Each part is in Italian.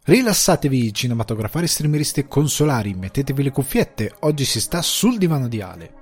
Rilassatevi cinematografari, streameristi e consolari, mettetevi le cuffiette, oggi si sta sul divano di Ale.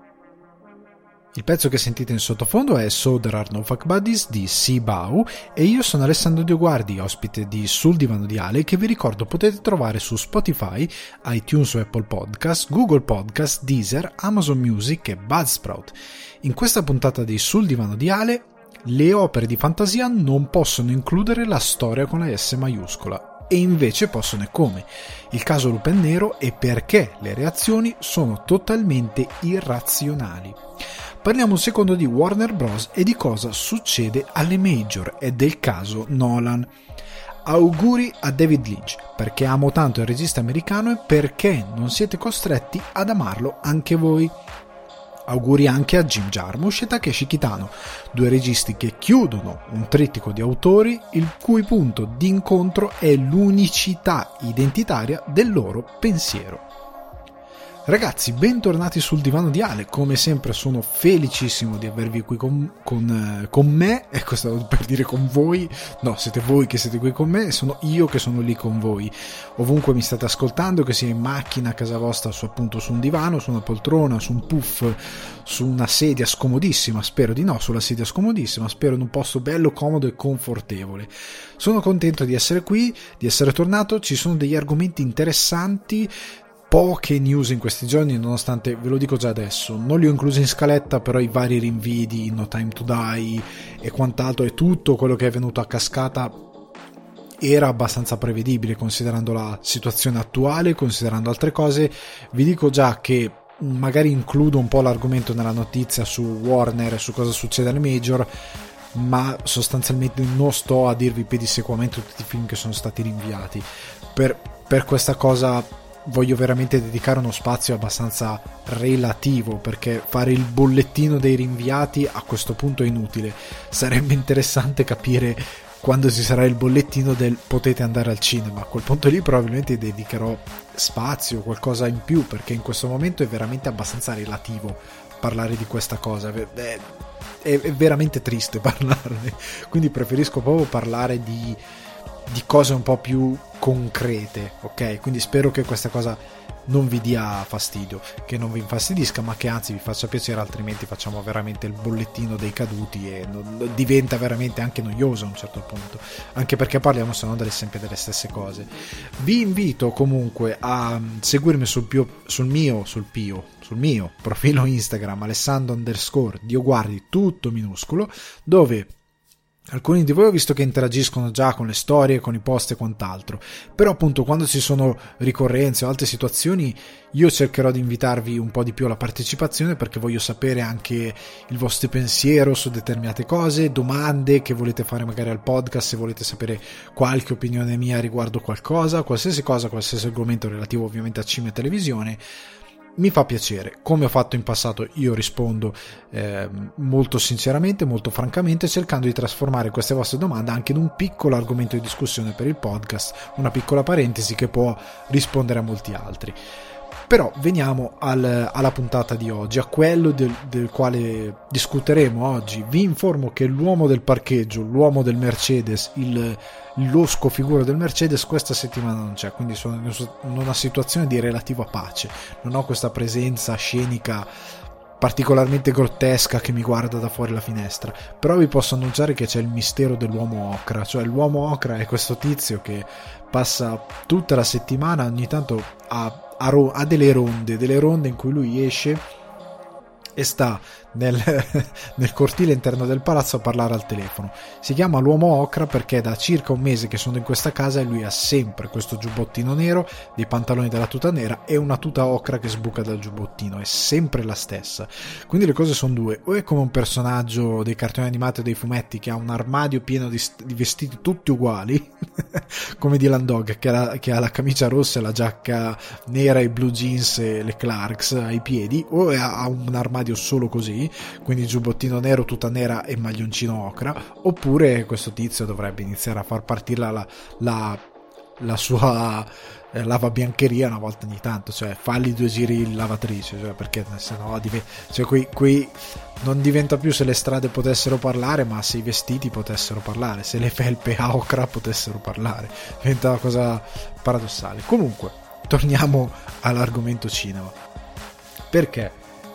Il pezzo che sentite in sottofondo è So There Are No Fuck Buddies di Sibau e io sono Alessandro Dioguardi, ospite di Sul divano di Ale, che vi ricordo potete trovare su Spotify, iTunes o Apple Podcast, Google Podcast, Deezer, Amazon Music e Buzzsprout. In questa puntata di Sul divano di Ale, le opere di fantasia non possono includere la storia con la S maiuscola, e invece possono e come. Il caso Lupin Nero e perché le reazioni sono totalmente irrazionali. Parliamo un secondo di Warner Bros. E di cosa succede alle major e del caso Nolan. Auguri a David Lynch, perché amo tanto il regista americano e perché non siete costretti ad amarlo anche voi. Auguri anche a Jim Jarmusch e Takeshi Kitano, due registi che chiudono un trittico di autori il cui punto di incontro è l'unicità identitaria del loro pensiero. Ragazzi, bentornati sul divano di Ale. Come sempre sono felicissimo di avervi qui con me, e questo per dire con voi. No, siete voi che siete qui con me e sono io che sono lì con voi. Ovunque mi state ascoltando, che sia in macchina, a casa vostra, appunto su un divano, su una poltrona, su un puff, su una sedia scomodissima, spero di no, sulla sedia scomodissima, spero in un posto bello, comodo e confortevole. Sono contento di essere qui, di essere tornato, ci sono degli argomenti interessanti. Poche news in questi giorni, nonostante, ve lo dico già adesso, non li ho inclusi in scaletta, però i vari rinvii di No Time to Die e quant'altro e tutto quello che è venuto a cascata era abbastanza prevedibile considerando la situazione attuale, considerando altre cose. Vi dico già che magari includo un po' l'argomento nella notizia su Warner, su cosa succede alle major, ma sostanzialmente non sto a dirvi pedissequamente tutti i film che sono stati rinviati. Per questa cosa voglio veramente dedicare uno spazio abbastanza relativo, perché fare il bollettino dei rinviati a questo punto è inutile. Sarebbe interessante capire quando ci sarà il bollettino del potete andare al cinema. A quel punto lì probabilmente dedicherò spazio, qualcosa in più, perché in questo momento è veramente abbastanza relativo parlare di questa cosa. È veramente triste parlarne, quindi preferisco proprio parlare di cose un po' più concrete, ok? Quindi spero che questa cosa non vi dia fastidio, che non vi infastidisca, ma che anzi vi faccia piacere, altrimenti facciamo veramente il bollettino dei caduti e diventa veramente anche noioso a un certo punto, anche perché parliamo se no sempre delle stesse cose. Vi invito comunque a seguirmi sul mio profilo Instagram Alessandro_Dioguardi, tutto minuscolo, dove alcuni di voi ho visto che interagiscono già con le storie, con i post e quant'altro, però appunto quando ci sono ricorrenze o altre situazioni io cercherò di invitarvi un po' di più alla partecipazione, perché voglio sapere anche il vostro pensiero su determinate cose, domande che volete fare magari al podcast, se volete sapere qualche opinione mia riguardo qualcosa, qualsiasi argomento relativo ovviamente a cinema e televisione. Mi fa piacere, come ho fatto in passato io rispondo molto sinceramente, molto francamente, cercando di trasformare queste vostre domande anche in un piccolo argomento di discussione per il podcast, una piccola parentesi che può rispondere a molti altri. Però veniamo alla puntata di oggi, a quello del quale discuteremo oggi. Vi informo che l'uomo del parcheggio, l'uomo del Mercedes, il losco figura del Mercedes questa settimana non c'è, quindi sono in una situazione di relativa pace, non ho questa presenza scenica particolarmente grottesca che mi guarda da fuori la finestra. Però vi posso annunciare che c'è il mistero dell'uomo ocra, cioè l'uomo ocra è questo tizio che passa tutta la settimana, ogni tanto ha delle ronde in cui lui esce e sta nel cortile interno del palazzo a parlare al telefono. Si chiama l'uomo ocra perché è da circa un mese che sono in questa casa e lui ha sempre questo giubbottino nero, dei pantaloni della tuta nera e una tuta ocra che sbuca dal giubbottino, è sempre la stessa. Quindi le cose sono due: o è come un personaggio dei cartoni animati o dei fumetti che ha un armadio pieno di vestiti tutti uguali come Dylan Dog che ha la camicia rossa e la giacca nera, i blue jeans e le Clarks ai piedi, o ha un armadio solo così, quindi giubbottino nero, tuta nera e maglioncino ocra. Oppure questo tizio dovrebbe iniziare a far partire la sua lavabiancheria una volta ogni tanto, cioè falli 2 giri in lavatrice, cioè, perché sennò cioè, qui non diventa più se le strade potessero parlare, ma se i vestiti potessero parlare, se le felpe a ocra potessero parlare, diventa una cosa paradossale. Comunque torniamo all'argomento cinema, perché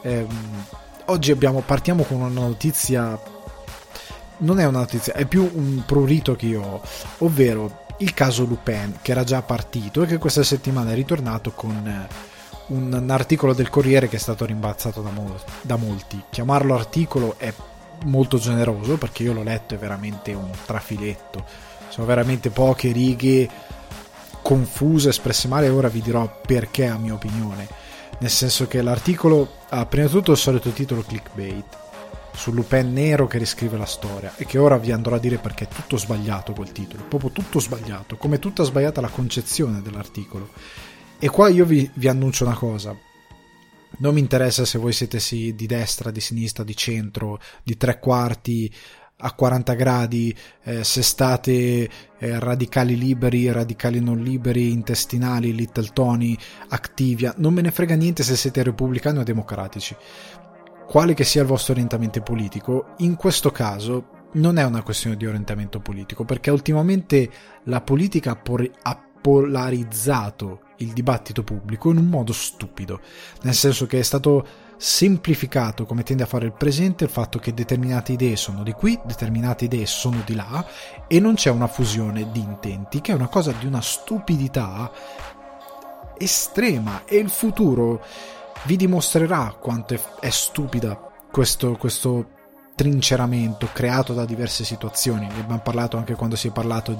oggi partiamo con una notizia, non è una notizia, è più un prurito che io ho, ovvero il caso Lupin, che era già partito e che questa settimana è ritornato con un articolo del Corriere che è stato rimbalzato da molti. Chiamarlo articolo è molto generoso, perché io l'ho letto, è veramente un trafiletto, sono veramente poche righe confuse, espresse male, e ora vi dirò perché, a mia opinione, nel senso che l'articolo ha prima di tutto il solito titolo clickbait su Lupin nero che riscrive la storia, e che ora vi andrò a dire perché è tutto sbagliato quel titolo, proprio tutto sbagliato, come tutta sbagliata la concezione dell'articolo. E qua io vi annuncio una cosa: non mi interessa se voi siete di destra, di sinistra, di centro, di 3/4, a 40 gradi, se state radicali liberi, radicali non liberi, intestinali, Little Tony, Activia, non me ne frega niente se siete repubblicani o democratici. Quale che sia il vostro orientamento politico, in questo caso non è una questione di orientamento politico, perché ultimamente la politica ha polarizzato il dibattito pubblico in un modo stupido, nel senso che è stato semplificato, come tende a fare il presente, il fatto che determinate idee sono di qui, determinate idee sono di là, e non c'è una fusione di intenti, che è una cosa di una stupidità estrema, e il futuro vi dimostrerà quanto è stupida questo trinceramento creato da diverse situazioni. Ne abbiamo parlato anche quando si è parlato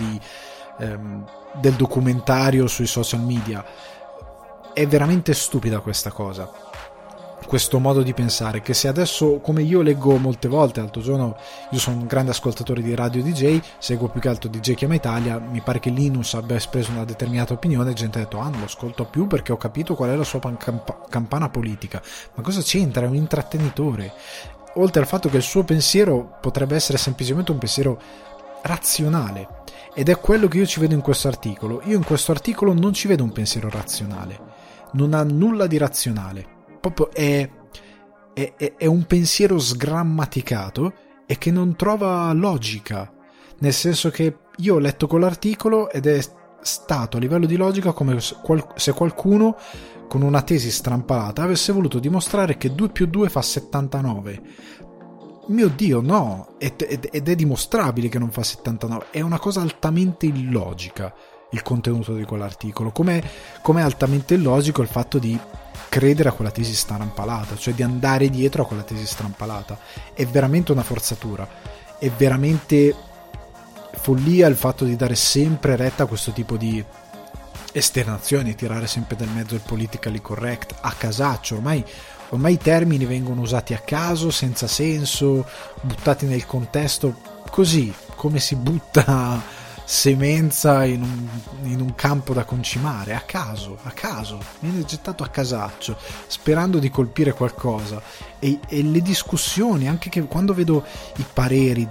del documentario sui social media. È veramente stupida questa cosa, questo modo di pensare, che se adesso, come io leggo molte volte, l'altro giorno, io sono un grande ascoltatore di radio DJ, seguo più che altro DJ Chiama Italia, mi pare che Linus abbia espreso una determinata opinione, gente ha detto non lo ascolto più perché ho capito qual è la sua campana politica. Ma cosa c'entra? È un intrattenitore, oltre al fatto che il suo pensiero potrebbe essere semplicemente un pensiero razionale, ed è quello che io ci vedo in questo articolo. Io in questo articolo non ci vedo un pensiero razionale, non ha nulla di razionale, proprio è un pensiero sgrammaticato e che non trova logica, nel senso che io ho letto quell'articolo ed è stato a livello di logica come se qualcuno con una tesi strampalata avesse voluto dimostrare che 2 più 2 fa 79. Mio Dio, no, ed è dimostrabile che non fa 79, è una cosa altamente illogica il contenuto di quell'articolo, come è altamente illogico il fatto di credere a quella tesi strampalata, cioè di andare dietro a quella tesi strampalata. È veramente una forzatura, è veramente follia il fatto di dare sempre retta a questo tipo di esternazioni, tirare sempre del mezzo il politically correct a casaccio. Ormai i termini vengono usati a caso, senza senso, buttati nel contesto, così come si butta semenza in un campo da concimare, a caso, viene gettato a casaccio, sperando di colpire qualcosa. E le discussioni, anche che quando vedo i pareri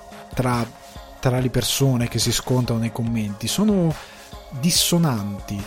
tra le persone che si scontrano nei commenti, sono dissonanti,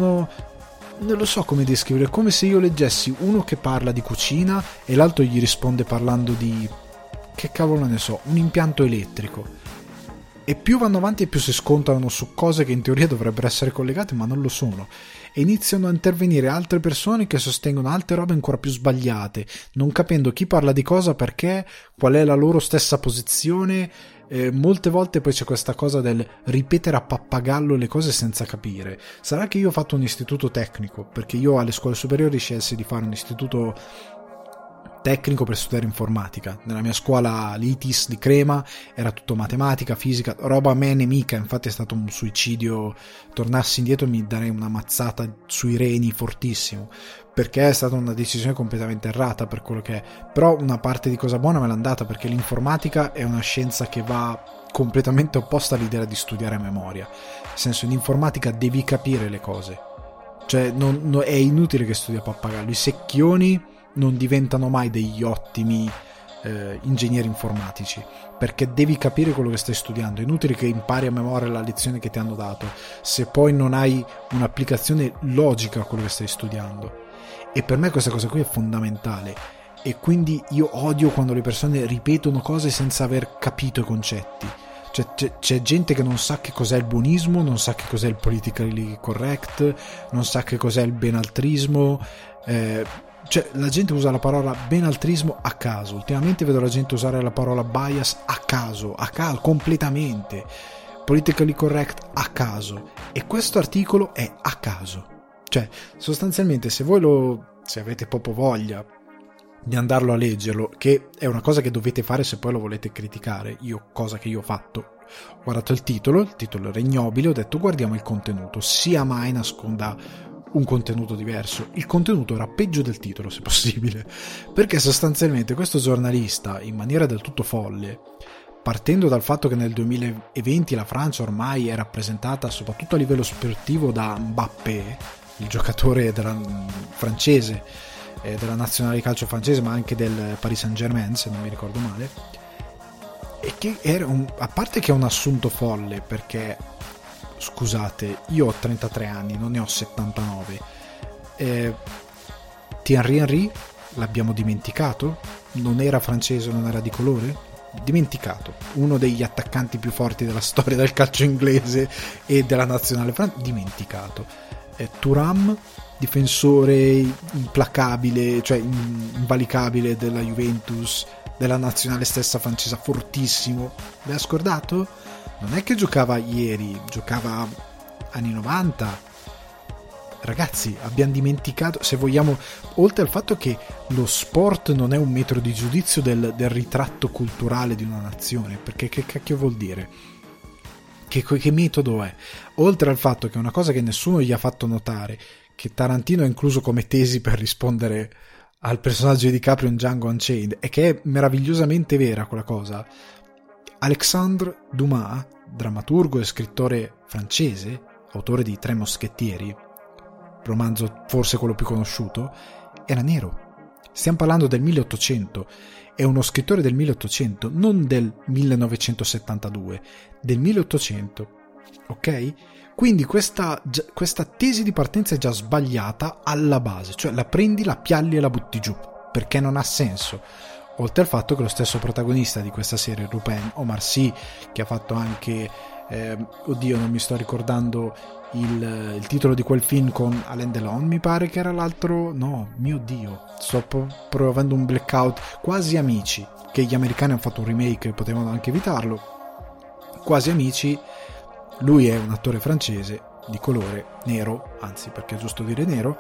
non lo so come descrivere, è come se io leggessi uno che parla di cucina e l'altro gli risponde parlando di, che cavolo ne so, un impianto elettrico. E più vanno avanti e più si scontrano su cose che in teoria dovrebbero essere collegate ma non lo sono, e iniziano a intervenire altre persone che sostengono altre robe ancora più sbagliate, non capendo chi parla di cosa, perché, qual è la loro stessa posizione. Molte volte poi c'è questa cosa del ripetere a pappagallo le cose senza capire. Sarà che io ho fatto un istituto tecnico, perché io alle scuole superiori scelsi di fare un istituto tecnico per studiare informatica. Nella mia scuola, l'ITIS di Crema, era tutto matematica, fisica, roba a me nemica. Infatti è stato un suicidio, tornassi indietro mi darei una mazzata sui reni fortissimo, perché è stata una decisione completamente errata per quello che è. Però una parte di cosa buona me l'ha andata, perché l'informatica è una scienza che va completamente opposta all'idea di studiare a memoria. Nel senso, in informatica devi capire le cose, cioè è inutile che studi a pappagallo. I secchioni non diventano mai degli ottimi ingegneri informatici, perché devi capire quello che stai studiando. È inutile che impari a memoria la lezione che ti hanno dato se poi non hai un'applicazione logica a quello che stai studiando. E per me questa cosa qui è fondamentale, e quindi io odio quando le persone ripetono cose senza aver capito i concetti. Cioè, c'è gente che non sa che cos'è il buonismo, non sa che cos'è il politically correct, non sa che cos'è il benaltrismo. Cioè, la gente usa la parola benaltrismo a caso. Ultimamente vedo la gente usare la parola bias a caso, completamente. Politically correct a caso. E questo articolo è a caso. Cioè, sostanzialmente, se avete proprio voglia di andarlo a leggerlo, che è una cosa che dovete fare se poi lo volete criticare, cosa che io ho fatto, ho guardato il titolo era ignobile, ho detto guardiamo il contenuto, sia mai nasconda un contenuto diverso. Il contenuto era peggio del titolo, se possibile, perché sostanzialmente questo giornalista, in maniera del tutto folle, partendo dal fatto che nel 2020 la Francia ormai è rappresentata soprattutto a livello sportivo da Mbappé, il giocatore francese, della nazionale di calcio francese, ma anche del Paris Saint-Germain, se non mi ricordo male, e che era a parte che è un assunto folle, perché scusate, io ho 33 anni, non ne ho 79. Thierry Henry l'abbiamo dimenticato? Non era francese, non era di colore? Dimenticato. Uno degli attaccanti più forti della storia del calcio inglese e della nazionale francese, dimenticato. Thuram, difensore implacabile, cioè invalicabile della Juventus, della nazionale stessa francese, fortissimo. L'ha scordato? Non è che giocava ieri, giocava anni 90. Ragazzi, abbiamo dimenticato, se vogliamo, oltre al fatto che lo sport non è un metro di giudizio del ritratto culturale di una nazione, perché che cacchio vuol dire? Che metodo è? Oltre al fatto che è una cosa che nessuno gli ha fatto notare, che Tarantino ha incluso come tesi per rispondere al personaggio di DiCaprio in Django Unchained, e che è meravigliosamente vera quella cosa. Alexandre Dumas, drammaturgo e scrittore francese, autore di Tre Moschettieri, romanzo forse quello più conosciuto, era nero. Stiamo parlando del 1800, è uno scrittore del 1800, non del 1972, del 1800, ok? Quindi questa tesi di partenza è già sbagliata alla base, cioè la prendi, la pialli e la butti giù, perché non ha senso. Oltre al fatto che lo stesso protagonista di questa serie, Lupin, Omar Sy, che ha fatto anche oddio, non mi sto ricordando il titolo di quel film con Alain Delon, mi pare che era l'altro, no, mio Dio, sto provando un blackout. Quasi Amici, che gli americani hanno fatto un remake e potevano anche evitarlo. Quasi Amici, lui è un attore francese di colore, nero, anzi, perché è giusto dire nero.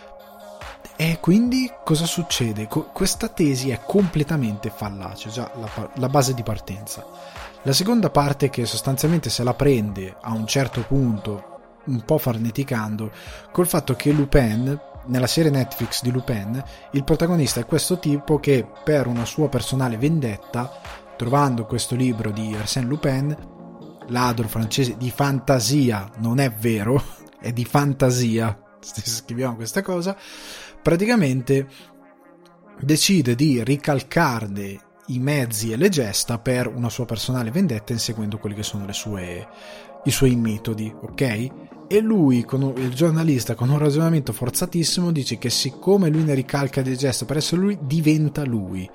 E quindi cosa succede? Questa tesi è completamente fallace, già la base di partenza. La seconda parte, che sostanzialmente se la prende a un certo punto, un po' farneticando, col fatto che Lupin, nella serie Netflix di Lupin, il protagonista è questo tipo che per una sua personale vendetta, trovando questo libro di Arsène Lupin, ladro francese di fantasia, non è vero, è di fantasia, scriviamo questa cosa, praticamente decide di ricalcarne i mezzi e le gesta per una sua personale vendetta, inseguendo quelli che sono i suoi metodi, ok? E lui, il giornalista, con un ragionamento forzatissimo, dice che siccome lui ne ricalca le gesta per essere lui, diventa lui.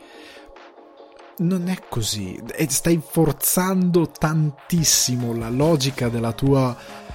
Non è così, stai forzando tantissimo la logica della tua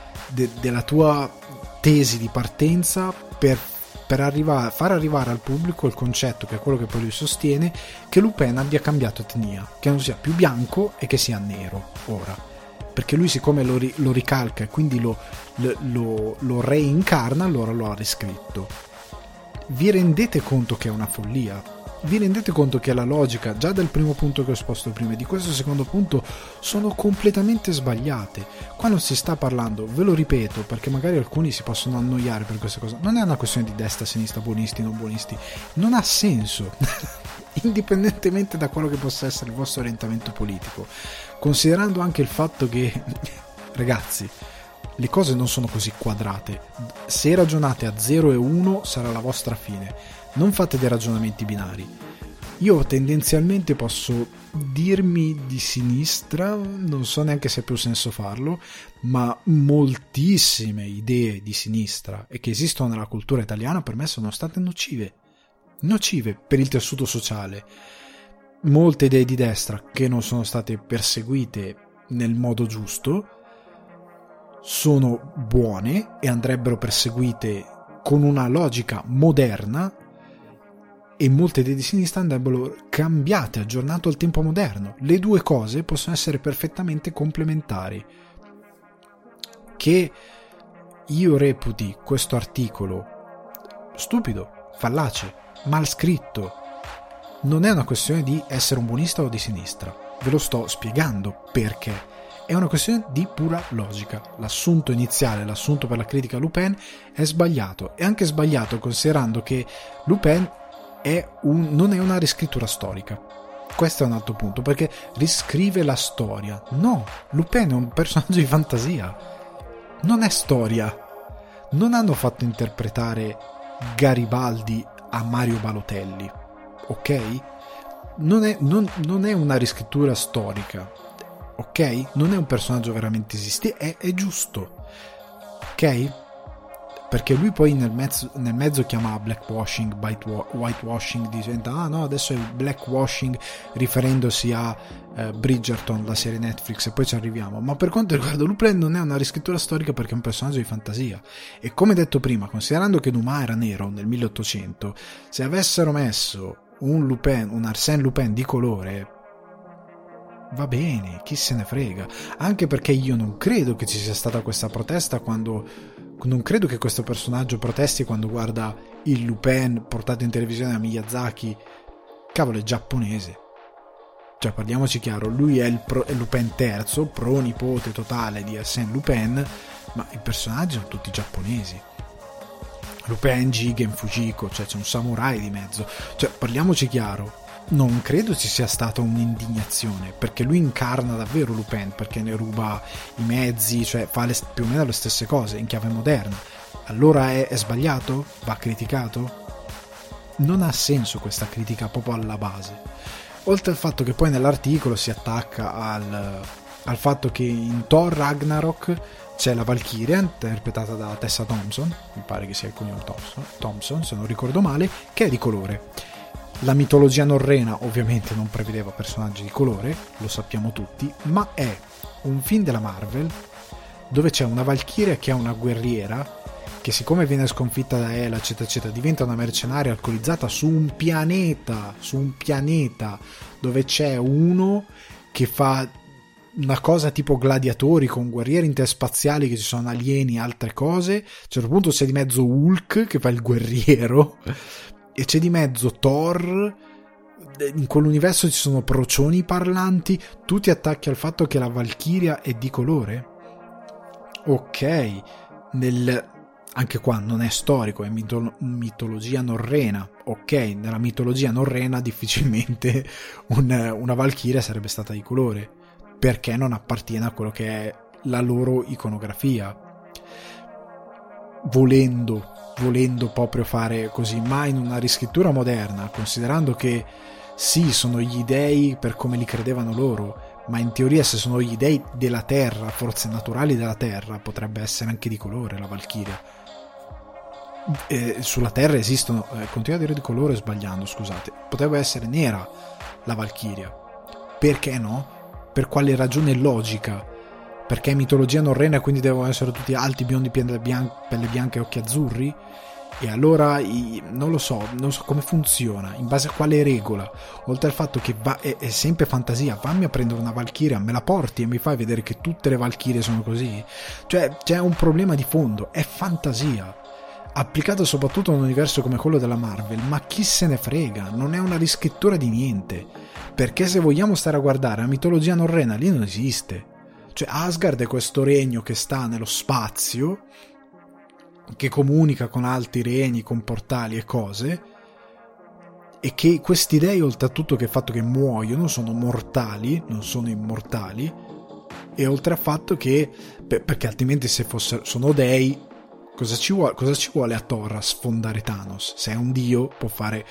tesi di partenza per far arrivare al pubblico il concetto, che è quello che poi lui sostiene, che Lupin abbia cambiato etnia, che non sia più bianco e che sia nero ora, perché lui, siccome lo ricalca e quindi lo reincarna, allora lo ha riscritto. Vi rendete conto che è una follia? Vi rendete conto che la logica, già del primo punto che ho esposto prima e di questo secondo punto, sono completamente sbagliate? Qua non si sta parlando, ve lo ripeto, perché magari alcuni si possono annoiare per questa cosa, non è una questione di destra, sinistra, buonisti, non buonisti, non ha senso indipendentemente da quello che possa essere il vostro orientamento politico, considerando anche il fatto che ragazzi, le cose non sono così quadrate. Se ragionate a 0 e 1 sarà la vostra fine. Non fate dei ragionamenti binari. Io tendenzialmente posso dirmi di sinistra, non so neanche se ha più senso farlo, ma moltissime idee di sinistra e che esistono nella cultura italiana per me sono state nocive per il tessuto sociale. Molte idee di destra che non sono state perseguite nel modo giusto sono buone e andrebbero perseguite con una logica moderna, e molte idee di sinistra andrebbero cambiate, aggiornate al tempo moderno. Le due cose possono essere perfettamente complementari. Che io reputi questo articolo stupido, fallace, mal scritto, non è una questione di essere un buonista o di sinistra. Ve lo sto spiegando perché. È una questione di pura logica. L'assunto iniziale, l'assunto per la critica a Lupin è sbagliato. È anche sbagliato considerando che Lupin non è una riscrittura storica. Questo è un altro punto, perché riscrive la storia. No, Lupin è un personaggio di fantasia, non è storia. Non hanno fatto interpretare Garibaldi a Mario Balotelli, ok? Non è una riscrittura storica, ok? Non è un personaggio veramente esistente, è giusto, ok? Perché lui poi nel mezzo chiama blackwashing, whitewashing, diventa no, adesso è blackwashing riferendosi a Bridgerton, la serie Netflix, e poi ci arriviamo. Ma per quanto riguarda Lupin non è una riscrittura storica perché è un personaggio di fantasia, e come detto prima, considerando che Dumas era nero nel 1800, se avessero messo un Arsène Lupin di colore, va bene, chi se ne frega. Anche perché io non credo che ci sia stata questa protesta non credo che questo personaggio protesti quando guarda il Lupin portato in televisione da Miyazaki. Cavolo, è giapponese. Cioè, parliamoci chiaro, lui è il Lupin III, pronipote totale di Arsène Lupin, ma i personaggi sono tutti giapponesi. Lupin, Jigen, Fujiko, cioè c'è un samurai di mezzo. Cioè, parliamoci chiaro, non credo ci sia stata un'indignazione, perché lui incarna davvero Lupin, perché ne ruba i mezzi, cioè fa più o meno le stesse cose in chiave moderna. Allora è sbagliato? Va criticato? Non ha senso questa critica proprio alla base. Oltre al fatto che poi nell'articolo si attacca al fatto che in Thor Ragnarok c'è la Valchiria interpretata da Tessa Thompson, mi pare che sia il cognome Thompson se non ricordo male, che è di colore. La mitologia norrena ovviamente non prevedeva personaggi di colore, lo sappiamo tutti, ma è un film della Marvel dove c'è una Valchiria che è una guerriera che, siccome viene sconfitta da Hela eccetera eccetera, diventa una mercenaria alcolizzata su un pianeta dove c'è uno che fa una cosa tipo gladiatori con guerrieri interspaziali, che ci sono alieni e altre cose. A un certo punto c'è di mezzo Hulk che fa il guerriero e c'è di mezzo Thor. In quell'universo ci sono procioni parlanti. Tu ti attacchi al fatto che la Valchiria è di colore? Ok, anche qua non è storico, è mitologia norrena. Ok, nella mitologia norrena difficilmente una Valchiria sarebbe stata di colore, perché non appartiene a quello che è la loro iconografia. Volendo proprio fare così, ma in una riscrittura moderna, considerando che sì, sono gli dei per come li credevano loro, ma in teoria se sono gli dei della terra, forze naturali della terra, potrebbe essere anche di colore la Valchiria. Sulla terra esistono, continuo a dire di colore sbagliando, scusate, potrebbe essere nera la Valchiria, perché no? Per quale ragione logica? Perché è mitologia norrena e quindi devono essere tutti alti, biondi, pelle bianca e occhi azzurri? E allora non lo so come funziona, in base a quale regola. Oltre al fatto che è sempre fantasia, fammi a prendere una Valchiria, me la porti e mi fai vedere che tutte le Valchirie sono così? Cioè c'è un problema di fondo, è fantasia applicato soprattutto a un universo come quello della Marvel, ma chi se ne frega, non è una riscrittura di niente, perché se vogliamo stare a guardare la mitologia norrena lì non esiste. Cioè Asgard è questo regno che sta nello spazio, che comunica con altri regni, con portali e cose, e che questi dei, oltre a tutto che il fatto che muoiono, sono mortali, non sono immortali, e oltre al fatto che perché altrimenti se sono dei, cosa ci vuole a Thor a sfondare Thanos? Se è un dio può fare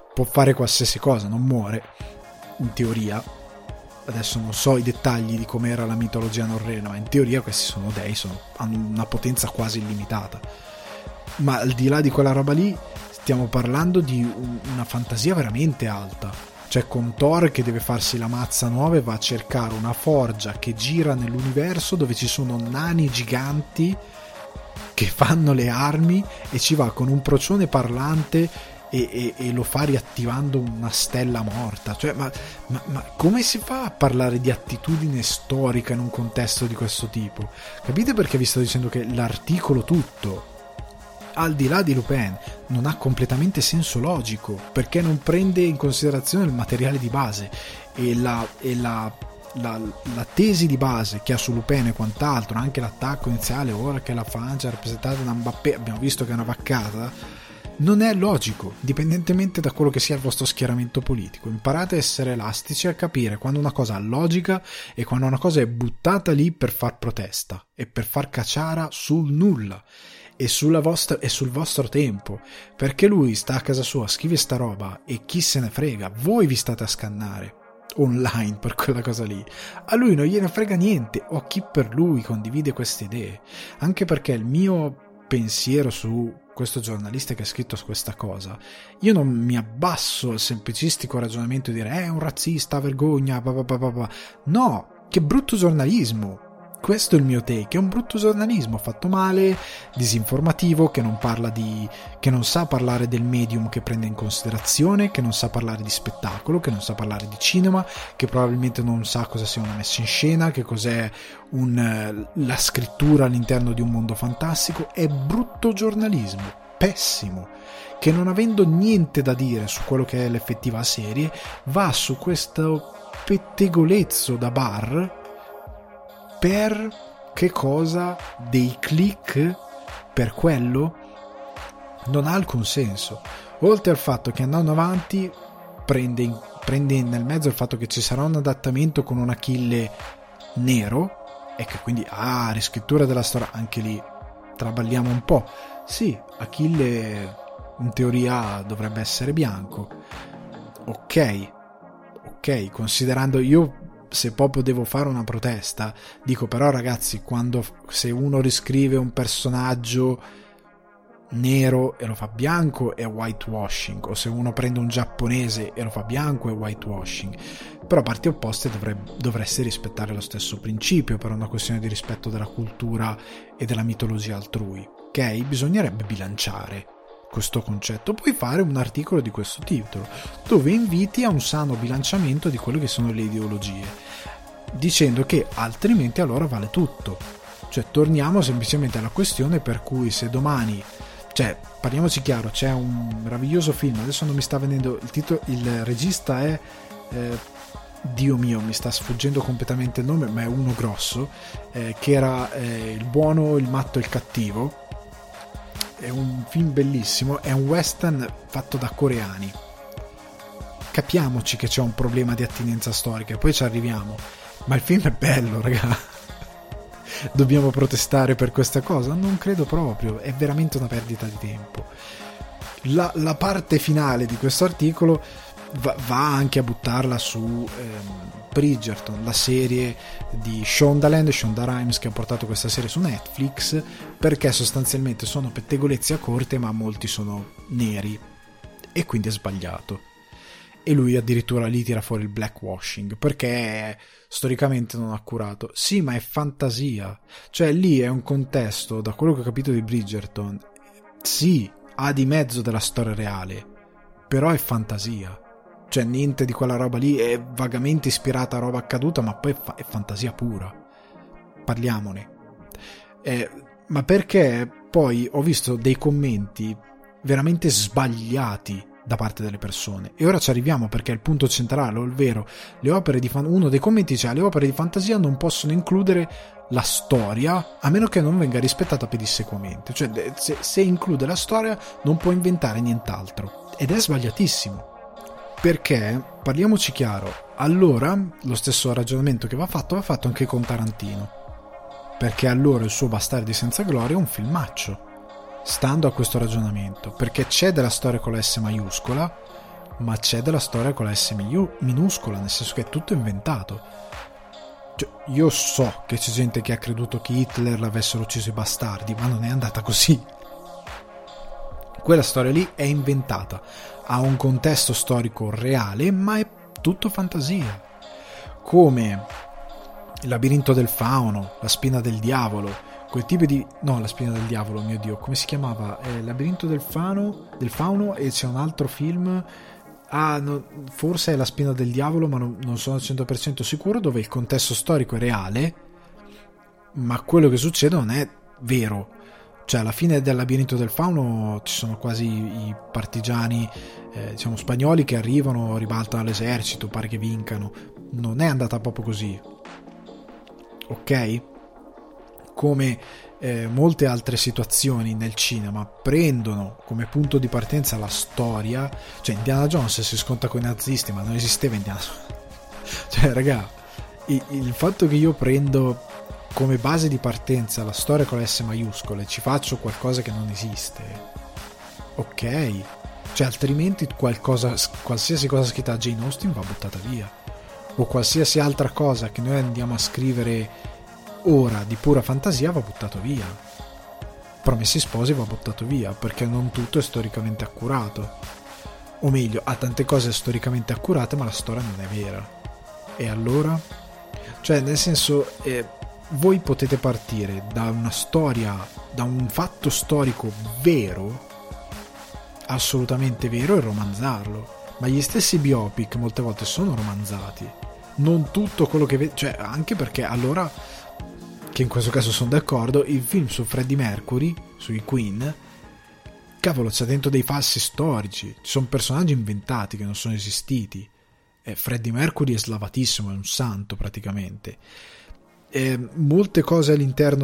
può fare qualsiasi cosa, non muore, in teoria. Adesso non so i dettagli di com'era la mitologia norrena, ma in teoria questi sono dei, hanno una potenza quasi illimitata. Ma al di là di quella roba lì, stiamo parlando di una fantasia veramente alta. Cioè, con Thor che deve farsi la mazza nuova e va a cercare una forgia che gira nell'universo dove ci sono nani giganti che fanno le armi, e ci va con un procione parlante e lo fa riattivando una stella morta. Cioè, ma come si fa a parlare di attitudine storica in un contesto di questo tipo? Capite perché vi sto dicendo che l'articolo tutto, al di là di Lupin, non ha completamente senso logico, perché non prende in considerazione il materiale di base e la tesi di base che ha su Lupin e quant'altro, anche l'attacco iniziale, ora che la Francia è rappresentata da Mbappé, abbiamo visto che è una vaccata, non è logico, indipendentemente da quello che sia il vostro schieramento politico. Imparate a essere elastici, a capire quando una cosa ha logica e quando una cosa è buttata lì per far protesta e per far cacciara sul nulla e sul vostro tempo, perché lui sta a casa sua, scrive sta roba e chi se ne frega, voi vi state a scannare online per quella cosa lì, a lui non gliene frega niente, o a chi per lui condivide queste idee. Anche perché il mio pensiero su questo giornalista che ha scritto su questa cosa, io non mi abbasso al semplicistico ragionamento di dire è un razzista, vergogna, no, che brutto giornalismo. Questo è il mio take, è un brutto giornalismo fatto male, disinformativo, che non sa parlare del medium che prende in considerazione, che non sa parlare di spettacolo, che non sa parlare di cinema, che probabilmente non sa cosa sia una messa in scena, che cos'è la scrittura all'interno di un mondo fantastico. È brutto giornalismo, pessimo, che non avendo niente da dire su quello che è l'effettiva serie, va su questo pettegolezzo da bar per che cosa? Dei click per quello? Non ha alcun senso. Oltre al fatto che andando avanti prende nel mezzo il fatto che ci sarà un adattamento con un Achille nero e che quindi riscrittura della storia, anche lì traballiamo un po'. Sì, Achille in teoria dovrebbe essere bianco, ok, considerando, io se proprio devo fare una protesta dico, però ragazzi, se uno riscrive un personaggio nero e lo fa bianco è whitewashing, o se uno prende un giapponese e lo fa bianco è whitewashing. Però a parti opposte dovreste rispettare lo stesso principio, per una questione di rispetto della cultura e della mitologia altrui, ok? Bisognerebbe bilanciare questo concetto. Puoi fare un articolo di questo titolo dove inviti a un sano bilanciamento di quelle che sono le ideologie, dicendo che altrimenti allora vale tutto. Cioè, torniamo semplicemente alla questione per cui se domani, cioè, parliamoci chiaro, c'è un meraviglioso film, adesso non mi sta venendo il titolo, il regista è Dio mio, mi sta sfuggendo completamente il nome, ma è uno grosso, che era Il buono, il matto e il cattivo. È un film bellissimo, è un western fatto da coreani. Capiamoci che c'è un problema di attinenza storica, poi ci arriviamo, ma il film è bello, raga. Dobbiamo protestare per questa cosa? Non credo proprio, è veramente una perdita di tempo. La parte finale di questo articolo va anche a buttarla su Bridgerton, la serie di Shonda Rhimes, che ha portato questa serie su Netflix, perché sostanzialmente sono pettegolezzi a corte ma molti sono neri e quindi è sbagliato, e lui addirittura lì tira fuori il blackwashing perché è storicamente non accurato. Sì, ma è fantasia, cioè lì è un contesto, da quello che ho capito di Bridgerton, sì, ha di mezzo della storia reale, però è fantasia. Cioè niente di quella roba lì, è vagamente ispirata a roba accaduta, ma poi è fantasia pura. Parliamone. Ma perché poi ho visto dei commenti veramente sbagliati da parte delle persone, e ora ci arriviamo perché è il punto centrale, ovvero le opere di uno dei commenti dice: le opere di fantasia non possono includere la storia a meno che non venga rispettata pedissequamente. Cioè se include la storia non può inventare nient'altro, ed è sbagliatissimo. Perché, parliamoci chiaro, allora lo stesso ragionamento che va fatto anche con Tarantino, perché allora il suo Bastardi senza gloria è un filmaccio, stando a questo ragionamento, perché c'è della storia con la S maiuscola, ma c'è della storia con la S minuscola, nel senso che è tutto inventato. Cioè, io so che c'è gente che ha creduto che Hitler l'avessero ucciso i bastardi, ma non è andata così. Quella storia lì è inventata, ha un contesto storico reale, ma è tutto fantasia. Come il labirinto del fauno, la spina del diavolo, quel tipo di... no, la spina del diavolo, mio Dio, come si chiamava? Il labirinto del fauno, e c'è un altro film... no, forse è la spina del diavolo, ma non sono al 100% sicuro, dove il contesto storico è reale, ma quello che succede non è vero. Cioè, alla fine del labirinto del fauno ci sono quasi i partigiani diciamo spagnoli che arrivano, ribaltano l'esercito, pare che vincano. Non è andata proprio così, ok? Come molte altre situazioni nel cinema prendono come punto di partenza la storia. Cioè, Indiana Jones si sconta con i nazisti, ma non esisteva Indiana Jones. Cioè, raga, il fatto che io prendo come base di partenza la storia con la S maiuscola e ci faccio qualcosa che non esiste, ok? Cioè, altrimenti qualsiasi cosa scritta da Jane Austen va buttata via, o qualsiasi altra cosa che noi andiamo a scrivere ora di pura fantasia va buttato via. Promessi Sposi va buttato via, perché non tutto è storicamente accurato, o meglio, ha tante cose storicamente accurate ma la storia non è vera. E allora? Cioè, nel senso, voi potete partire da una storia, da un fatto storico vero, assolutamente vero, e romanzarlo. Ma gli stessi biopic molte volte sono romanzati, non tutto quello che cioè, anche perché allora, che in questo caso sono d'accordo, il film su Freddie Mercury, sui Queen, cavolo, c'è dentro dei falsi storici, ci sono personaggi inventati che non sono esistiti. Freddie Mercury è slavatissimo, è un santo praticamente. Molte cose all'interno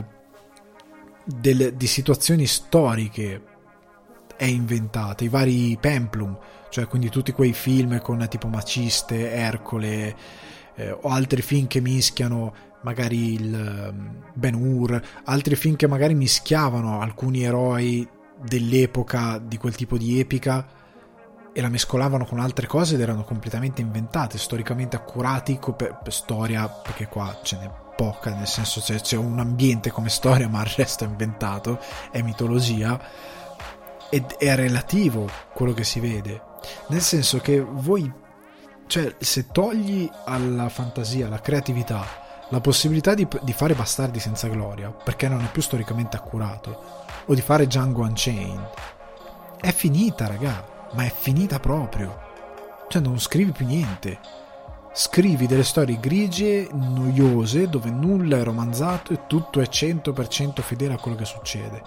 di situazioni storiche è inventate, i vari Pemplum, cioè quindi tutti quei film con tipo Maciste, Ercole, o altri film che mischiano magari il Ben-Hur, altri film che magari mischiavano alcuni eroi dell'epoca di quel tipo di epica e la mescolavano con altre cose ed erano completamente inventate, storicamente accurati per storia, perché qua ce n'è poca, nel senso c'è un ambiente come storia, ma il resto è inventato, è mitologia, ed è relativo quello che si vede, nel senso che voi, cioè, se togli alla fantasia, alla creatività, la possibilità di fare Bastardi senza gloria, perché non è più storicamente accurato, o di fare Django Unchained, è finita, raga, ma è finita proprio. Cioè, non scrivi più niente, scrivi delle storie grigie, noiose, dove nulla è romanzato e tutto è 100% fedele a quello che succede.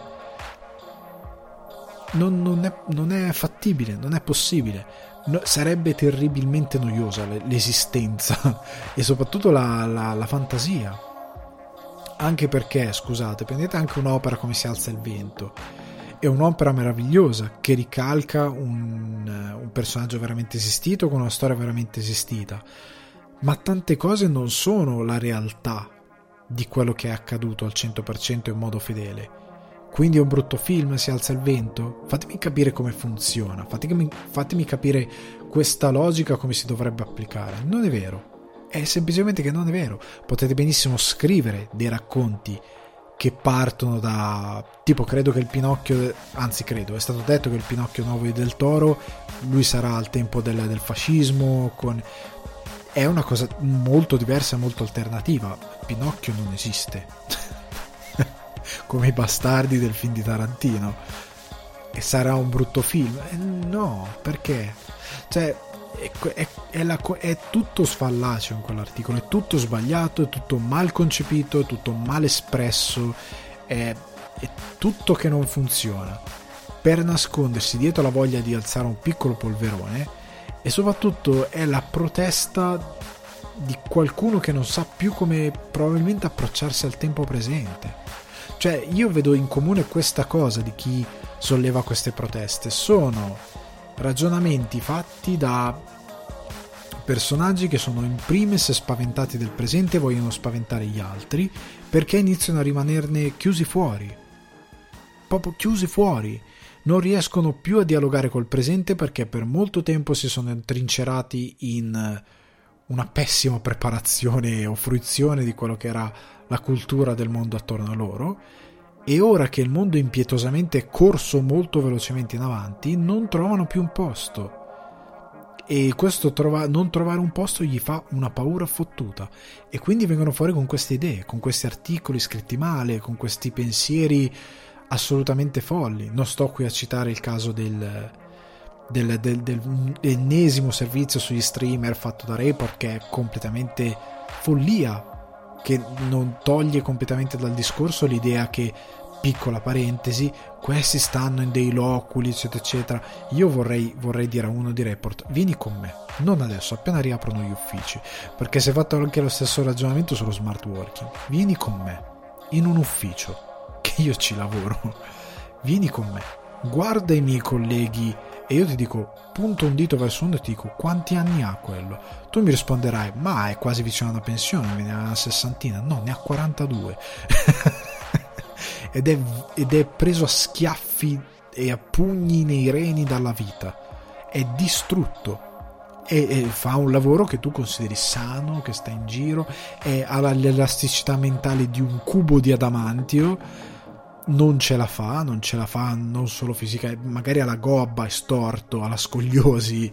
Non è fattibile, non è possibile. Sarebbe terribilmente noiosa l'esistenza e soprattutto la fantasia, anche perché, scusate, prendete anche un'opera come Si alza il vento, è un'opera meravigliosa che ricalca un personaggio veramente esistito con una storia veramente esistita, ma tante cose non sono la realtà di quello che è accaduto al 100% in modo fedele. Quindi è un brutto film Si alza il vento? Fatemi capire come funziona, fatemi capire questa logica come si dovrebbe applicare. Non è vero, è semplicemente che non è vero. Potete benissimo scrivere dei racconti che partono da, tipo, credo che il Pinocchio, anzi credo, è stato detto che il Pinocchio nuovo di Del Toro, lui sarà al tempo del fascismo, è una cosa molto diversa, molto alternativa. Pinocchio non esiste come i bastardi del film di Tarantino, e sarà un brutto film? No, perché? Cioè, è tutto sfallacio in quell'articolo, è tutto sbagliato, è tutto mal concepito, è tutto mal espresso, è tutto che non funziona, per nascondersi dietro la voglia di alzare un piccolo polverone, e soprattutto è la protesta di qualcuno che non sa più come probabilmente approcciarsi al tempo presente. Cioè, io vedo in comune questa cosa di chi solleva queste proteste, sono ragionamenti fatti da personaggi che sono in primis spaventati del presente e vogliono spaventare gli altri, perché iniziano a rimanerne chiusi fuori, proprio chiusi fuori. non riescono più a dialogare col presente perché per molto tempo si sono trincerati in una pessima preparazione o fruizione di quello che era la cultura del mondo attorno a loro, e ora che il mondo impietosamente è corso molto velocemente in avanti non trovano più un posto, e questo non trovare un posto gli fa una paura fottuta, e quindi vengono fuori con queste idee, con questi articoli scritti male, con questi pensieri assolutamente folli. Non sto qui a citare il caso dell'ennesimo servizio sugli streamer fatto da Report, che è completamente follia, che non toglie completamente dal discorso l'idea che, piccola parentesi, questi stanno in dei loculi eccetera eccetera. Io vorrei dire a uno di Report: vieni con me, non adesso, appena riaprono gli uffici, perché si è fatto anche lo stesso ragionamento sullo smart working. Vieni con me in un ufficio, che io ci lavoro, vieni con me, guarda i miei colleghi, e io ti dico, punto un dito verso uno e ti dico: quanti anni ha quello? Tu mi risponderai: ma è quasi vicino a una pensione, ne ha una sessantina. No, ne ha 42. ed è preso a schiaffi e a pugni nei reni dalla vita, è distrutto, e fa un lavoro che tu consideri sano, che sta in giro, ha l'elasticità mentale di un cubo di adamantio, non ce la fa non solo fisica, magari ha la gobba, è storto, ha la scoliosi,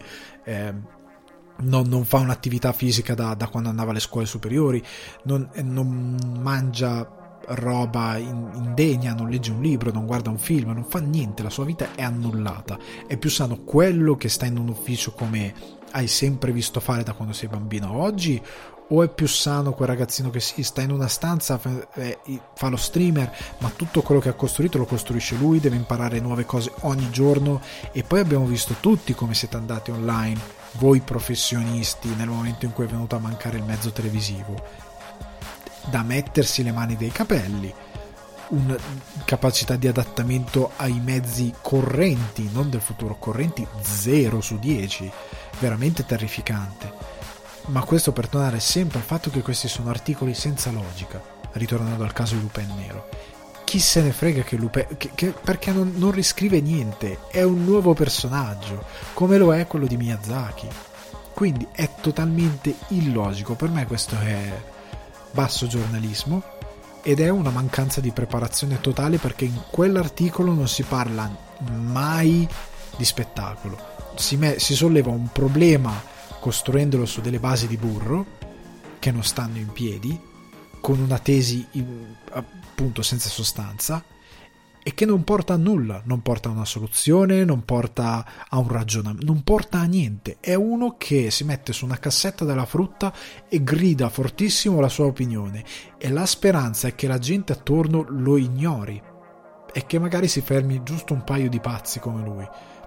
non fa un'attività fisica da quando andava alle scuole superiori, non mangia roba indegna, non legge un libro, non guarda un film, non fa niente, la sua vita è annullata. È più sano quello che sta in un ufficio come hai sempre visto fare da quando sei bambino oggi, o è più sano quel ragazzino che sta in una stanza, fa lo streamer, ma tutto quello che ha costruito lo costruisce lui, deve imparare nuove cose ogni giorno? E poi abbiamo visto tutti come siete andati online, voi professionisti, nel momento in cui è venuto a mancare il mezzo televisivo, da mettersi le mani dei capelli, una capacità di adattamento ai mezzi correnti, non del futuro, correnti 0 su 10, veramente terrificante. Ma questo per tornare sempre al fatto che questi sono articoli senza logica, ritornando al caso di Lupin Nero. Chi se ne frega che Lupin, perché non riscrive niente, è un nuovo personaggio, come lo è quello di Miyazaki, quindi è totalmente illogico. Per me questo è basso giornalismo ed è una mancanza di preparazione totale, perché in quell'articolo non si parla mai di spettacolo, si solleva un problema costruendolo su delle basi di burro che non stanno in piedi, con una tesi appunto senza sostanza, e che non porta a nulla, non porta a una soluzione, non porta a un ragionamento, non porta a niente. È uno che si mette su una cassetta della frutta e grida fortissimo la sua opinione, e la speranza è che la gente attorno lo ignori e che magari si fermi giusto un paio di pazzi come lui.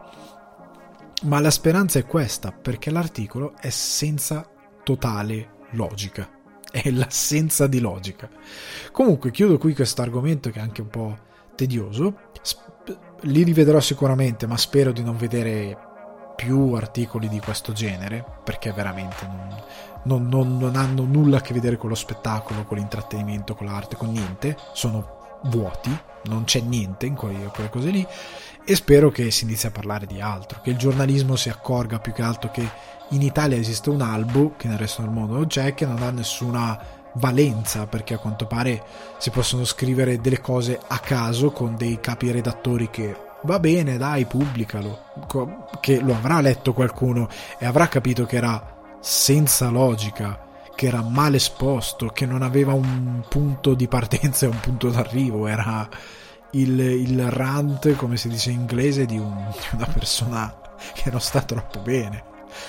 Ma la speranza è questa, perché l'articolo è senza totale logica, è l'assenza di logica. Comunque chiudo qui questo argomento, che è anche un po' tedioso, li rivedrò sicuramente, ma spero di non vedere più articoli di questo genere, perché veramente non hanno nulla a che vedere con lo spettacolo, con l'intrattenimento, con l'arte, con niente, sono vuoti, non c'è niente in quelle cose lì, e spero che si inizi a parlare di altro, che il giornalismo si accorga più che altro che in Italia esiste un albo che nel resto del mondo non c'è, che non ha nessuna valenza, perché a quanto pare si possono scrivere delle cose a caso con dei capi redattori che va bene, dai, pubblicalo, che lo avrà letto qualcuno e avrà capito che era senza logica, che era mal esposto, che non aveva un punto di partenza e un punto d'arrivo, era il rant, come si dice in inglese, di una persona che non sta troppo bene.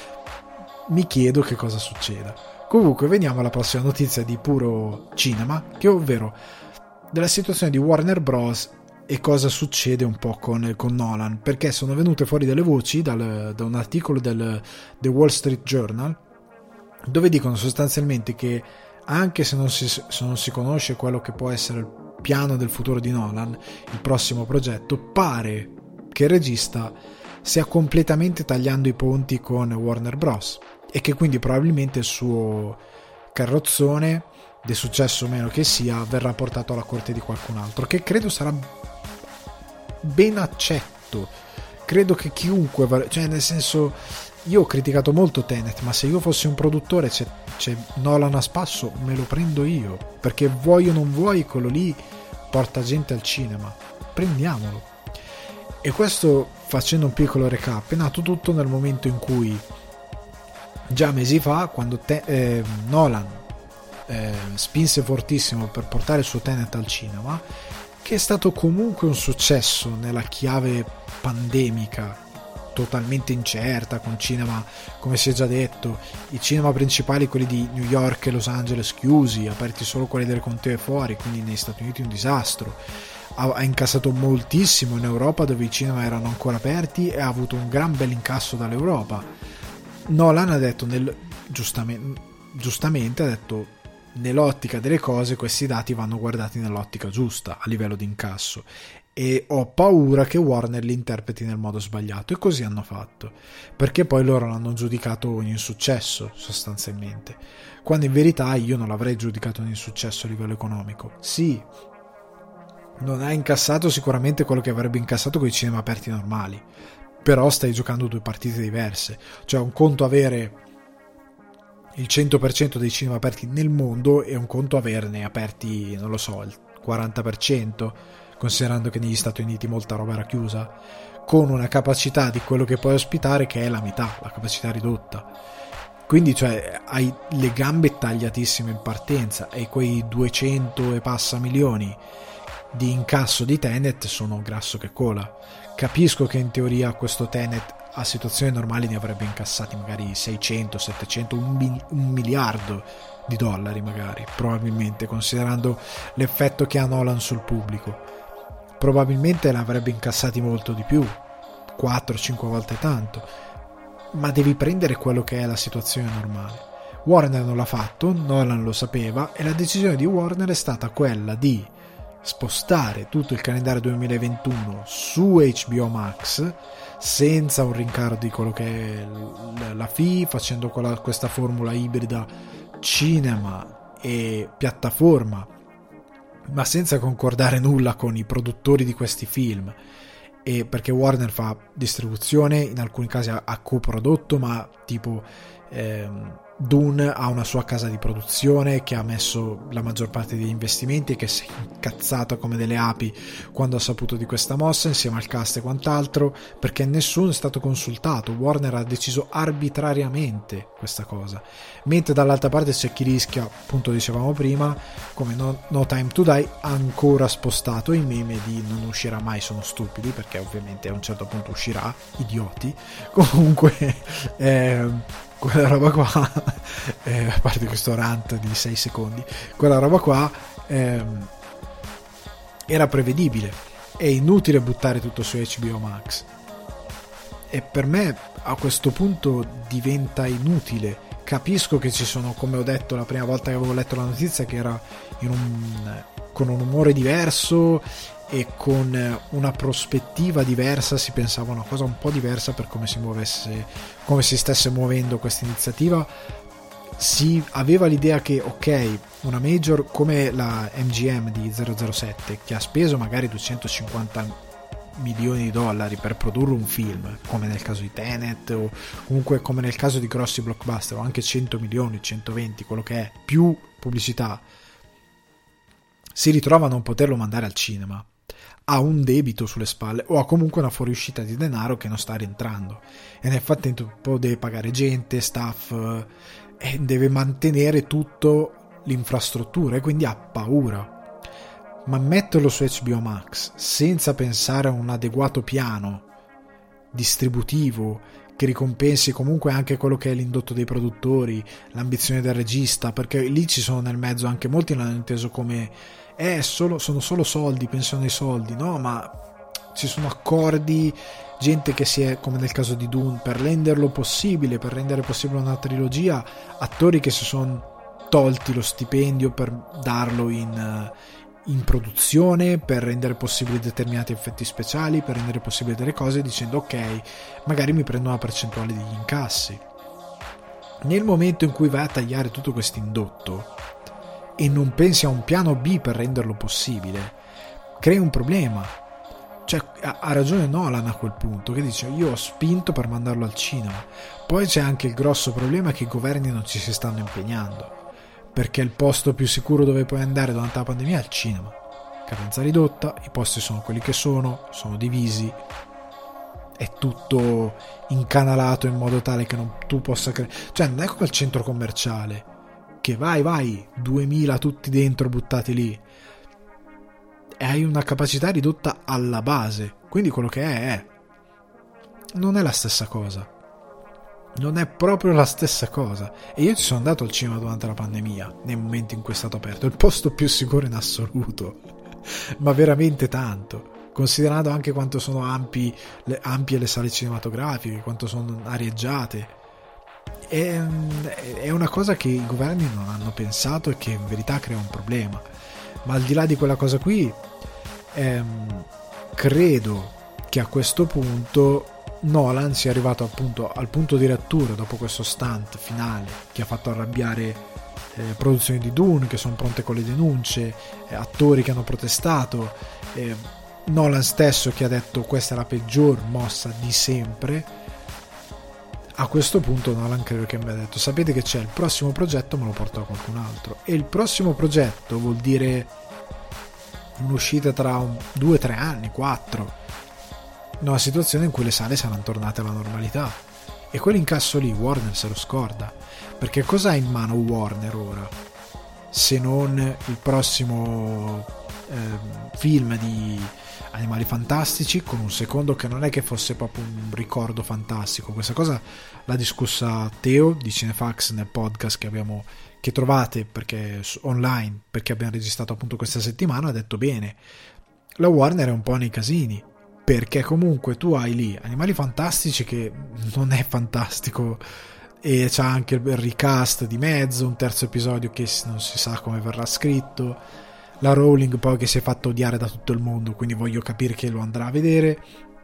Mi chiedo che cosa succeda. Comunque veniamo alla prossima notizia di puro cinema, che ovvero della situazione di Warner Bros. E cosa succede un po' con Nolan, perché sono venute fuori delle voci da un articolo del The Wall Street Journal, dove dicono sostanzialmente che anche se non si conosce quello che può essere il piano del futuro di Nolan, il prossimo progetto, pare che il regista stia completamente tagliando i ponti con Warner Bros. E che quindi probabilmente il suo carrozzone, di successo o meno che sia, verrà portato alla corte di qualcun altro, che credo sarà ben accetto detto, credo che chiunque, cioè nel senso, io ho criticato molto Tenet, ma se io fossi un produttore, c'è Nolan a spasso, me lo prendo io, perché vuoi o non vuoi, quello lì porta gente al cinema, prendiamolo. E questo, facendo un piccolo recap, è nato tutto nel momento in cui, già mesi fa, quando Nolan spinse fortissimo per portare il suo Tenet al cinema, che è stato comunque un successo nella chiave pandemica, totalmente incerta, con cinema, come si è già detto, i cinema principali, quelli di New York e Los Angeles, chiusi, aperti solo quelli del Conteo fuori, quindi negli Stati Uniti un disastro. Ha incassato moltissimo in Europa, dove i cinema erano ancora aperti, e ha avuto un gran bel incasso dall'Europa. Nolan ha detto, giustamente ha detto, nell'ottica delle cose questi dati vanno guardati nell'ottica giusta a livello di incasso, e ho paura che Warner li interpreti nel modo sbagliato, e così hanno fatto, perché poi loro l'hanno giudicato un insuccesso sostanzialmente, quando in verità io non l'avrei giudicato un insuccesso a livello economico. Sì, non ha incassato sicuramente quello che avrebbe incassato con i cinema aperti normali, però stai giocando due partite diverse, cioè un conto avere il 100% dei cinema aperti nel mondo e un conto averne aperti, non lo so, il 40%, considerando che negli Stati Uniti molta roba era chiusa, con una capacità di quello che puoi ospitare che è la metà, la capacità ridotta. Quindi, cioè, hai le gambe tagliatissime in partenza, e quei 200 e passa milioni di incasso di Tenet sono grasso che cola. Capisco che in teoria questo Tenet a situazioni normali ne avrebbe incassati magari 600, 700, un miliardo di dollari magari, probabilmente, considerando l'effetto che ha Nolan sul pubblico. Probabilmente ne avrebbe incassati molto di più, 4-5 volte tanto, ma devi prendere quello che è la situazione normale. Warner non l'ha fatto, Nolan lo sapeva, e la decisione di Warner è stata quella di spostare tutto il calendario 2021 su HBO Max, senza un rincaro di quello che è la fee, facendo questa formula ibrida cinema e piattaforma, ma senza concordare nulla con i produttori di questi film, e perché Warner fa distribuzione, in alcuni casi ha coprodotto, ma tipo Dune ha una sua casa di produzione che ha messo la maggior parte degli investimenti e che si è incazzata come delle api quando ha saputo di questa mossa, insieme al cast e quant'altro, perché nessuno è stato consultato. Warner ha deciso arbitrariamente questa cosa, mentre dall'altra parte c'è chi rischia, appunto dicevamo prima, come No Time to Die, ha ancora spostato i meme di non uscirà mai, sono stupidi, perché ovviamente a un certo punto uscirà, idioti. Comunque quella roba qua, a parte questo rant di 6 secondi, quella roba qua era prevedibile. È inutile buttare tutto su HBO Max, e per me a questo punto diventa inutile. Capisco che ci sono, come ho detto la prima volta che avevo letto la notizia, che era con un umore diverso e con una prospettiva diversa, si pensava una cosa un po' diversa per come si stesse muovendo questa iniziativa. Si aveva l'idea che, ok, una major come la MGM di 007, che ha speso magari 250 milioni di dollari per produrre un film, come nel caso di Tenet, o comunque come nel caso di grossi blockbuster, o anche 100 milioni, 120, quello che è, più pubblicità, si ritrova a non poterlo mandare al cinema, ha un debito sulle spalle, o ha comunque una fuoriuscita di denaro che non sta rientrando, e nel frattempo deve pagare gente, staff, e deve mantenere tutto l'infrastruttura, e quindi ha paura. Ma metterlo su HBO Max senza pensare a un adeguato piano distributivo che ricompensi comunque anche quello che è l'indotto dei produttori, l'ambizione del regista, perché lì ci sono nel mezzo anche molti l'hanno inteso come sono solo soldi, pensano ai soldi, no? Ma ci sono accordi, gente che si è, come nel caso di Dune, per renderlo possibile, per rendere possibile una trilogia, attori che si sono tolti lo stipendio per darlo in produzione, per rendere possibili determinati effetti speciali, per rendere possibili delle cose, dicendo ok, magari mi prendo una percentuale degli incassi. Nel momento in cui vai a tagliare tutto questo indotto e non pensi a un piano B per renderlo possibile, crei un problema, Cioè, ha ragione Nolan a quel punto, che dice: io ho spinto per mandarlo al cinema. Poi c'è anche il grosso problema che i governi non ci si stanno impegnando, perché il posto più sicuro dove puoi andare durante la pandemia è il cinema. Cadenza ridotta, i posti sono quelli che sono divisi, è tutto incanalato in modo tale che non tu possa cioè non è come il centro commerciale che vai 2000 tutti dentro buttati lì, e hai una capacità ridotta alla base, quindi quello che è non è la stessa cosa, non è proprio la stessa cosa. E io ci sono andato al cinema durante la pandemia, nei momenti in cui è stato aperto, il posto più sicuro in assoluto ma veramente tanto, considerando anche quanto sono ampie le sale cinematografiche, quanto sono arieggiate. È una cosa che i governi non hanno pensato e che in verità crea un problema. Ma al di là di quella cosa qui, credo che a questo punto Nolan sia arrivato appunto al punto di rottura dopo questo stunt finale che ha fatto arrabbiare produzioni di Dune che sono pronte con le denunce, attori che hanno protestato, Nolan stesso che ha detto questa è la peggior mossa di sempre. A questo punto Nolan credo che mi ha detto: sapete che c'è, il prossimo progetto me lo porto a qualcun altro, e il prossimo progetto vuol dire un'uscita tra 2-3 anni, 4, una situazione in cui le sale saranno tornate alla normalità, e quell'incasso lì Warner se lo scorda, perché cosa ha in mano Warner ora se non il prossimo film di Animali Fantastici, con un secondo che non è che fosse proprio un ricordo fantastico. Questa cosa l'ha discussa Teo di Cinefax nel podcast che trovate perché online, perché abbiamo registrato appunto questa settimana. Ha detto bene, la Warner è un po' nei casini, perché comunque tu hai lì Animali Fantastici che non è fantastico e c'ha anche il recast di mezzo, un terzo episodio che non si sa come verrà scritto, la Rowling poi che si è fatta odiare da tutto il mondo, quindi voglio capire che lo andrà a vedere,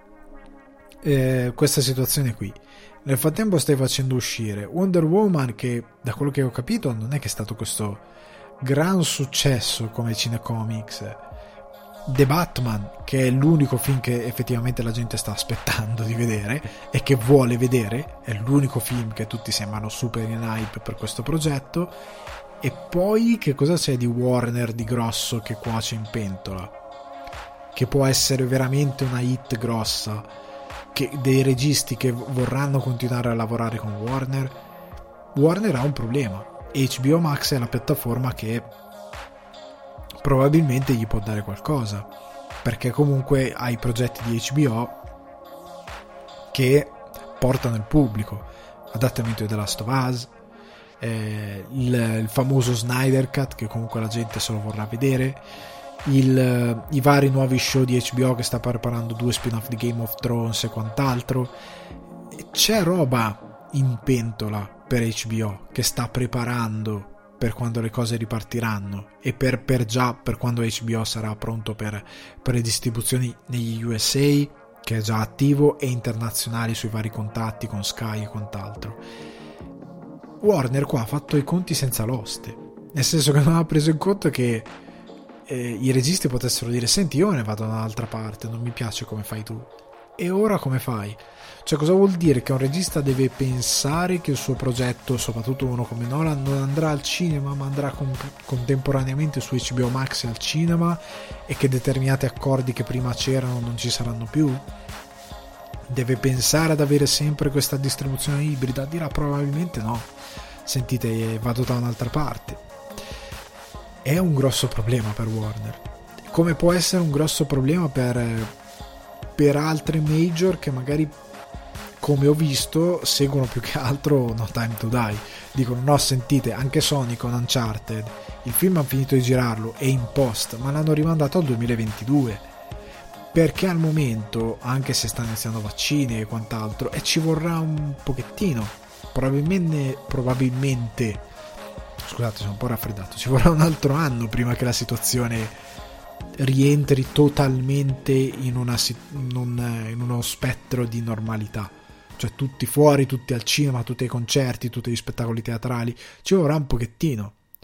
questa situazione qui. Nel frattempo stai facendo uscire Wonder Woman, che da quello che ho capito non è che è stato questo gran successo come Cinecomics, The Batman, che è l'unico film che effettivamente la gente sta aspettando di vedere e che vuole vedere, è l'unico film che tutti sembrano super in hype per questo progetto. E poi che cosa c'è di Warner di grosso che cuoce in pentola, che può essere veramente una hit grossa, che dei registi che vorranno continuare a lavorare con Warner? Warner ha un problema, HBO Max è la piattaforma che probabilmente gli può dare qualcosa, perché comunque ha i progetti di HBO che portano il pubblico, adattamento di The Last of Us, il famoso Snyder Cut che comunque la gente se lo vorrà vedere, i vari nuovi show di HBO che sta preparando 2 spin-off di Game of Thrones e quant'altro. C'è roba in pentola per HBO che sta preparando per quando le cose ripartiranno e per quando HBO sarà pronto per le distribuzioni negli USA, che è già attivo, e internazionali sui vari contatti con Sky e quant'altro. Warner qua ha fatto i conti senza l'oste, nel senso che non ha preso in conto che i registi potessero dire: senti, io ne vado da un'altra parte, non mi piace come fai tu, e ora come fai? Cioè, cosa vuol dire? Che un regista deve pensare che il suo progetto, soprattutto uno come Nolan, non andrà al cinema ma andrà contemporaneamente su HBO Max e al cinema, e che determinati accordi che prima c'erano non ci saranno più? Deve pensare ad avere sempre questa distribuzione ibrida? Dirà probabilmente no, sentite, vado da un'altra parte. È un grosso problema per Warner, come può essere un grosso problema per altre major che magari, come ho visto, seguono più che altro No Time to Die. Dicono: no, sentite, anche Sony con Uncharted il film ha finito di girarlo, è in post, ma l'hanno rimandato al 2022, perché al momento, anche se stanno iniziando vaccini e quant'altro, e ci vorrà un pochettino, probabilmente, scusate, sono un po' raffreddato, ci vorrà un altro anno prima che la situazione rientri totalmente in uno spettro di normalità, cioè tutti fuori, tutti al cinema, tutti ai concerti, tutti gli spettacoli teatrali. Ci vorrà un pochettino,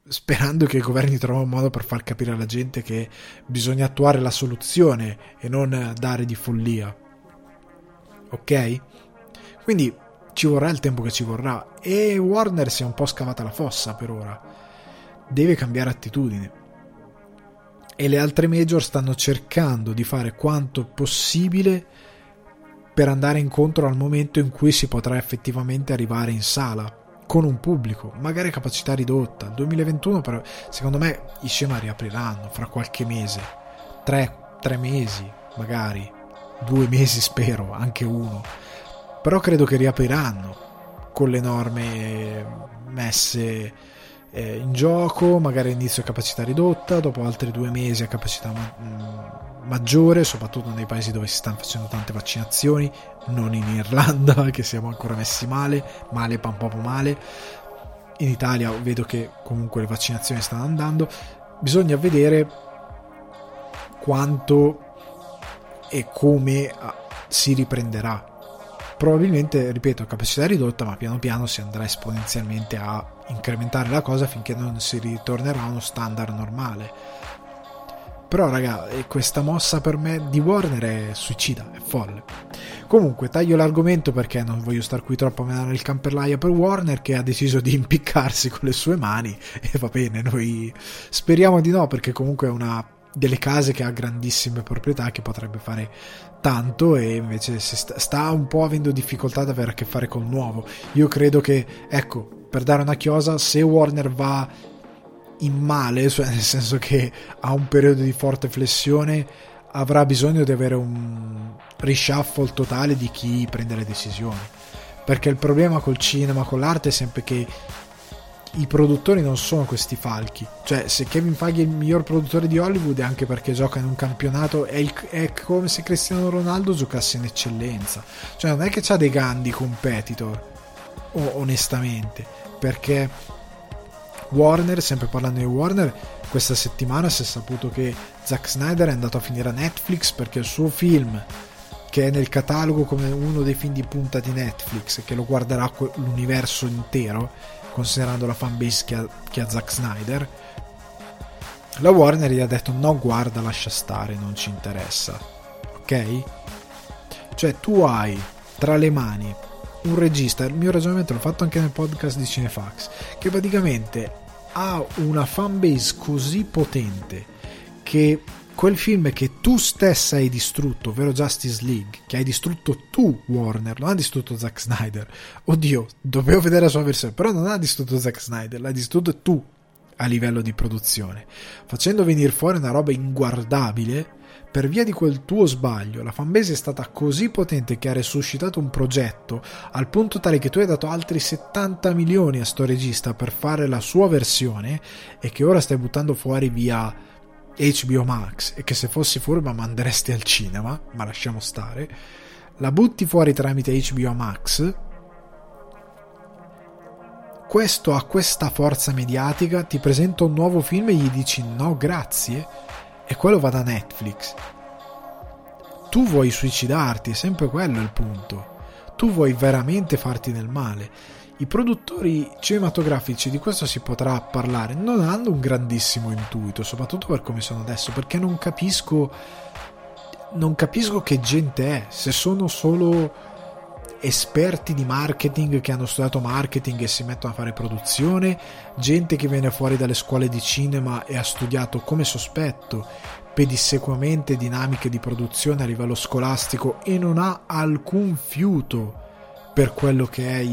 sperando che i governi trovino un modo per far capire alla gente che bisogna attuare la soluzione e non dare di follia. Ok? Quindi ci vorrà il tempo che ci vorrà, e Warner si è un po' scavata la fossa per ora, deve cambiare attitudine, e le altre major stanno cercando di fare quanto possibile per andare incontro al momento in cui si potrà effettivamente arrivare in sala con un pubblico, magari a capacità ridotta. Il 2021 però, secondo me i cinema riapriranno fra qualche mese, 3 mesi magari, 2 mesi spero, anche 1, però credo che riapriranno con le norme messe in gioco, magari all'inizio a capacità ridotta, dopo altri 2 mesi a capacità maggiore, soprattutto nei paesi dove si stanno facendo tante vaccinazioni, non in Irlanda che siamo ancora messi male, proprio male. In Italia vedo che comunque le vaccinazioni stanno andando, bisogna vedere quanto e come si riprenderà. Probabilmente, ripeto, a capacità ridotta, ma piano piano si andrà esponenzialmente a incrementare la cosa finché non si ritornerà a uno standard normale. Però raga, questa mossa per me di Warner è suicida, è folle. Comunque taglio l'argomento perché non voglio star qui troppo a menare il camperlaio per Warner, che ha deciso di impiccarsi con le sue mani, e va bene, noi speriamo di no, perché comunque è una delle case che ha grandissime proprietà, che potrebbe fare tanto, e invece sta un po' avendo difficoltà ad avere a che fare col nuovo. Io credo che, ecco, per dare una chiosa, se Warner va in male, cioè nel senso che ha un periodo di forte flessione, avrà bisogno di avere un reshuffle totale di chi prende le decisioni, perché il problema col cinema, con l'arte, è sempre che i produttori non sono questi falchi. Cioè, se Kevin Feige è il miglior produttore di Hollywood è anche perché gioca in un campionato, è come se Cristiano Ronaldo giocasse in eccellenza, cioè non è che c'ha dei grandi competitor, onestamente, perché Warner, sempre parlando di Warner, questa settimana si è saputo che Zack Snyder è andato a finire a Netflix perché il suo film, che è nel catalogo come uno dei film di punta di Netflix, che lo guarderà l'universo intero, considerando la fanbase che ha Zack Snyder, la Warner gli ha detto no, guarda, lascia stare, non ci interessa. Ok? Cioè tu hai tra le mani un regista, il mio ragionamento l'ho fatto anche nel podcast di Cinefax, che praticamente ha una fanbase così potente che quel film che tu stessa hai distrutto, ovvero Justice League, che hai distrutto tu, Warner, non ha distrutto Zack Snyder. Oddio, dovevo vedere la sua versione, però non ha distrutto Zack Snyder, l'hai distrutto tu a livello di produzione, facendo venire fuori una roba inguardabile. Per via di quel tuo sbaglio, la fanbase è stata così potente che ha resuscitato un progetto al punto tale che tu hai dato altri 70 milioni a sto regista per fare la sua versione, e che ora stai buttando fuori via HBO Max, e che se fossi furba manderesti al cinema, ma lasciamo stare, la butti fuori tramite HBO Max. Questo ha questa forza mediatica, ti presenta un nuovo film e gli dici no grazie, e quello va da Netflix. Tu vuoi suicidarti, è sempre quello il punto, tu vuoi veramente farti del male. I produttori cinematografici, di questo si potrà parlare, non hanno un grandissimo intuito, soprattutto per come sono adesso, perché non capisco che gente è, se sono solo esperti di marketing che hanno studiato marketing e si mettono a fare produzione, gente che viene fuori dalle scuole di cinema e ha studiato, come sospetto, pedissequamente dinamiche di produzione a livello scolastico e non ha alcun fiuto per quello che è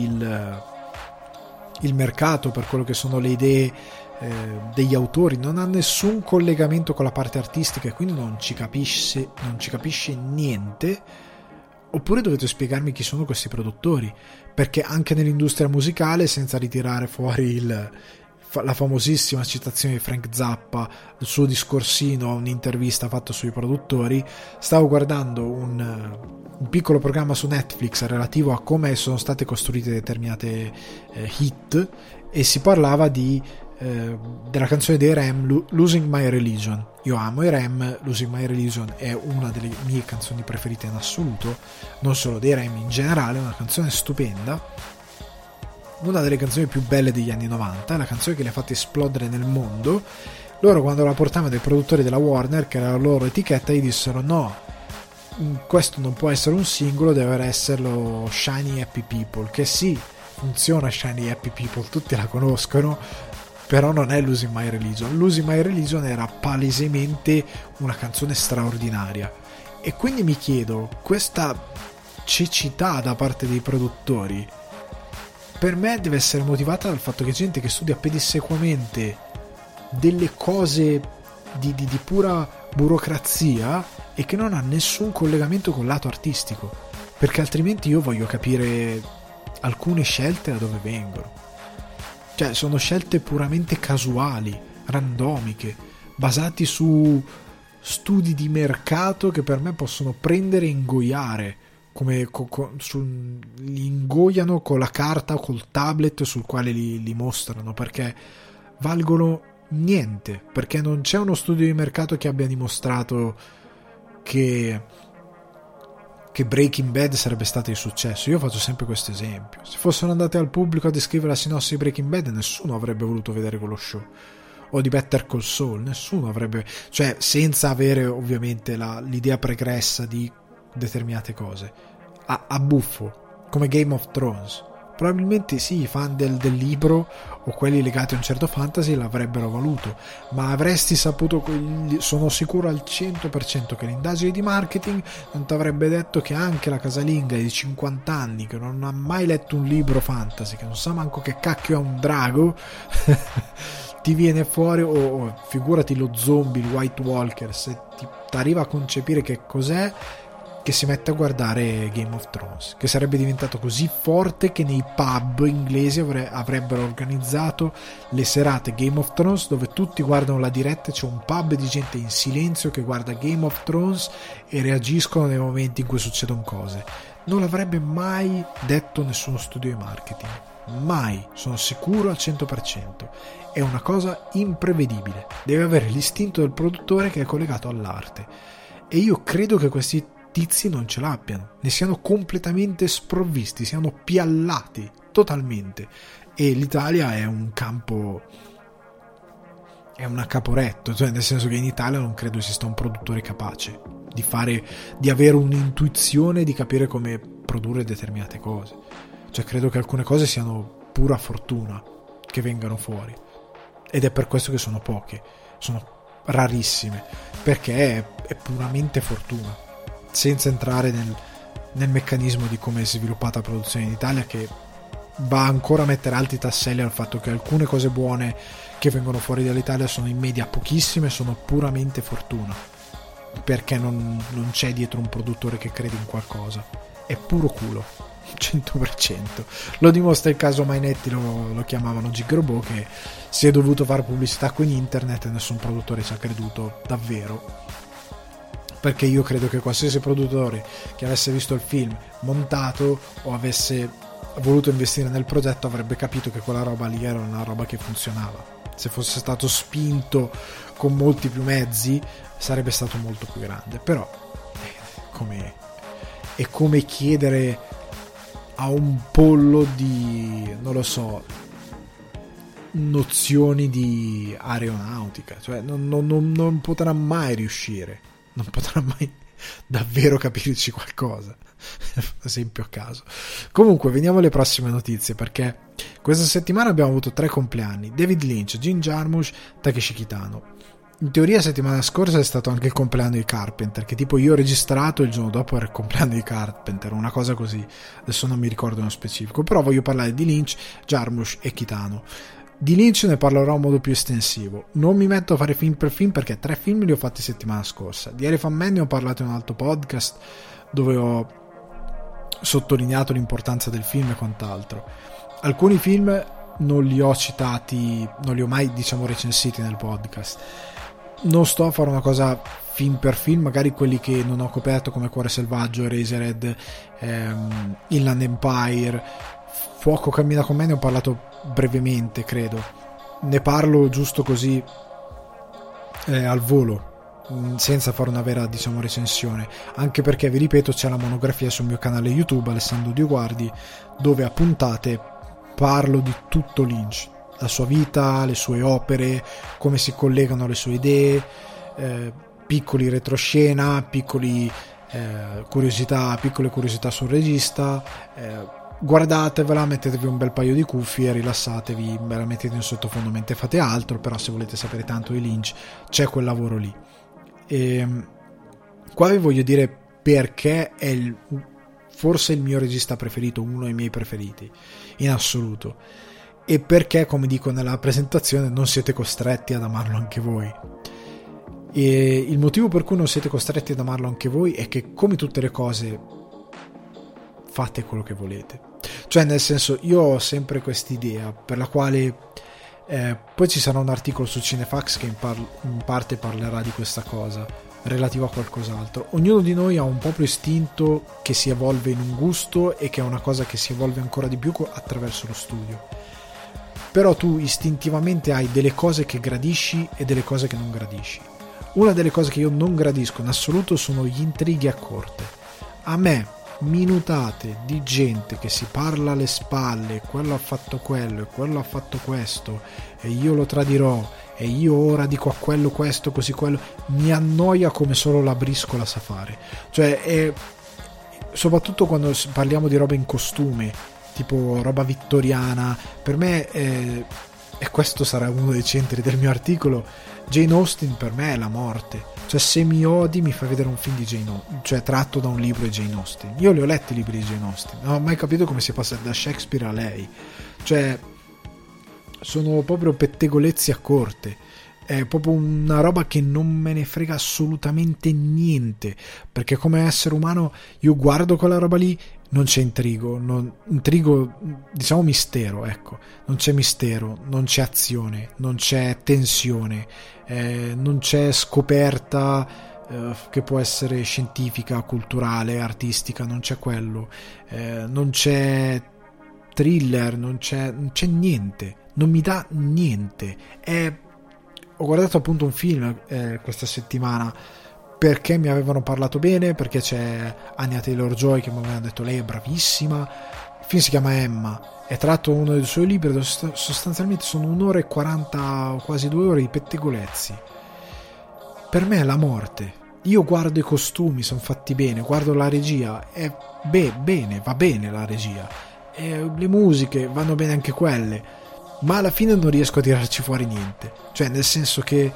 il mercato, per quello che sono le idee degli autori, non ha nessun collegamento con la parte artistica e quindi non ci capisce niente. Oppure dovete spiegarmi chi sono questi produttori, perché anche nell'industria musicale, senza ritirare fuori la famosissima citazione di Frank Zappa, il suo discorsino, un'intervista fatta sui produttori, stavo guardando un piccolo programma su Netflix relativo a come sono state costruite determinate hit, e si parlava della canzone dei Rem, Losing My Religion. Io amo i Rem, Losing My Religion è una delle mie canzoni preferite in assoluto, non solo dei Rem, in generale, è una canzone stupenda. una delle canzoni più belle degli anni 90, la canzone che le ha fatte esplodere nel mondo. Loro, quando la portavano dai produttori della Warner, che era la loro etichetta, gli dissero no, questo non può essere un singolo, deve esserlo Shiny Happy People, che sì, funziona Shiny Happy People, tutti la conoscono, però non è Losing My Religion. Losing My Religion era palesemente una canzone straordinaria, e quindi mi chiedo, questa cecità da parte dei produttori per me deve essere motivata dal fatto che gente che studia pedissequamente delle cose di pura burocrazia e che non ha nessun collegamento col lato artistico, perché altrimenti io voglio capire alcune scelte da dove vengono. Cioè, sono scelte puramente casuali, randomiche, basati su studi di mercato che per me possono prendere e ingoiare, come li ingoiano con la carta o col tablet sul quale li mostrano, perché valgono niente, perché non c'è uno studio di mercato che abbia dimostrato che Breaking Bad sarebbe stato di successo. Io faccio sempre questo esempio: se fossero andate al pubblico a descrivere la sinossi di Breaking Bad, nessuno avrebbe voluto vedere quello show, o di Better Call Saul, nessuno avrebbe, cioè senza avere ovviamente l'idea pregressa di determinate cose. A buffo, come Game of Thrones, probabilmente sì, i fan del libro o quelli legati a un certo fantasy l'avrebbero voluto, ma avresti saputo, sono sicuro al 100% che l'indagine di marketing non ti avrebbe detto che anche la casalinga di 50 anni che non ha mai letto un libro fantasy, che non sa manco che cacchio è un drago ti viene fuori, o figurati lo zombie, il White Walker, se ti arriva a concepire che cos'è, che si mette a guardare Game of Thrones, che sarebbe diventato così forte che nei pub inglesi avrebbero organizzato le serate Game of Thrones, dove tutti guardano la diretta, c'è un pub di gente in silenzio che guarda Game of Thrones e reagiscono nei momenti in cui succedono cose. Non l'avrebbe mai detto nessuno studio di marketing, mai, sono sicuro al 100%. È una cosa imprevedibile, deve avere l'istinto del produttore che è collegato all'arte, e io credo che questi tizi non ce l'abbiano, ne siano completamente sprovvisti, siano piallati totalmente, e l'Italia è un campo, è una Caporetto, cioè nel senso che in Italia non credo esista un produttore capace di avere un'intuizione di capire come produrre determinate cose. Cioè credo che alcune cose siano pura fortuna che vengano fuori, ed è per questo che sono poche, sono rarissime, perché è puramente fortuna, senza entrare nel meccanismo di come è sviluppata la produzione in Italia, che va ancora a mettere alti tasselli al fatto che alcune cose buone che vengono fuori dall'Italia sono in media pochissime, sono puramente fortuna, perché non c'è dietro un produttore che crede in qualcosa, è puro culo 100%. Lo dimostra il caso Mainetti, lo chiamavano Gigrobò, che si è dovuto fare pubblicità con internet e nessun produttore ci ha creduto davvero, perché io credo che qualsiasi produttore che avesse visto il film montato o avesse voluto investire nel progetto avrebbe capito che quella roba lì era una roba che funzionava. Se fosse stato spinto con molti più mezzi sarebbe stato molto più grande, però è come chiedere a un pollo di, non lo so, nozioni di aeronautica, cioè non potrà mai riuscire, non potrà mai davvero capirci qualcosa. Esempio a caso. Comunque veniamo alle prossime notizie, perché questa settimana abbiamo avuto 3 compleanni: David Lynch, Jim Jarmusch, Takeshi Kitano. In teoria settimana scorsa è stato anche il compleanno di Carpenter, che tipo io ho registrato il giorno dopo era il compleanno di Carpenter, una cosa così, adesso non mi ricordo nello specifico, però voglio parlare di Lynch, Jarmusch e Kitano. Di Lynch ne parlerò in modo più estensivo, non mi metto a fare film per film perché 3 film li ho fatti settimana scorsa. Di Elephant Man ne ho parlato in un altro podcast dove ho sottolineato l'importanza del film e quant'altro. Alcuni film non li ho citati, non li ho mai recensiti nel podcast. Non sto a fare una cosa film per film, magari quelli che non ho coperto come Cuore Selvaggio, Eraserhead, Inland Empire, Fuoco cammina con me, ne ho parlato brevemente, credo. Ne parlo giusto così al volo, senza fare una vera recensione, anche perché vi ripeto c'è la monografia sul mio canale YouTube Alessandro Dioguardi, dove a puntate parlo di tutto Lynch, la sua vita, le sue opere, come si collegano le sue idee, piccoli retroscena, piccole curiosità sul regista. Guardatevela, mettetevi un bel paio di cuffie, rilassatevi, ve la mettete in sottofondo mentre fate altro, però se volete sapere tanto di Lynch c'è quel lavoro lì. E qua vi voglio dire perché è forse il mio regista preferito, uno dei miei preferiti in assoluto, e perché, come dico nella presentazione, non siete costretti ad amarlo anche voi. E il motivo per cui non siete costretti ad amarlo anche voi è che, come tutte le cose, fate quello che volete. Cioè, nel senso, io ho sempre quest'idea per la quale poi ci sarà un articolo su Cinefax che in parte parlerà di questa cosa, relativo a qualcos'altro. Ognuno di noi ha un proprio istinto che si evolve in un gusto e che è una cosa che si evolve ancora di più attraverso lo studio. Però tu istintivamente hai delle cose che gradisci e delle cose che non gradisci. Una delle cose che io non gradisco in assoluto sono gli intrighi a corte. A me minutate di gente che si parla alle spalle, quello ha fatto quello e quello ha fatto questo e io lo tradirò e io ora dico a quello questo, così quello, mi annoia come solo la briscola sa fare. Cioè, soprattutto quando parliamo di roba in costume, tipo roba vittoriana, per me e questo sarà uno dei centri del mio articolo, Jane Austen per me è la morte. Cioè, se mi odi mi fai vedere un film di Jane Austen, cioè tratto da un libro di Jane Austen. Io li ho letti i libri di Jane Austen, non ho mai capito come si passa da Shakespeare a lei. Cioè, sono proprio pettegolezzi a corte, è proprio una roba che non me ne frega assolutamente niente, perché come essere umano io guardo quella roba lì, non c'è intrigo, diciamo mistero, ecco, non c'è mistero, non c'è azione, non c'è tensione, non c'è scoperta che può essere scientifica, culturale, artistica, non c'è quello, non c'è thriller, non c'è niente, non mi dà niente. Ho guardato appunto un film questa settimana perché mi avevano parlato bene, perché c'è Anya Taylor-Joy che mi aveva detto lei è bravissima. Il film si chiama Emma, è tratto da uno dei suoi libri, dove sostanzialmente sono 1 ora e 40 o quasi 2 ore di pettegolezzi. Per me è la morte. Io guardo i costumi, sono fatti bene, guardo la regia, bene, va bene la regia, le musiche vanno bene anche quelle, ma alla fine non riesco a tirarci fuori niente. Cioè, nel senso che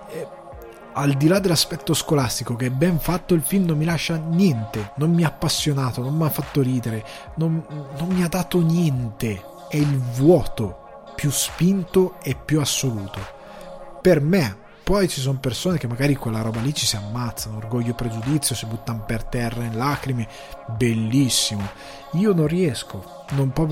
al di là dell'aspetto scolastico, che è ben fatto, il film non mi lascia niente, non mi ha appassionato, non mi ha fatto ridere, non mi ha dato niente. È il vuoto più spinto e più assoluto per me. Poi ci sono persone che magari quella roba lì ci si ammazzano, Orgoglio e Pregiudizio, si buttano per terra in lacrime, bellissimo. Io non riesco,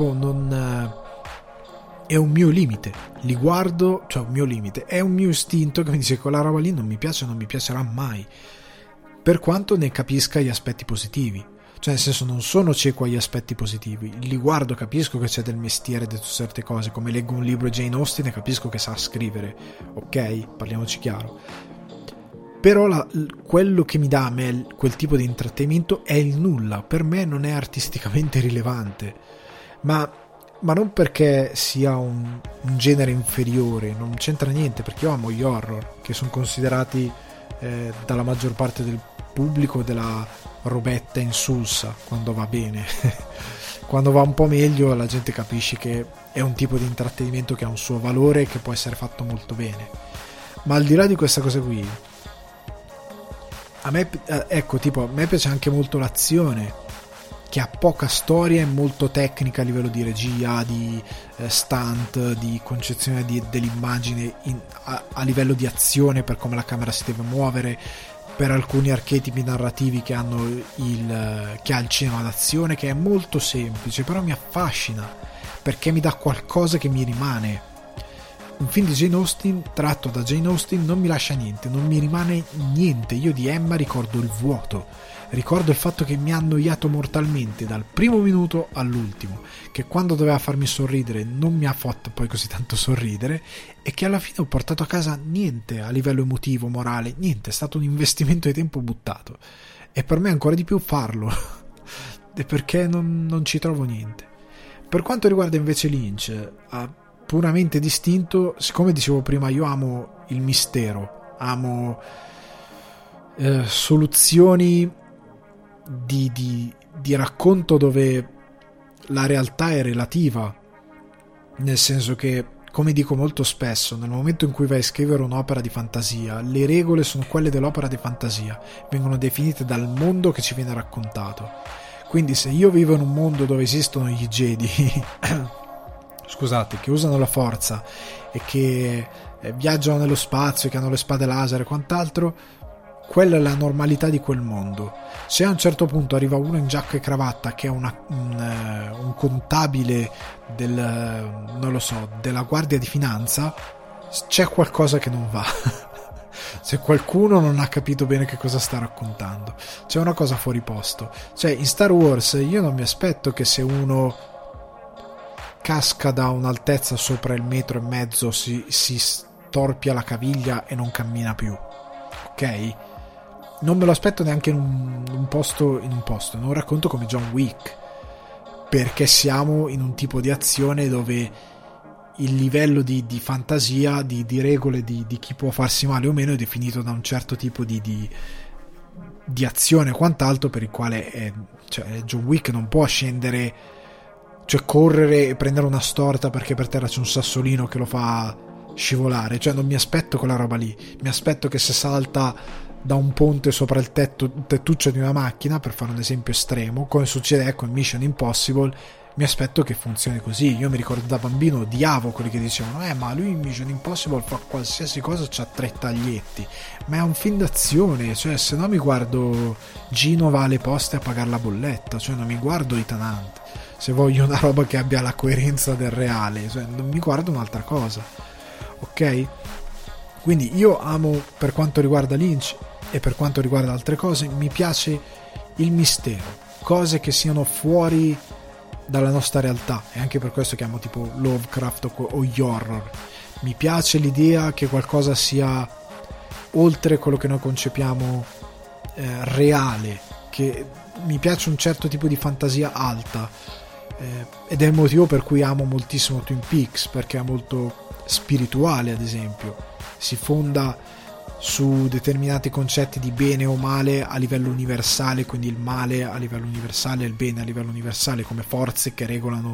è un mio limite, li guardo, cioè un mio limite, è un mio istinto che mi dice che quella roba lì non mi piace, non mi piacerà mai, per quanto ne capisca gli aspetti positivi. Cioè, nel senso, non sono cieco agli aspetti positivi, li guardo, capisco che c'è del mestiere dietro certe cose, come leggo un libro di Jane Austen e capisco che sa scrivere, ok? Parliamoci chiaro. Però quello che mi dà a me quel tipo di intrattenimento è il nulla, per me non è artisticamente rilevante, ma non perché sia un genere inferiore, non c'entra niente, perché io amo gli horror, che sono considerati dalla maggior parte del pubblico della robetta insulsa quando va bene. Quando va un po' meglio la gente capisce che è un tipo di intrattenimento che ha un suo valore e che può essere fatto molto bene. Ma al di là di questa cosa qui, a me piace anche molto l'azione, che ha poca storia e molto tecnica a livello di regia, di stunt, di concezione dell'immagine a livello di azione, per come la camera si deve muovere, per alcuni archetipi narrativi che ha il cinema d'azione, che è molto semplice, però mi affascina perché mi dà qualcosa che mi rimane. Un film di Jane Austen tratto da Jane Austen non mi lascia niente, non mi rimane niente. Io di Emma ricordo il vuoto, ricordo il fatto che mi ha annoiato mortalmente dal primo minuto all'ultimo, che quando doveva farmi sorridere non mi ha fatto poi così tanto sorridere, e che alla fine ho portato a casa niente a livello emotivo, morale, niente, è stato un investimento di tempo buttato, e per me ancora di più farlo perché non ci trovo niente. Per quanto riguarda invece Lynch, puramente distinto, siccome dicevo prima, io amo il mistero, amo soluzioni di racconto dove la realtà è relativa, nel senso che, come dico molto spesso, nel momento in cui vai a scrivere un'opera di fantasia, le regole sono quelle dell'opera di fantasia, vengono definite dal mondo che ci viene raccontato. Quindi se io vivo in un mondo dove esistono gli Jedi scusate, che usano la forza e che viaggiano nello spazio, che hanno le spade laser e quant'altro, quella è la normalità di quel mondo. Se a un certo punto arriva uno in giacca e cravatta che è un contabile non lo so, della Guardia di Finanza, c'è qualcosa che non va. Se qualcuno non ha capito bene che cosa sta raccontando, c'è una cosa fuori posto. Cioè, in Star Wars io non mi aspetto che se uno casca da un'altezza sopra il 1,5 metri si storpia la caviglia e non cammina più, ok? Non me lo aspetto neanche in un racconto come John Wick, perché siamo in un tipo di azione dove il livello di fantasia, di regole di chi può farsi male o meno è definito da un certo tipo di azione e quant'altro, per il quale John Wick non può scendere, cioè correre e prendere una storta perché per terra c'è un sassolino che lo fa scivolare. Cioè non mi aspetto quella roba lì, mi aspetto che se salta da un ponte sopra il tettuccio di una macchina, per fare un esempio estremo, come succede ecco in Mission Impossible, mi aspetto che funzioni così. Io mi ricordo da bambino odiavo quelli che dicevano ma lui in Mission Impossible fa qualsiasi cosa, c'ha 3 taglietti, ma è un film d'azione, cioè se no mi guardo Gino va alle poste a pagare la bolletta, cioè non mi guardo Ethan Hunt. Se voglio una roba che abbia la coerenza del reale, cioè non mi guardo un'altra cosa, ok? Quindi io amo, per quanto riguarda Lynch e per quanto riguarda altre cose, mi piace il mistero, cose che siano fuori dalla nostra realtà, e anche per questo che amo tipo Lovecraft o gli horror. Mi piace l'idea che qualcosa sia oltre quello che noi concepiamo reale, che mi piace un certo tipo di fantasia alta, ed è il motivo per cui amo moltissimo Twin Peaks, perché è molto spirituale, ad esempio, si fonda su determinati concetti di bene o male a livello universale, quindi il male a livello universale e il bene a livello universale come forze che regolano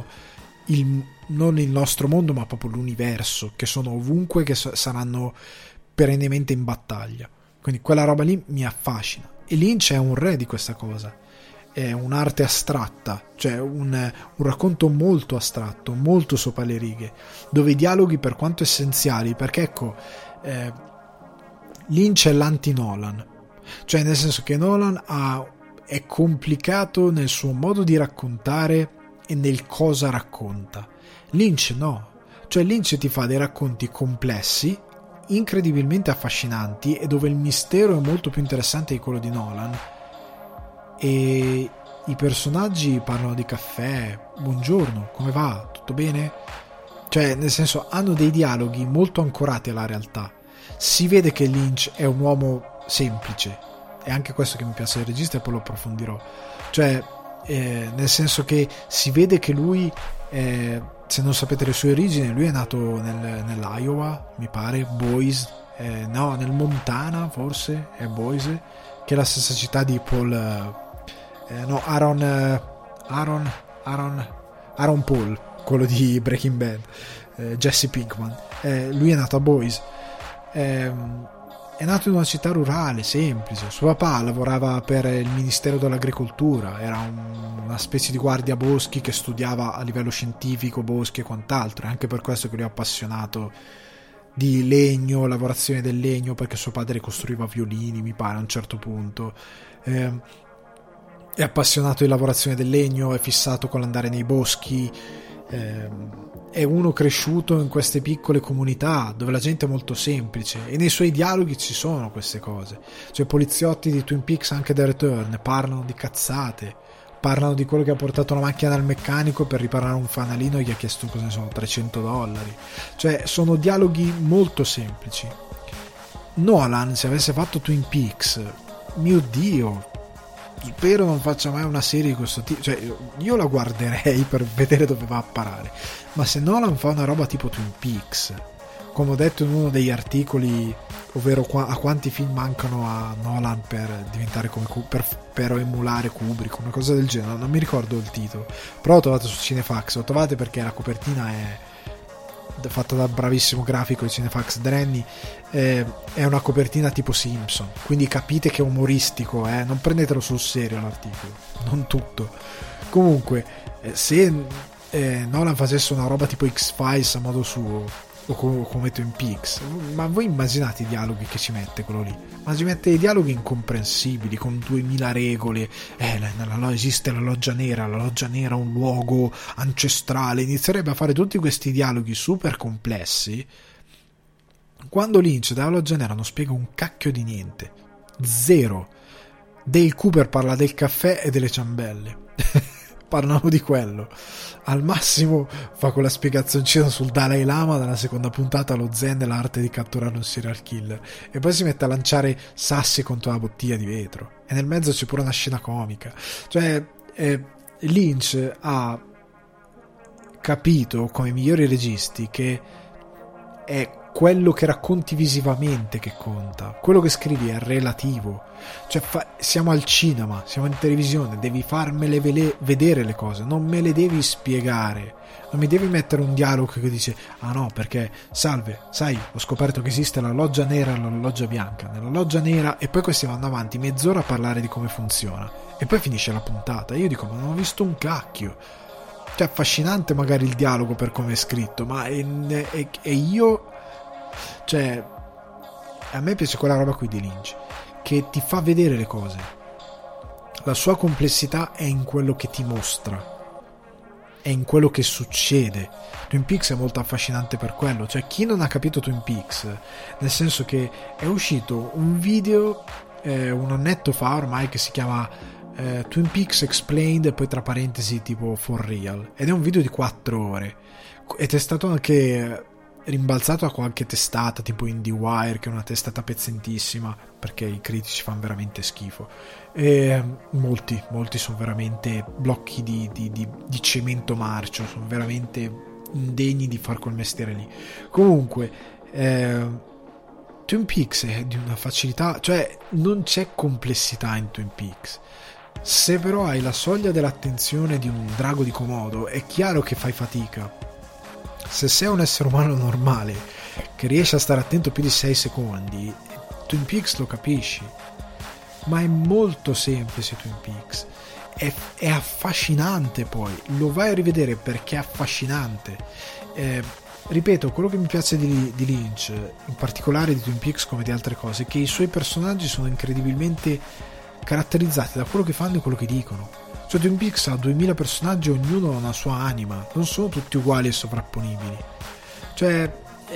non il nostro mondo ma proprio l'universo, che sono ovunque, che saranno perennemente in battaglia. Quindi quella roba lì mi affascina, e Lynch è un re di questa cosa, è un'arte astratta, cioè un racconto molto astratto, molto sopra le righe, dove i dialoghi, per quanto essenziali, perché ecco Lynch è l'anti-Nolan, cioè nel senso che Nolan è complicato nel suo modo di raccontare e nel cosa racconta. Lynch no, cioè Lynch ti fa dei racconti complessi, incredibilmente affascinanti, e dove il mistero è molto più interessante di quello di Nolan, e i personaggi parlano di caffè, buongiorno, come va, tutto bene? Cioè nel senso, hanno dei dialoghi molto ancorati alla realtà. Si vede che Lynch è un uomo semplice, è anche questo che mi piace del regista, e poi lo approfondirò, cioè nel senso che si vede che lui, se non sapete le sue origini, lui è nato nell'Iowa, mi pare, Boise, no, nel Montana forse, è Boise, che è la stessa città di Aaron Paul, quello di Breaking Bad, Jesse Pinkman. Lui è nato a Boise, è nato in una città rurale semplice. Suo papà lavorava per il Ministero dell'Agricoltura, era una specie di guardia boschi che studiava a livello scientifico boschi e quant'altro. È anche per questo che lui è appassionato di legno, lavorazione del legno, perché suo padre costruiva violini, mi pare, a un certo punto. È appassionato di lavorazione del legno, è fissato con l'andare nei boschi, è uno cresciuto in queste piccole comunità dove la gente è molto semplice, e nei suoi dialoghi ci sono queste cose. Cioè i poliziotti di Twin Peaks, anche The Return, parlano di cazzate, parlano di quello che ha portato la macchina dal meccanico per riparare un fanalino e gli ha chiesto, cosa ne so, $300. Cioè sono dialoghi molto semplici. Nolan, se avesse fatto Twin Peaks, mio Dio, spero non faccia mai una serie di questo tipo, cioè io la guarderei per vedere dove va a parare, ma se Nolan fa una roba tipo Twin Peaks, come ho detto in uno degli articoli, ovvero a quanti film mancano a Nolan per diventare come per emulare Kubrick, una cosa del genere, non mi ricordo il titolo, però l'ho trovato su Cinefax, lo trovate perché la copertina è fatta dal bravissimo grafico di Cinefax Drenny, è una copertina tipo Simpson, quindi capite che è umoristico, non prendetelo sul serio l'articolo, non tutto. Comunque se Nolan facesse una roba tipo X-Files a modo suo, o come Twin Peaks, ma voi immaginate i dialoghi che ci mette quello lì, ma ci mette i dialoghi incomprensibili con 2000 regole, esiste la loggia nera è un luogo ancestrale, inizierebbe a fare tutti questi dialoghi super complessi, quando Lynch della loggia nera non spiega un cacchio di niente, zero. Dale Cooper parla del caffè e delle ciambelle parlano di quello, al massimo fa quella spiegazioncina sul Dalai Lama dalla seconda puntata, lo zen dell'arte di catturare un serial killer, e poi si mette a lanciare sassi contro una bottiglia di vetro, e nel mezzo c'è pure una scena comica. Cioè Lynch ha capito come i migliori registi che è quello che racconti visivamente che conta, quello che scrivi è relativo, cioè siamo al cinema, siamo in televisione, devi farmele vedere le cose, non me le devi spiegare, non mi devi mettere un dialogo che dice ah no perché salve, sai, ho scoperto che esiste la loggia nera e la loggia bianca, nella loggia nera, e poi questi vanno avanti mezz'ora a parlare di come funziona e poi finisce la puntata. Io dico ma non ho visto un cacchio, cioè affascinante magari il dialogo per come è scritto, ma e io, cioè a me piace quella roba qui di Lynch che ti fa vedere le cose, la sua complessità è in quello che ti mostra, è in quello che succede. Twin Peaks è molto affascinante per quello, cioè chi non ha capito Twin Peaks, nel senso che è uscito un video un annetto fa ormai che si chiama Twin Peaks Explained e poi tra parentesi tipo for real, ed è un video di 4 ore ed è stato anche rimbalzato a qualche testata tipo IndieWire, che è una testata pezzentissima perché i critici fanno veramente schifo, e molti sono veramente blocchi di cemento marcio, sono veramente indegni di far quel mestiere lì. Comunque Twin Peaks è di una facilità, cioè non c'è complessità in Twin Peaks. Se però hai la soglia dell'attenzione di un drago di Komodo è chiaro che fai fatica. Se sei un essere umano normale che riesce a stare attento più di 6 secondi, Twin Peaks lo capisci, ma è molto semplice. Twin Peaks è affascinante, poi lo vai a rivedere perché è affascinante. Ripeto, quello che mi piace di Lynch, in particolare di Twin Peaks come di altre cose, è che i suoi personaggi sono incredibilmente caratterizzati da quello che fanno e quello che dicono. Cioè Twin Peaks ha 2000 personaggi, ognuno ha una sua anima, non sono tutti uguali e sovrapponibili. Cioè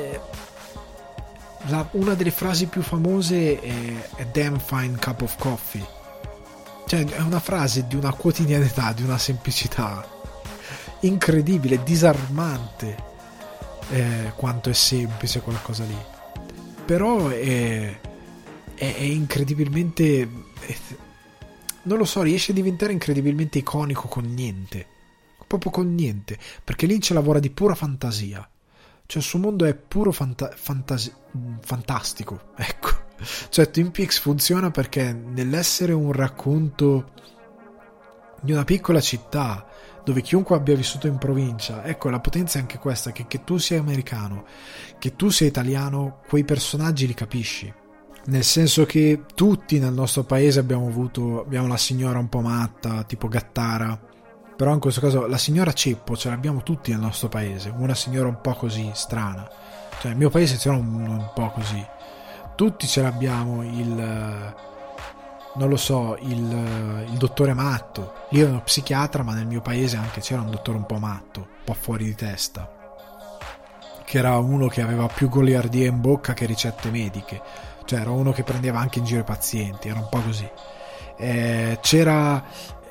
una delle frasi più famose è a damn fine cup of coffee, cioè è una frase di una quotidianità, di una semplicità incredibile, disarmante, quanto è semplice quella cosa lì, però è incredibilmente, non lo so, riesce a diventare incredibilmente iconico con niente, proprio con niente, perché Lynch lavora di pura fantasia, cioè il suo mondo è puro fantastico, ecco. Cioè Twin Peaks funziona perché nell'essere un racconto di una piccola città dove chiunque abbia vissuto in provincia, ecco, la potenza è anche questa, che tu sia americano, che tu sia italiano, quei personaggi li capisci. Nel senso che tutti nel nostro paese abbiamo la signora un po' matta, tipo Gattara, però in questo caso la signora Ceppo ce l'abbiamo tutti nel nostro paese, una signora un po' così strana, cioè nel mio paese c'era un po' così, tutti ce l'abbiamo, non lo so, il dottore matto. Io ero uno psichiatra, ma nel mio paese anche c'era un dottore un po' matto, un po' fuori di testa, che era uno che aveva più goliardie in bocca che ricette mediche, cioè era uno che prendeva anche in giro i pazienti, era un po' così. C'era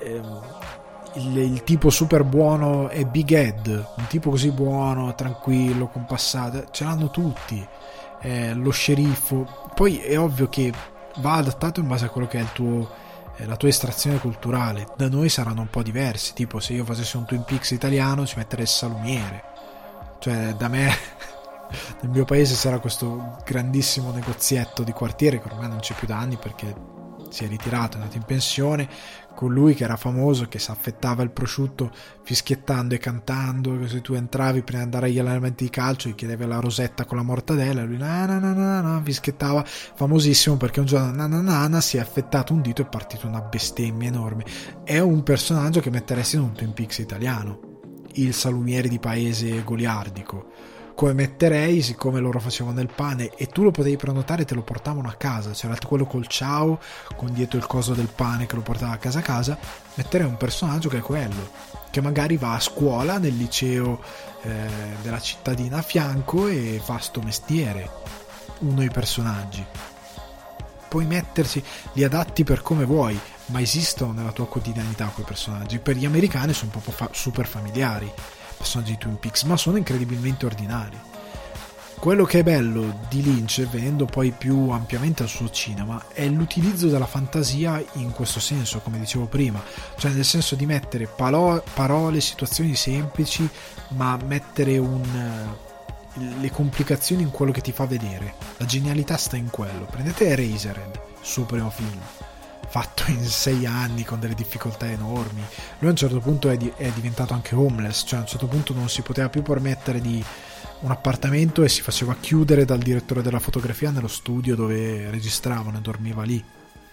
il tipo super buono e Big Ed, un tipo così buono, tranquillo, compassato, ce l'hanno tutti. Lo sceriffo, poi è ovvio che va adattato in base a quello che è il tuo la tua estrazione culturale. Da noi saranno un po' diversi, tipo se io facessi un Twin Peaks italiano ci metterei il salumiere, cioè da me nel mio paese c'era questo grandissimo negozietto di quartiere che ormai non c'è più da anni perché si è ritirato, è andato in pensione, con lui che era famoso, che si affettava il prosciutto fischiettando e cantando, che se tu entravi prima di andare agli allenamenti di calcio gli chiedevi la rosetta con la mortadella, lui fischiettava, famosissimo perché un giorno si è affettato un dito e è partita una bestemmia enorme. È un personaggio che metteresti in un Twin Peaks italiano, il salumiere di paese goliardico. Come metterei, siccome loro facevano il pane e tu lo potevi prenotare e te lo portavano a casa, c'era quello col ciao con dietro il coso del pane che lo portava a casa, metterei un personaggio che è quello, che magari va a scuola nel liceo della cittadina a fianco e fa sto mestiere, uno dei personaggi. Puoi mettersi, li adatti per come vuoi, ma esistono nella tua quotidianità quei personaggi. Per gli americani sono proprio super familiari personaggi di Twin Peaks, ma sono incredibilmente ordinari. Quello che è bello di Lynch, venendo poi più ampiamente al suo cinema, è l'utilizzo della fantasia in questo senso, come dicevo prima, cioè nel senso di mettere parole, situazioni semplici, ma mettere le complicazioni in quello che ti fa vedere. La genialità sta in quello. Prendete Eraserhead, suo primo film, fatto in 6 anni con delle difficoltà enormi. Lui a un certo punto è diventato anche homeless, cioè a un certo punto non si poteva più permettere di un appartamento e si faceva chiudere dal direttore della fotografia nello studio dove registravano e dormiva lì.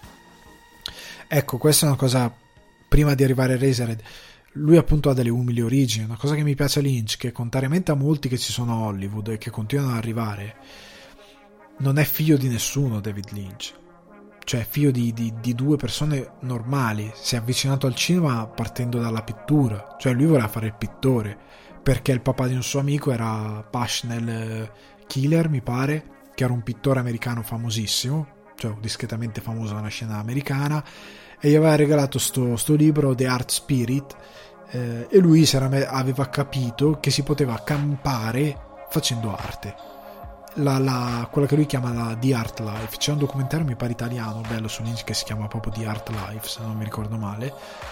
Ecco, questa è una cosa, prima di arrivare a Eraserhead, lui appunto ha delle umili origini. Una cosa che mi piace a Lynch, che contrariamente a molti che ci sono a Hollywood e che continuano ad arrivare, non è figlio di nessuno David Lynch, cioè figlio di due persone normali. Si è avvicinato al cinema partendo dalla pittura, cioè lui voleva fare il pittore perché il papà di un suo amico era Bushnell Killer, mi pare, che era un pittore americano famosissimo, cioè discretamente famoso nella scena americana, e gli aveva regalato sto libro The Art Spirit, e lui aveva capito che si poteva campare facendo arte, quella che lui chiama The Art Life. C'è un documentario, mi pare italiano, bello su Lynch, che si chiama proprio The Art Life, se non mi ricordo male,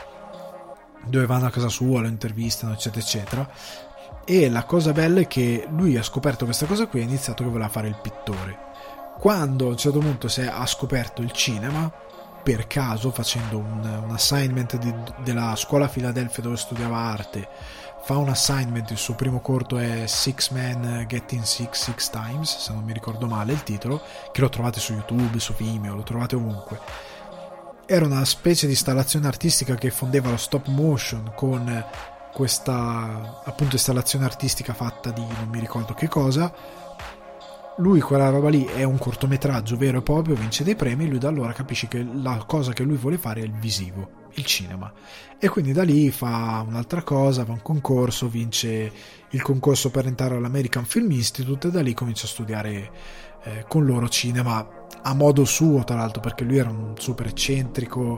dove vanno a casa sua, lo intervistano, eccetera eccetera. E la cosa bella è che lui ha scoperto questa cosa qui e ha iniziato che voleva fare il pittore. Quando a un certo punto ha scoperto il cinema, per caso facendo un assignment della scuola a Filadelfia dove studiava arte, fa un assignment, il suo primo corto è Six Men Getting Sick Six Times, se non mi ricordo male il titolo, che lo trovate su YouTube, su Vimeo, lo trovate ovunque. Era una specie di installazione artistica che fondeva lo stop motion con questa appunto installazione artistica fatta di non mi ricordo che cosa. Lui quella roba lì è un cortometraggio vero e proprio, vince dei premi, e lui da allora capisce che la cosa che lui vuole fare è il visivo, il cinema, e quindi da lì fa un'altra cosa, va a un concorso, vince il concorso per entrare all'American Film Institute e da lì comincia a studiare con loro cinema a modo suo, tra l'altro, perché lui era un super eccentrico,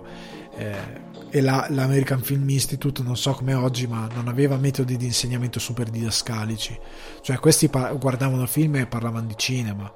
e l'American Film Institute, non so come oggi, ma non aveva metodi di insegnamento super didascalici, cioè questi guardavano film e parlavano di cinema.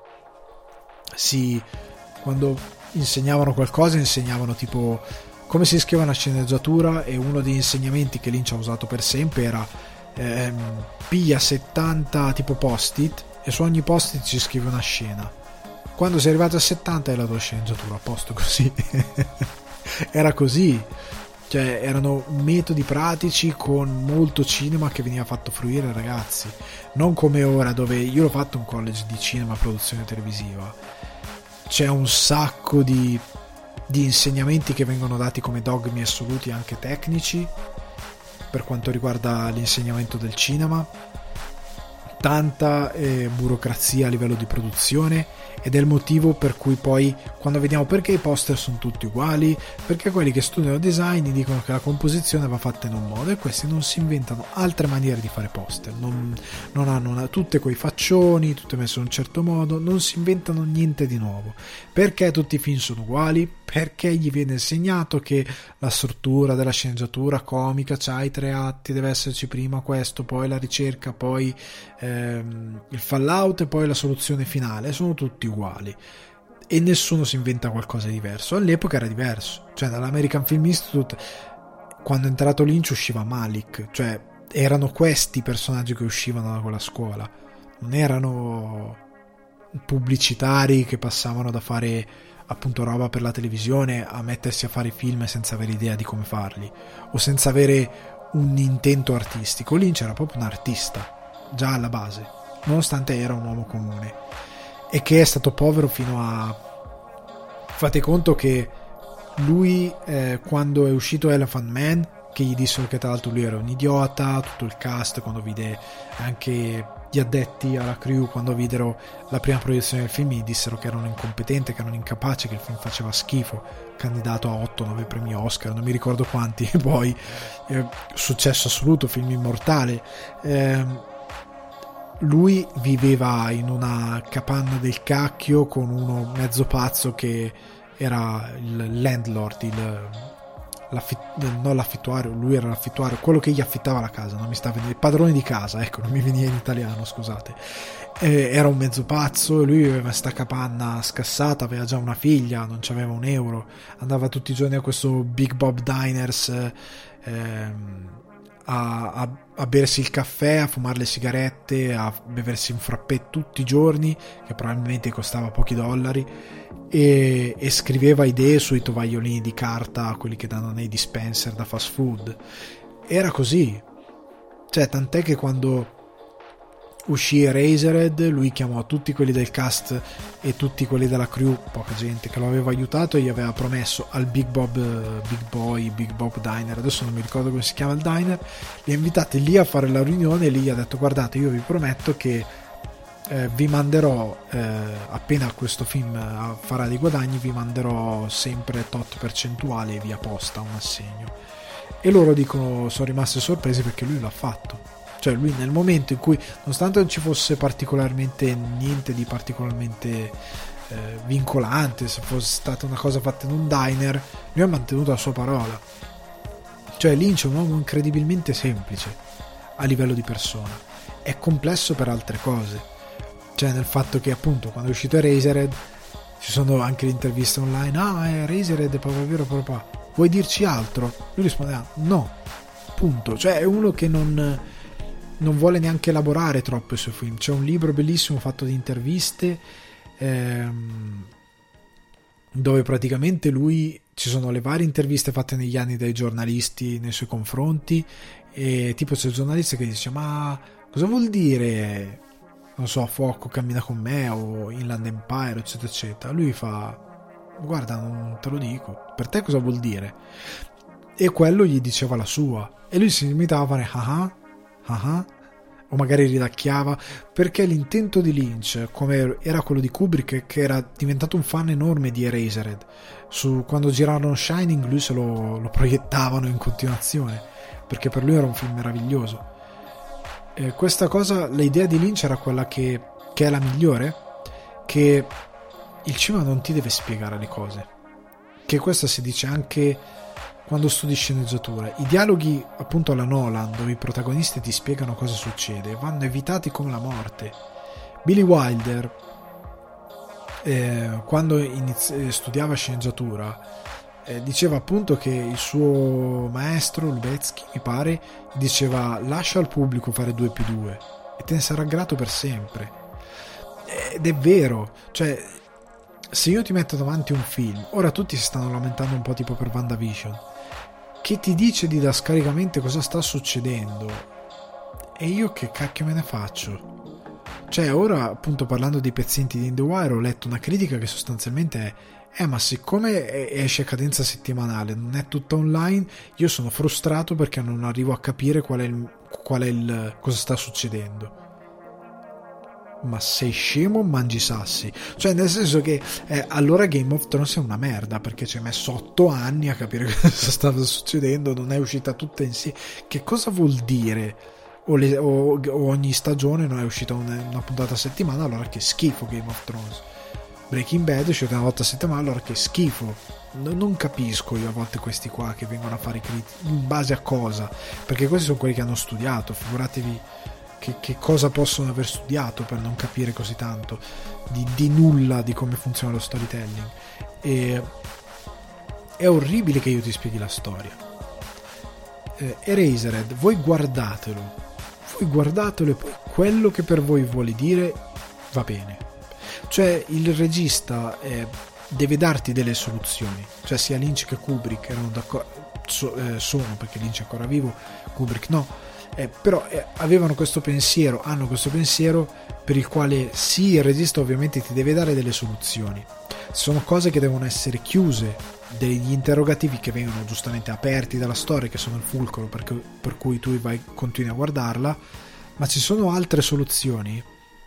Quando insegnavano qualcosa insegnavano tipo come si scrive una sceneggiatura, e uno degli insegnamenti che Lynch ha usato per sempre era piglia 70 tipo post-it e su ogni post-it ci scrive una scena. Quando sei arrivato a 70 è la tua sceneggiatura, a posto così. Era così, cioè erano metodi pratici con molto cinema che veniva fatto fruire ai ragazzi, non come ora, dove io l'ho fatto un college di cinema produzione televisiva, c'è un sacco di insegnamenti che vengono dati come dogmi assoluti, anche tecnici, per quanto riguarda l'insegnamento del cinema, tanta burocrazia a livello di produzione, ed è il motivo per cui poi quando vediamo perché i poster sono tutti uguali, perché quelli che studiano design dicono che la composizione va fatta in un modo e questi non si inventano altre maniere di fare poster, non hanno tutte quei faccioni, tutte messe in un certo modo, non si inventano niente di nuovo. Perché tutti i film sono uguali? Perché gli viene insegnato che la struttura della sceneggiatura comica c'hai 3 atti, deve esserci prima questo, poi la ricerca, poi il fallout e poi la soluzione finale, sono tutti uguali. e nessuno si inventa qualcosa di diverso. All'epoca era diverso, cioè dall'American Film Institute, quando è entrato Lynch, usciva Malick, cioè erano questi i personaggi che uscivano da quella scuola, non erano pubblicitari che passavano da fare appunto roba per la televisione a mettersi a fare film senza avere idea di come farli o senza avere un intento artistico. Lynch era proprio un artista già alla base, nonostante era un uomo comune, e che è stato povero fino a... Fate conto che lui quando è uscito Elephant Man, che gli dissero che tra l'altro lui era un idiota, tutto il cast, quando vide anche gli addetti alla crew, quando videro la prima proiezione del film, gli dissero che era un incompetente, che era un incapace, che il film faceva schifo, candidato a 8-9 premi Oscar, non mi ricordo quanti, poi successo assoluto, film immortale. Lui viveva in una capanna del cacchio con uno mezzo pazzo che era il landlord, non l'affittuario, lui era l'affittuario, quello che gli affittava la casa, non mi sta venendo, il padrone di casa, ecco, non mi veniva in italiano, scusate. Era un mezzo pazzo, lui aveva sta capanna scassata, aveva già una figlia, non c'aveva un euro, andava tutti i giorni a questo Big Bob Diners a bersi il caffè, a fumare le sigarette, a beversi un frappè tutti i giorni, che probabilmente costava pochi dollari, e scriveva idee sui tovagliolini di carta, quelli che danno nei dispenser da fast food. Era così, cioè tant'è che quando uscì Eraserhead lui chiamò tutti quelli del cast e tutti quelli della crew, poca gente, che lo aveva aiutato, e gli aveva promesso al Big Bob Diner, adesso non mi ricordo come si chiama il diner, li ha invitati lì a fare la riunione, e lì gli ha detto: guardate, io vi prometto che vi manderò appena questo film farà dei guadagni, vi manderò sempre tot percentuale via posta, un assegno. E loro dicono, sono rimasti sorpresi perché lui l'ha fatto. Cioè lui, nel momento in cui, nonostante non ci fosse particolarmente niente di particolarmente vincolante, se fosse stata una cosa fatta in un diner, lui ha mantenuto la sua parola. Cioè Lynch è un uomo incredibilmente semplice a livello di persona, è complesso per altre cose, cioè nel fatto che appunto quando è uscito Eraserhead ci sono anche le interviste online: Eraserhead è proprio vero, papà, vuoi dirci altro? Lui risponde: no, punto. Cioè è uno che non vuole neanche elaborare troppo i suoi film. C'è un libro bellissimo fatto di interviste dove praticamente lui, ci sono le varie interviste fatte negli anni dai giornalisti nei suoi confronti, e tipo c'è il giornalista che dice: ma cosa vuol dire, non so, Fuoco cammina con me o Inland Empire, eccetera eccetera? Lui fa: guarda, non te lo dico, per te cosa vuol dire? E quello gli diceva la sua, e lui si limitava a fare o magari ridacchiava, perché l'intento di Lynch, come era quello di Kubrick, che era diventato un fan enorme di Eraserhead, quando girarono Shining lui se lo proiettavano in continuazione, perché per lui era un film meraviglioso. Questa cosa, l'idea di Lynch era quella che è la migliore, che il cinema non ti deve spiegare le cose, che questo si dice anche quando studi sceneggiatura. I dialoghi appunto alla Nolan, dove i protagonisti ti spiegano cosa succede, vanno evitati come la morte. Billy Wilder quando studiava sceneggiatura diceva appunto che il suo maestro Lubezki, mi pare, diceva: lascia al pubblico fare 2+2 e te ne sarà grato per sempre. Ed è vero, cioè se io ti metto davanti un film, ora tutti si stanno lamentando un po' tipo per WandaVision, che ti dice didascalicamente cosa sta succedendo, e io che cacchio me ne faccio? Cioè ora appunto, parlando dei pezzenti di In The Wire, ho letto una critica che sostanzialmente è: ma siccome esce a cadenza settimanale, non è tutta online, io sono frustrato perché non arrivo a capire cosa sta succedendo. Ma sei scemo, mangi sassi. Cioè nel senso che allora Game of Thrones è una merda, perché ci hai messo 8 anni a capire cosa stava succedendo, non è uscita tutta insieme. Che cosa vuol dire? O ogni stagione non è uscita una puntata a settimana, allora che schifo Game of Thrones. Breaking Bad è uscita una volta a settimana, allora che schifo. Non capisco io a volte questi qua che vengono a fare critiche in base a cosa, perché questi sono quelli che hanno studiato, figuratevi che cosa possono aver studiato per non capire così tanto di nulla di come funziona lo storytelling. E è orribile che io ti spieghi la storia. Eraserhead, voi guardatelo e poi quello che per voi vuole dire va bene. Cioè il regista deve darti delle soluzioni, cioè sia Lynch che Kubrick erano d'accordo, sono, perché Lynch è ancora vivo, Kubrick no, però avevano questo pensiero, hanno questo pensiero per il quale sì, il regista ovviamente ti deve dare delle soluzioni, sono cose che devono essere chiuse, degli interrogativi che vengono giustamente aperti dalla storia, che sono il fulcro per cui tu continui a guardarla, ma ci sono altre soluzioni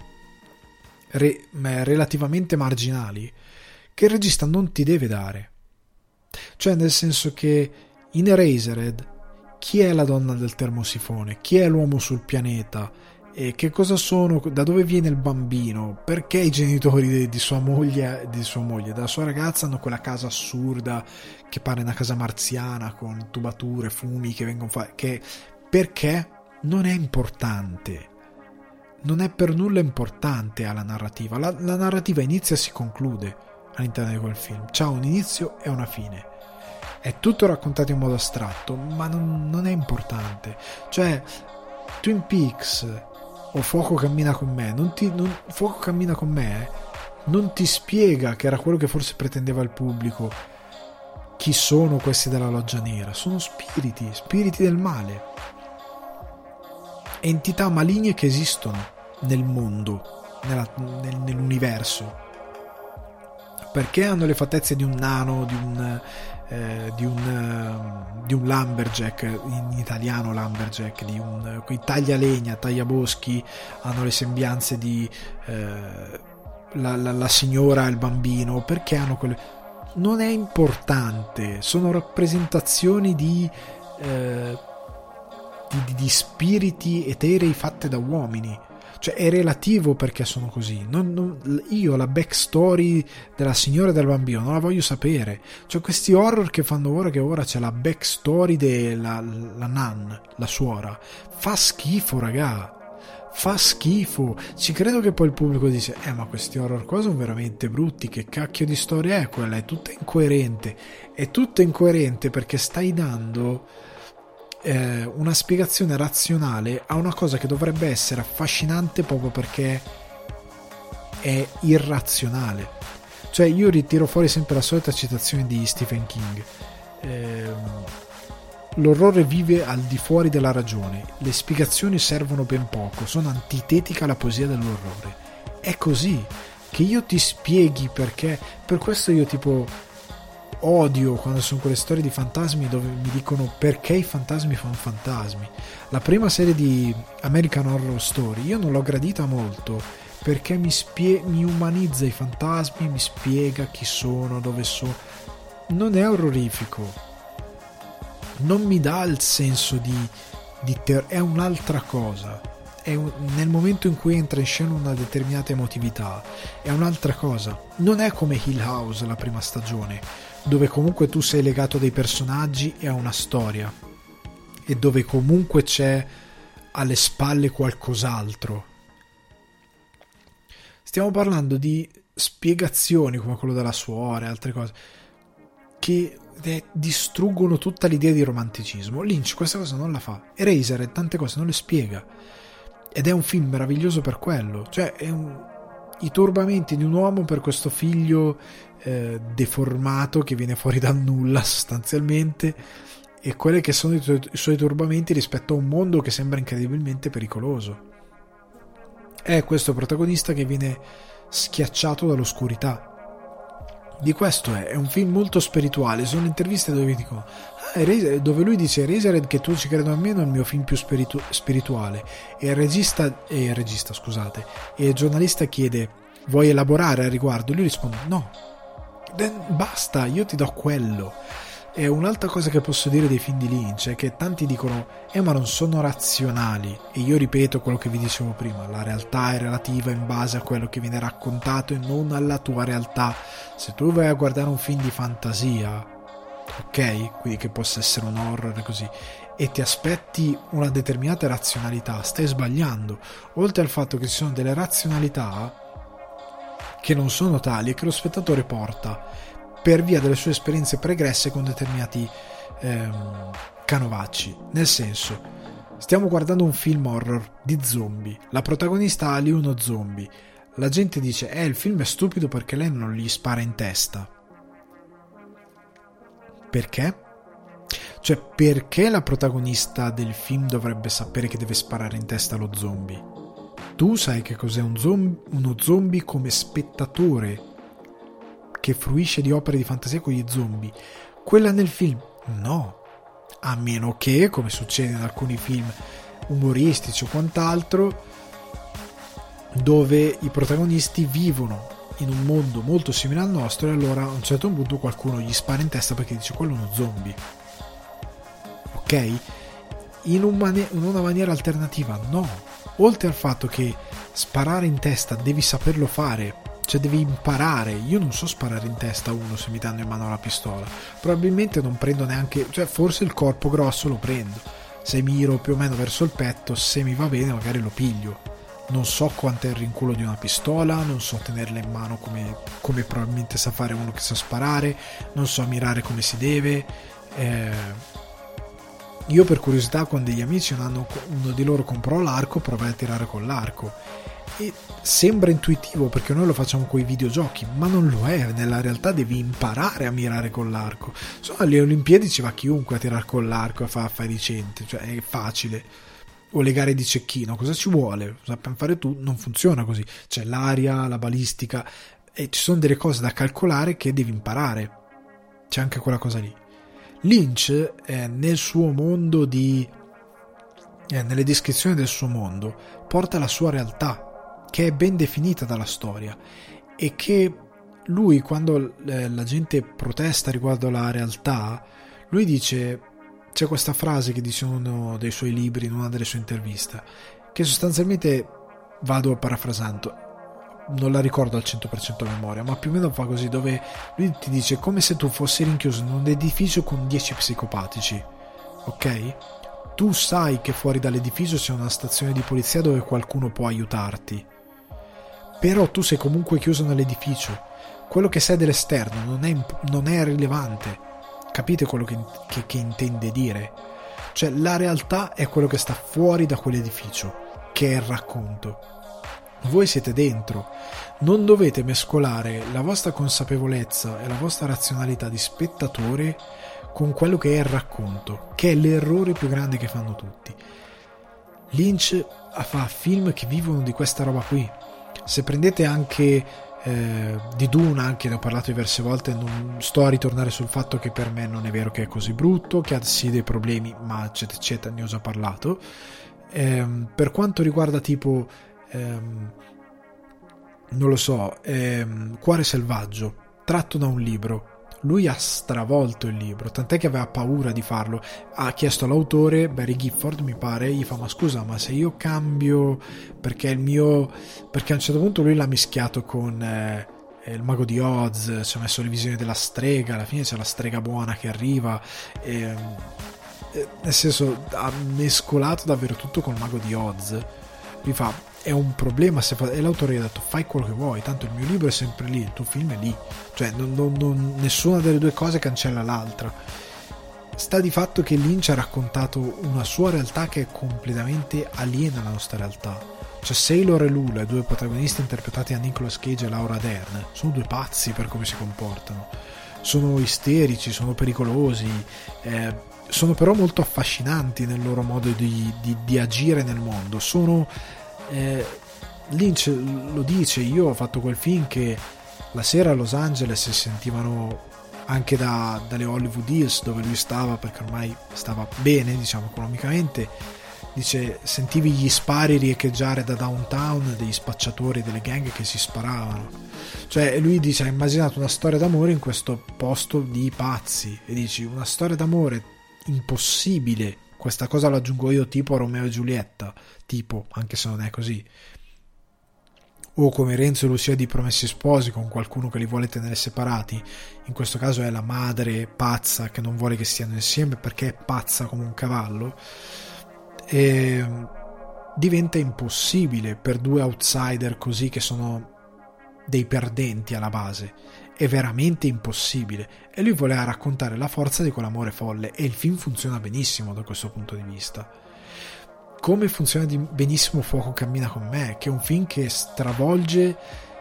relativamente marginali che il regista non ti deve dare. Cioè, nel senso che in Eraserhead chi è la donna del termosifone, chi è l'uomo sul pianeta, e che cosa sono, da dove viene il bambino, perché i genitori di sua moglie, della sua ragazza, hanno quella casa assurda che pare una casa marziana con tubature, fumi che vengono fatti, perché non è importante, non è per nulla importante alla narrativa. La narrativa inizia e si conclude all'interno di quel film, c'ha un inizio e una fine, è tutto raccontato in modo astratto, ma non è importante. Cioè Twin Peaks o Fuoco cammina con me Fuoco cammina con me non ti spiega, che era quello che forse pretendeva il pubblico, chi sono questi della loggia nera. Sono spiriti del male, entità maligne che esistono nel mondo, nell'universo, perché hanno le fattezze di un nano, di un lumberjack, in italiano lumberjack, quei taglialegna, tagliaboschi, hanno le sembianze di la signora e il bambino, perché hanno quelle. Non è importante, sono rappresentazioni di spiriti eterei fatte da uomini. Cioè è relativo perché sono così. Io la backstory della signora e del bambino non la voglio sapere. Cioè questi horror che fanno ora, che ora c'è la backstory della Nan, la suora, fa schifo, raga, fa schifo. Ci credo che poi il pubblico dice ma questi horror qua sono veramente brutti, che cacchio di storia è quella? È tutta incoerente perché stai dando una spiegazione razionale a una cosa che dovrebbe essere affascinante proprio perché è irrazionale. Cioè io ritiro fuori sempre la solita citazione di Stephen King, l'orrore vive al di fuori della ragione, le spiegazioni servono ben poco, sono antitetica alla poesia dell'orrore. È così, che io ti spieghi perché. Per questo io tipo odio quando sono quelle storie di fantasmi dove mi dicono perché i fantasmi fanno fantasmi. La prima serie di American Horror Story io non l'ho gradita molto perché mi umanizza i fantasmi, mi spiega chi sono, dove sono. Non è orrorifico, non mi dà il senso di è un'altra cosa. Nel momento in cui entra in scena una determinata emotività è un'altra cosa. Non è come Hill House, la prima stagione, dove comunque tu sei legato a dei personaggi e a una storia, e dove comunque c'è alle spalle qualcos'altro. Stiamo parlando di spiegazioni come quello della suora e altre cose che distruggono tutta l'idea di romanticismo. Lynch questa cosa non la fa, Eraserhead tante cose non le spiega, ed è un film meraviglioso per quello. Cioè i turbamenti di un uomo per questo figlio deformato che viene fuori dal nulla sostanzialmente, e quelli che sono i suoi turbamenti rispetto a un mondo che sembra incredibilmente pericoloso. È questo protagonista che viene schiacciato dall'oscurità. Di questo è un film molto spirituale. Sono interviste dove dicono dove lui dice Eraserhead, che tu ci credi o meno, è il mio film più spirituale, e il giornalista chiede vuoi elaborare al riguardo, lui risponde no, basta, io ti do quello. E un'altra cosa che posso dire dei film di Lynch è che tanti dicono ma non sono razionali, e io ripeto quello che vi dicevo prima: la realtà è relativa in base a quello che viene raccontato e non alla tua realtà. Se tu vai a guardare un film di fantasia, ok, quindi che possa essere un horror così, e ti aspetti una determinata razionalità, stai sbagliando. Oltre al fatto che ci sono delle razionalità che non sono tali e che lo spettatore porta per via delle sue esperienze pregresse con determinati canovacci. Nel senso, stiamo guardando un film horror di zombie, la protagonista ha lì uno zombie, la gente dice il film è stupido perché lei non gli spara in testa. Perché? Cioè, perché la protagonista del film dovrebbe sapere che deve sparare in testa allo zombie? Tu sai che cos'è uno zombie come spettatore che fruisce di opere di fantasia con gli zombie. Quella nel film no, a meno che, come succede in alcuni film umoristici o quant'altro, dove i protagonisti vivono in un mondo molto simile al nostro e allora a un certo punto qualcuno gli spara in testa perché dice quello è uno zombie. Ok? In una maniera alternativa no. Oltre al fatto che sparare in testa devi saperlo fare, cioè devi imparare. Io non so sparare in testa a uno se mi danno in mano la pistola, probabilmente non prendo neanche, cioè forse il corpo grosso lo prendo, se miro più o meno verso il petto, se mi va bene magari lo piglio. Non so quanto è il rinculo di una pistola, non so tenerla in mano come probabilmente sa fare uno che sa sparare, non so mirare come si deve. Io per curiosità con degli amici uno di loro comprò l'arco, provai a tirare con l'arco e sembra intuitivo perché noi lo facciamo con i videogiochi, ma non lo è. Nella realtà devi imparare a mirare con l'arco. Alle Olimpiadi ci va chiunque a tirare con l'arco e fa decente, cioè è facile. O le gare di cecchino, cosa ci vuole? Lo sappiamo fare tu, non funziona così. C'è l'aria, la balistica e ci sono delle cose da calcolare che devi imparare. C'è anche quella cosa lì. Lynch nel suo mondo nelle descrizioni del suo mondo porta la sua realtà che è ben definita dalla storia e che lui, quando la gente protesta riguardo la realtà, lui dice, c'è questa frase che dice in uno dei suoi libri, in una delle sue interviste, che sostanzialmente, vado parafrasando, non la ricordo al 100% a memoria, ma più o meno fa così, dove lui ti dice come se tu fossi rinchiuso in un edificio con 10 psicopatici, ok? Tu sai che fuori dall'edificio c'è una stazione di polizia dove qualcuno può aiutarti, però tu sei comunque chiuso nell'edificio. Quello che sai dell'esterno non è rilevante. Capite quello che intende dire? Cioè la realtà è quello che sta fuori da quell'edificio, che è il racconto. Voi siete dentro, non dovete mescolare la vostra consapevolezza e la vostra razionalità di spettatore con quello che è il racconto, che è l'errore più grande che fanno tutti. Lynch fa film che vivono di questa roba qui. Se prendete anche di Dune, anche ne ho parlato diverse volte, non sto a ritornare sul fatto che per me non è vero che è così brutto, che ha sì dei problemi, ma eccetera eccetera, ne ho già parlato. Per quanto riguarda tipo non lo so, Cuore selvaggio, tratto da un libro, lui ha stravolto il libro, tant'è che aveva paura di farlo. Ha chiesto all'autore, Barry Gifford mi pare, gli fa ma scusa, ma se io cambio perché a un certo punto lui l'ha mischiato con il Mago di Oz, ci ha messo le visioni della strega, alla fine c'è la strega buona che arriva, nel senso ha mescolato davvero tutto col Mago di Oz. Lui fa è un problema e l'autore gli ha detto fai quello che vuoi, tanto il mio libro è sempre lì, il tuo film è lì, cioè nessuna delle due cose cancella l'altra. Sta di fatto che Lynch ha raccontato una sua realtà che è completamente aliena alla nostra realtà. Cioè Sailor e Lula, i due protagonisti interpretati da Nicolas Cage e Laura Dern, sono due pazzi per come si comportano, sono isterici, sono pericolosi, sono però molto affascinanti nel loro modo di agire nel mondo. Lynch lo dice, io ho fatto quel film che la sera a Los Angeles si sentivano anche dalle Hollywood Hills dove lui stava, perché ormai stava bene diciamo economicamente, dice sentivi gli spari riecheggiare da downtown degli spacciatori, delle gang che si sparavano. Cioè lui dice ha immaginato una storia d'amore in questo posto di pazzi e dici una storia d'amore impossibile, questa cosa lo aggiungo io tipo Romeo e Giulietta, tipo, anche se non è così, o come Renzo e Lucia di Promessi Sposi, con qualcuno che li vuole tenere separati. In questo caso è la madre pazza che non vuole che stiano insieme perché è pazza come un cavallo, e diventa impossibile per due outsider così, che sono dei perdenti alla base. È veramente impossibile, e lui voleva raccontare la forza di quell'amore folle, e il film funziona benissimo da questo punto di vista. Come funziona benissimo Fuoco cammina con me, che è un film che stravolge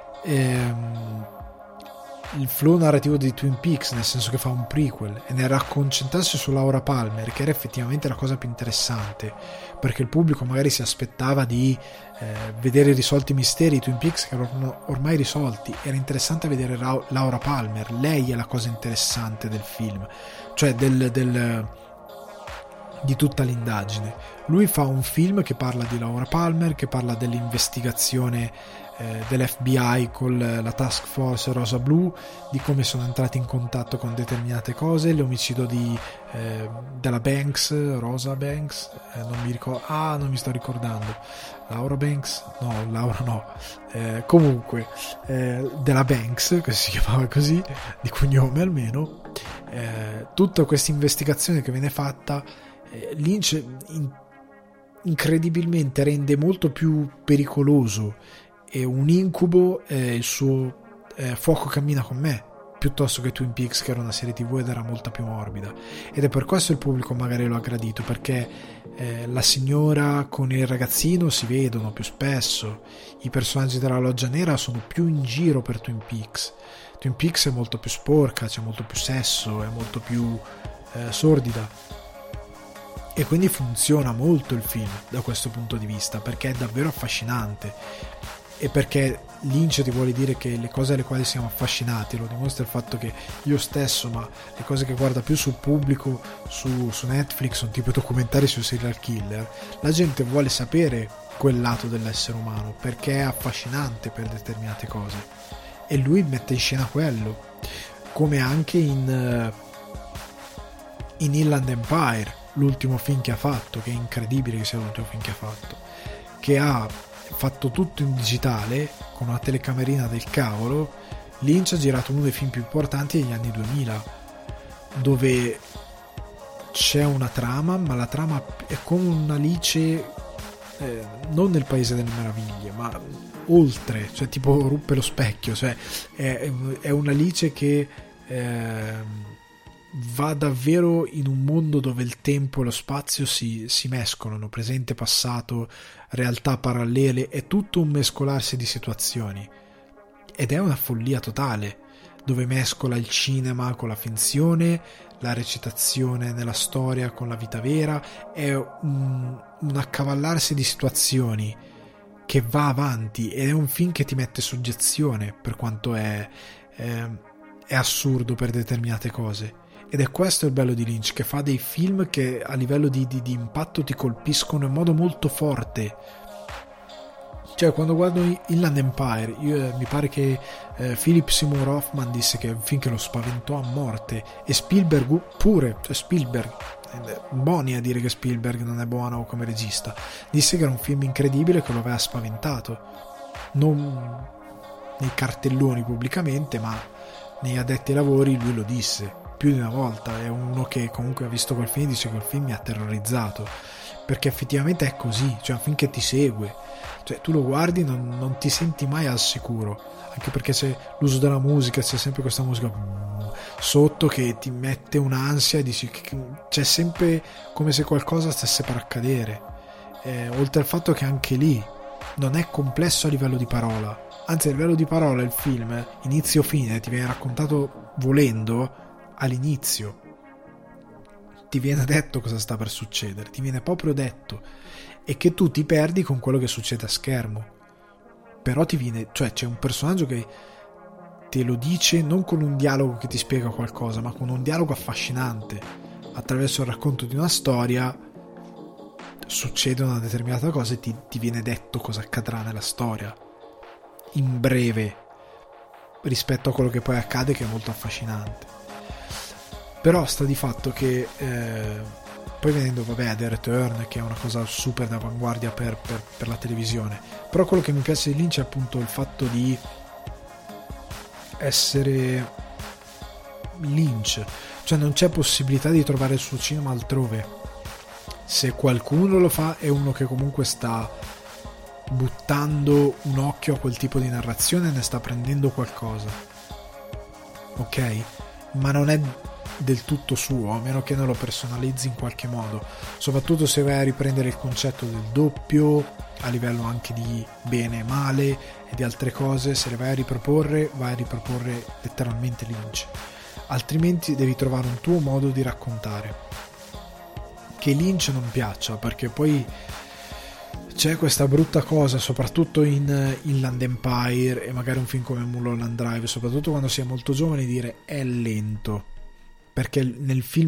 il flow narrativo di Twin Peaks, nel senso che fa un prequel e nel concentrarsi su Laura Palmer, che era effettivamente la cosa più interessante, perché il pubblico magari si aspettava di vedere risolti i misteri di Twin Peaks che erano ormai risolti. Era interessante vedere Laura Palmer, lei è la cosa interessante del film, cioè di tutta l'indagine. Lui fa un film che parla di Laura Palmer, che parla dell'investigazione dell'FBI con la task force Rosa Blu, di come sono entrati in contatto con determinate cose, l'omicidio della Banks, Rosa Banks, non mi ricordo, non mi sto ricordando, Laura Banks, no, Laura no, comunque della Banks, che si chiamava così, di cognome almeno. Tutta questa investigazione che viene fatta, Lynch incredibilmente rende molto più pericoloso e un incubo il suo Fuoco cammina con me, piuttosto che Twin Peaks, che era una serie TV ed era molto più morbida, ed è per questo il pubblico magari lo ha gradito, perché la signora con il ragazzino si vedono più spesso, i personaggi della loggia nera sono più in giro per Twin Peaks. Twin Peaks è molto più sporca, c'è molto più sesso, è molto più sordida, e quindi funziona molto il film da questo punto di vista, perché è davvero affascinante, e perché Lynch ti vuole dire che le cose alle quali siamo affascinati, lo dimostra il fatto che io stesso, ma le cose che guarda più sul pubblico su Netflix sono tipo documentari sui serial killer. La gente vuole sapere quel lato dell'essere umano perché è affascinante per determinate cose, e lui mette in scena quello, come anche in Inland Empire, l'ultimo film che ha fatto, che è incredibile che sia l'ultimo film che ha fatto, che ha fatto tutto in digitale con una telecamerina del cavolo. Lynch ha girato uno dei film più importanti degli anni 2000, dove c'è una trama, ma la trama è come un'Alice non nel Paese delle Meraviglie, ma oltre, cioè tipo ruppe lo specchio, cioè è un'Alice che va davvero in un mondo dove il tempo e lo spazio si mescolano, presente, passato, realtà parallele, è tutto un mescolarsi di situazioni, ed è una follia totale, dove mescola il cinema con la finzione, la recitazione nella storia con la vita vera, è un accavallarsi di situazioni che va avanti, ed è un film che ti mette soggezione, per quanto è assurdo per determinate cose. Ed è questo il bello di Lynch, che fa dei film che a livello di impatto ti colpiscono in modo molto forte. Cioè, quando guardo Inland Empire, mi pare che Philip Seymour Hoffman disse che è un film che lo spaventò a morte, e Spielberg pure, cioè Spielberg, buoni a dire che Spielberg non è buono come regista, disse che era un film incredibile, che lo aveva spaventato, non nei cartelloni pubblicamente, ma negli addetti ai lavori lui lo disse più di una volta. È uno che comunque ha visto quel film e dice che quel film mi ha terrorizzato, perché effettivamente è così, cioè è un film che ti segue, cioè tu lo guardi, non ti senti mai al sicuro, anche perché c'è l'uso della musica, c'è sempre questa musica sotto che ti mette un'ansia, e dici che c'è sempre come se qualcosa stesse per accadere, oltre al fatto che anche lì non è complesso a livello di parola, anzi a livello di parola il film inizio fine ti viene raccontato volendo. All'inizio ti viene detto cosa sta per succedere, ti viene proprio detto, e che tu ti perdi con quello che succede a schermo, però ti viene, cioè c'è un personaggio che te lo dice non con un dialogo che ti spiega qualcosa, ma con un dialogo affascinante. Attraverso il racconto di una storia succede una determinata cosa e ti viene detto cosa accadrà nella storia in breve rispetto a quello che poi accade, che è molto affascinante. Però sta di fatto che poi venendo a The Return, che è una cosa super d'avanguardia per la televisione. Però quello che mi piace di Lynch è appunto il fatto di essere Lynch, cioè non c'è possibilità di trovare il suo cinema altrove. Se qualcuno lo fa è uno che comunque sta buttando un occhio a quel tipo di narrazione e ne sta prendendo qualcosa, ok? Ma non è del tutto suo, a meno che non lo personalizzi in qualche modo, soprattutto se vai a riprendere il concetto del doppio a livello anche di bene e male e di altre cose. Se le vai a riproporre, vai a riproporre letteralmente Lynch, altrimenti devi trovare un tuo modo di raccontare che Lynch non piaccia, perché poi c'è questa brutta cosa, soprattutto in Inland Empire e magari un film come Mulholland Drive, soprattutto quando si è molto giovani, dire è lento, perché nel film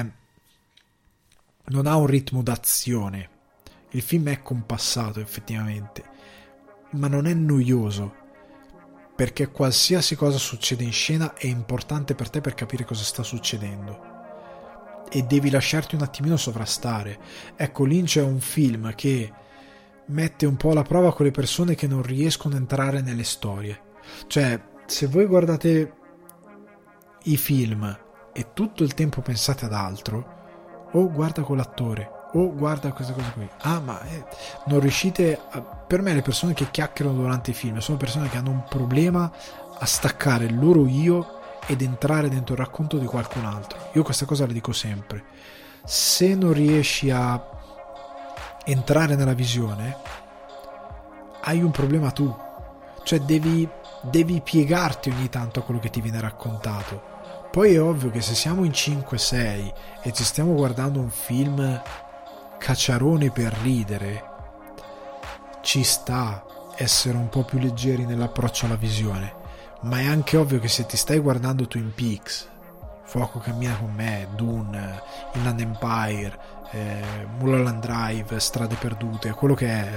non ha un ritmo d'azione, il film è compassato effettivamente, ma non è noioso, perché qualsiasi cosa succede in scena è importante per te per capire cosa sta succedendo e devi lasciarti un attimino sovrastare. Ecco, Lynch è un film che mette un po' alla prova quelle persone che non riescono a entrare nelle storie. Cioè, se voi guardate i film e tutto il tempo pensate ad altro, o guarda quell'attore, o guarda questa cosa qui, non riuscite per me le persone che chiacchierano durante i film sono persone che hanno un problema a staccare il loro io ed entrare dentro il racconto di qualcun altro. Io questa cosa la dico sempre: se non riesci a entrare nella visione hai un problema tu, cioè devi piegarti ogni tanto a quello che ti viene raccontato. Poi è ovvio che se siamo in 5-6 e ci stiamo guardando un film cacciarone per ridere, ci sta essere un po' più leggeri nell'approccio alla visione, ma è anche ovvio che se ti stai guardando Twin Peaks, Fuoco cammina con me, Dune, Inland Empire, Mulholland Drive, Strade perdute, quello che è,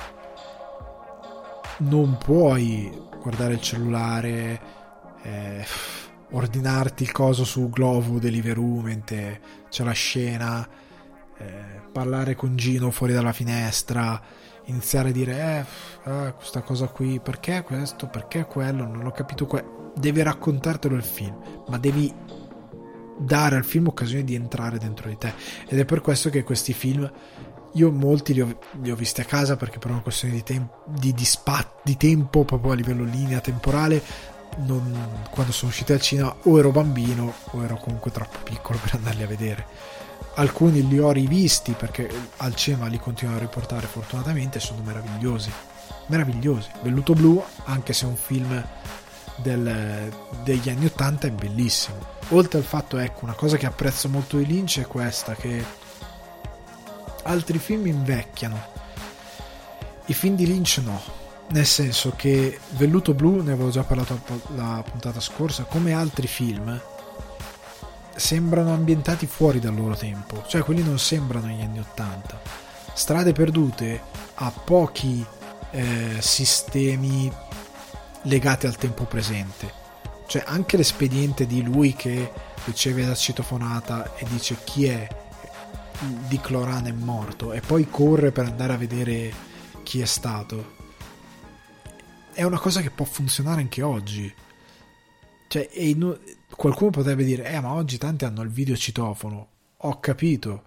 non puoi guardare il cellulare, ordinarti il coso su Glovo, Deliveroo mentre c'è la scena, parlare con Gino fuori dalla finestra, iniziare a dire questa cosa qui, perché questo, perché quello, non ho capito devi raccontartelo il film, ma devi dare al film occasione di entrare dentro di te, ed è per questo che questi film io molti li ho visti a casa, perché per una questione di tempo proprio a livello linea temporale, quando sono usciti al cinema o ero bambino o ero comunque troppo piccolo per andarli a vedere. Alcuni li ho rivisti perché al cinema li continuano a riportare, fortunatamente sono meravigliosi. Velluto Blu, anche se è un film degli anni 80, è bellissimo. Oltre al fatto, ecco, una cosa che apprezzo molto di Lynch è questa, che altri film invecchiano, i film di Lynch no, nel senso che Velluto Blu, ne avevo già parlato la puntata scorsa, come altri film sembrano ambientati fuori dal loro tempo, cioè quelli non sembrano gli anni 80. Strade perdute ha pochi sistemi legati al tempo presente, cioè anche l'espediente di lui che riceve la citofonata e dice chi è di Cloran è morto e poi corre per andare a vedere chi è stato, è una cosa che può funzionare anche oggi. Cioè, qualcuno potrebbe dire ma oggi tanti hanno il videocitofono, ho capito,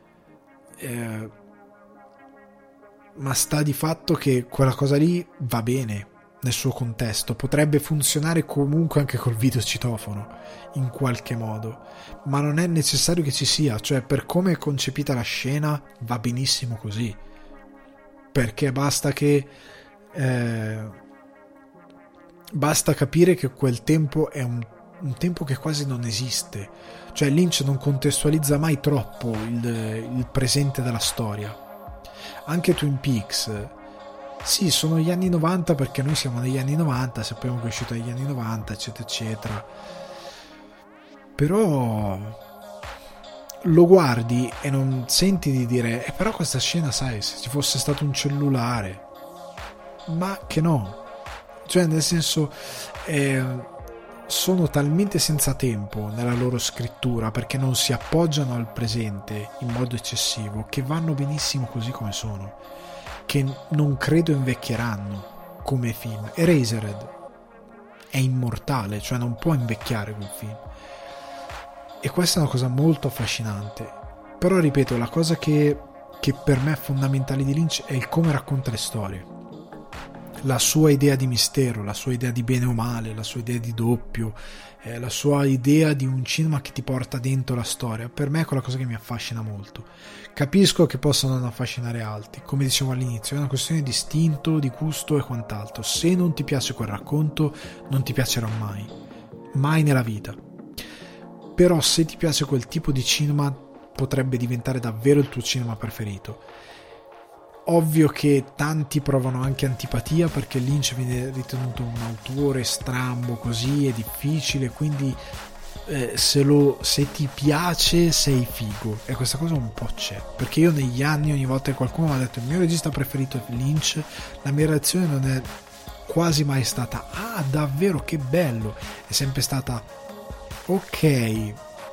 ma sta di fatto che quella cosa lì va bene nel suo contesto, potrebbe funzionare comunque anche col videocitofono in qualche modo, ma non è necessario che ci sia, cioè per come è concepita la scena va benissimo così, perché basta capire che quel tempo è un tempo che quasi non esiste, cioè Lynch non contestualizza mai troppo il presente della storia. Anche Twin Peaks, sì, sono gli anni 90 perché noi siamo negli anni 90, sappiamo che è uscito negli anni 90, eccetera eccetera, però lo guardi e non senti di dire però questa scena, sai, se ci fosse stato un cellulare, ma che no, cioè nel senso sono talmente senza tempo nella loro scrittura, perché non si appoggiano al presente in modo eccessivo, che vanno benissimo così come sono, che non credo invecchieranno come film. Eraserhead è immortale, cioè non può invecchiare quel film, e questa è una cosa molto affascinante. Però ripeto, la cosa che per me è fondamentale di Lynch è il come racconta le storie, la sua idea di mistero, la sua idea di bene o male, la sua idea di doppio, la sua idea di un cinema che ti porta dentro la storia. Per me è quella cosa che mi affascina molto. Capisco che possano non affascinare altri, come dicevo all'inizio, è una questione di istinto, di gusto e quant'altro. Se non ti piace quel racconto, non ti piacerà mai nella vita. Però se ti piace quel tipo di cinema, potrebbe diventare davvero il tuo cinema preferito. Ovvio che tanti provano anche antipatia, perché Lynch viene ritenuto un autore strambo, così è difficile, quindi se ti piace sei figo, e questa cosa un po' c'è, perché io negli anni, ogni volta che qualcuno mi ha detto il mio regista preferito è Lynch, la mia reazione non è quasi mai stata ah davvero che bello, è sempre stata ok,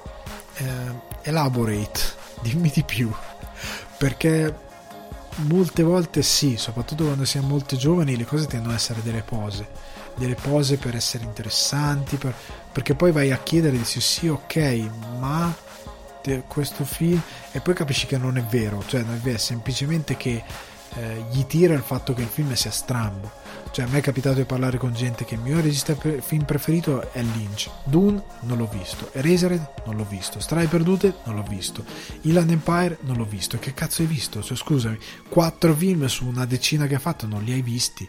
elaborate, dimmi di più, perché molte volte sì, soprattutto quando siamo molto giovani, le cose tendono ad essere delle pose per essere interessanti, perché poi vai a chiedere e dici sì ok, ma questo film, e poi capisci che non è vero, cioè non è vero, è semplicemente che gli tira il fatto che il film sia strambo. Cioè a me è capitato di parlare con gente che il mio regista film preferito è Lynch. Dune non l'ho visto, Eraserhead non l'ho visto, Strade Perdute non l'ho visto, Inland Empire non l'ho visto. E che cazzo hai visto? Cioè scusami, 4 film su una decina che ha fatto non li hai visti.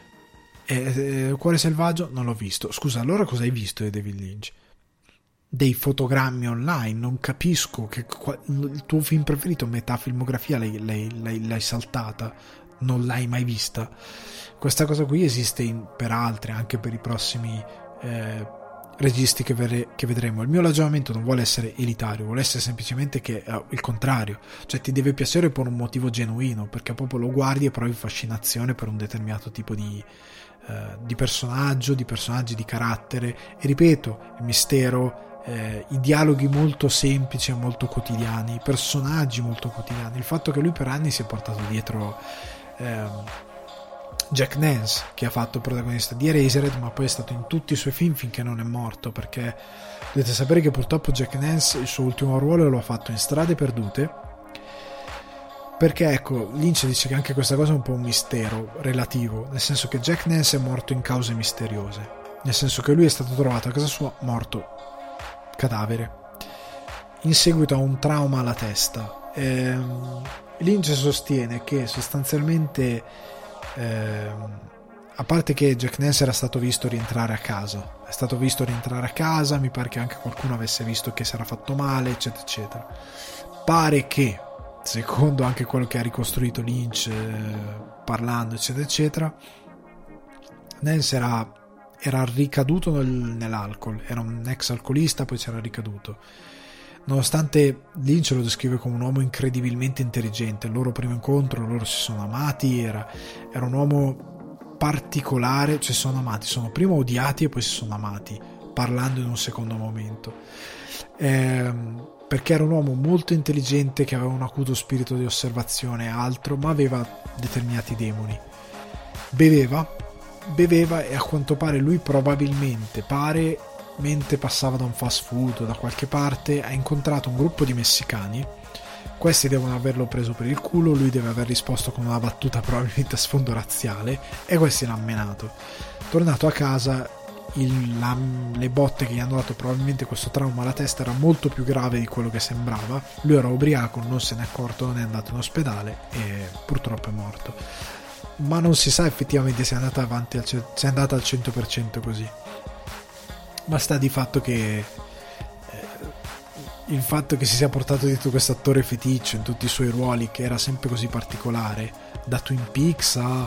Cuore selvaggio non l'ho visto. Scusa, allora cosa hai visto di David Lynch? Dei fotogrammi online, non capisco che il tuo film preferito, metà filmografia l'hai saltata, non l'hai mai vista. Questa cosa qui esiste per altri, anche per i prossimi registi che vedremo. Il mio ragionamento non vuole essere elitario, vuole essere semplicemente che il contrario, cioè ti deve piacere per un motivo genuino, perché proprio lo guardi e provi fascinazione per un determinato tipo di personaggio, di personaggi, di carattere, e ripeto, il mistero, i dialoghi molto semplici e molto quotidiani, i personaggi molto quotidiani, il fatto che lui per anni si è portato dietro Jack Nance, che ha fatto il protagonista di Eraserhead, ma poi è stato in tutti i suoi film finché non è morto, perché dovete sapere che purtroppo Jack Nance il suo ultimo ruolo lo ha fatto in Strade Perdute, perché ecco, Lynch dice che anche questa cosa è un po' un mistero relativo, nel senso che Jack Nance è morto in cause misteriose, nel senso che lui è stato trovato a casa sua morto, cadavere, in seguito a un trauma alla testa. Lynch sostiene che sostanzialmente a parte che Jack Nance era stato visto rientrare a casa, mi pare che anche qualcuno avesse visto che si era fatto male, eccetera eccetera. Pare che, secondo anche quello che ha ricostruito Lynch parlando eccetera eccetera, Nance era ricaduto nell'alcol, era un ex alcolista, poi c'era ricaduto. Nonostante Lynch lo descrive come un uomo incredibilmente intelligente, il loro primo incontro, loro si sono amati, era un uomo particolare, cioè sono amati, sono prima odiati e poi si sono amati, parlando in un secondo momento, perché era un uomo molto intelligente, che aveva un acuto spirito di osservazione e altro, ma aveva determinati demoni. Beveva e a quanto pare lui probabilmente, mentre passava da un fast food o da qualche parte, ha incontrato un gruppo di messicani. Questi devono averlo preso per il culo, lui deve aver risposto con una battuta probabilmente a sfondo razziale, e questi l'hanno menato. Tornato a casa, le botte che gli hanno dato, probabilmente questo trauma alla testa era molto più grave di quello che sembrava. Lui era ubriaco, non se n'è accorto, non è andato in ospedale e purtroppo è morto, ma non si sa effettivamente se è andata avanti se è andata al 100% così. Ma sta di fatto che il fatto che si sia portato dietro questo attore feticcio in tutti i suoi ruoli, che era sempre così particolare, da Twin Peaks a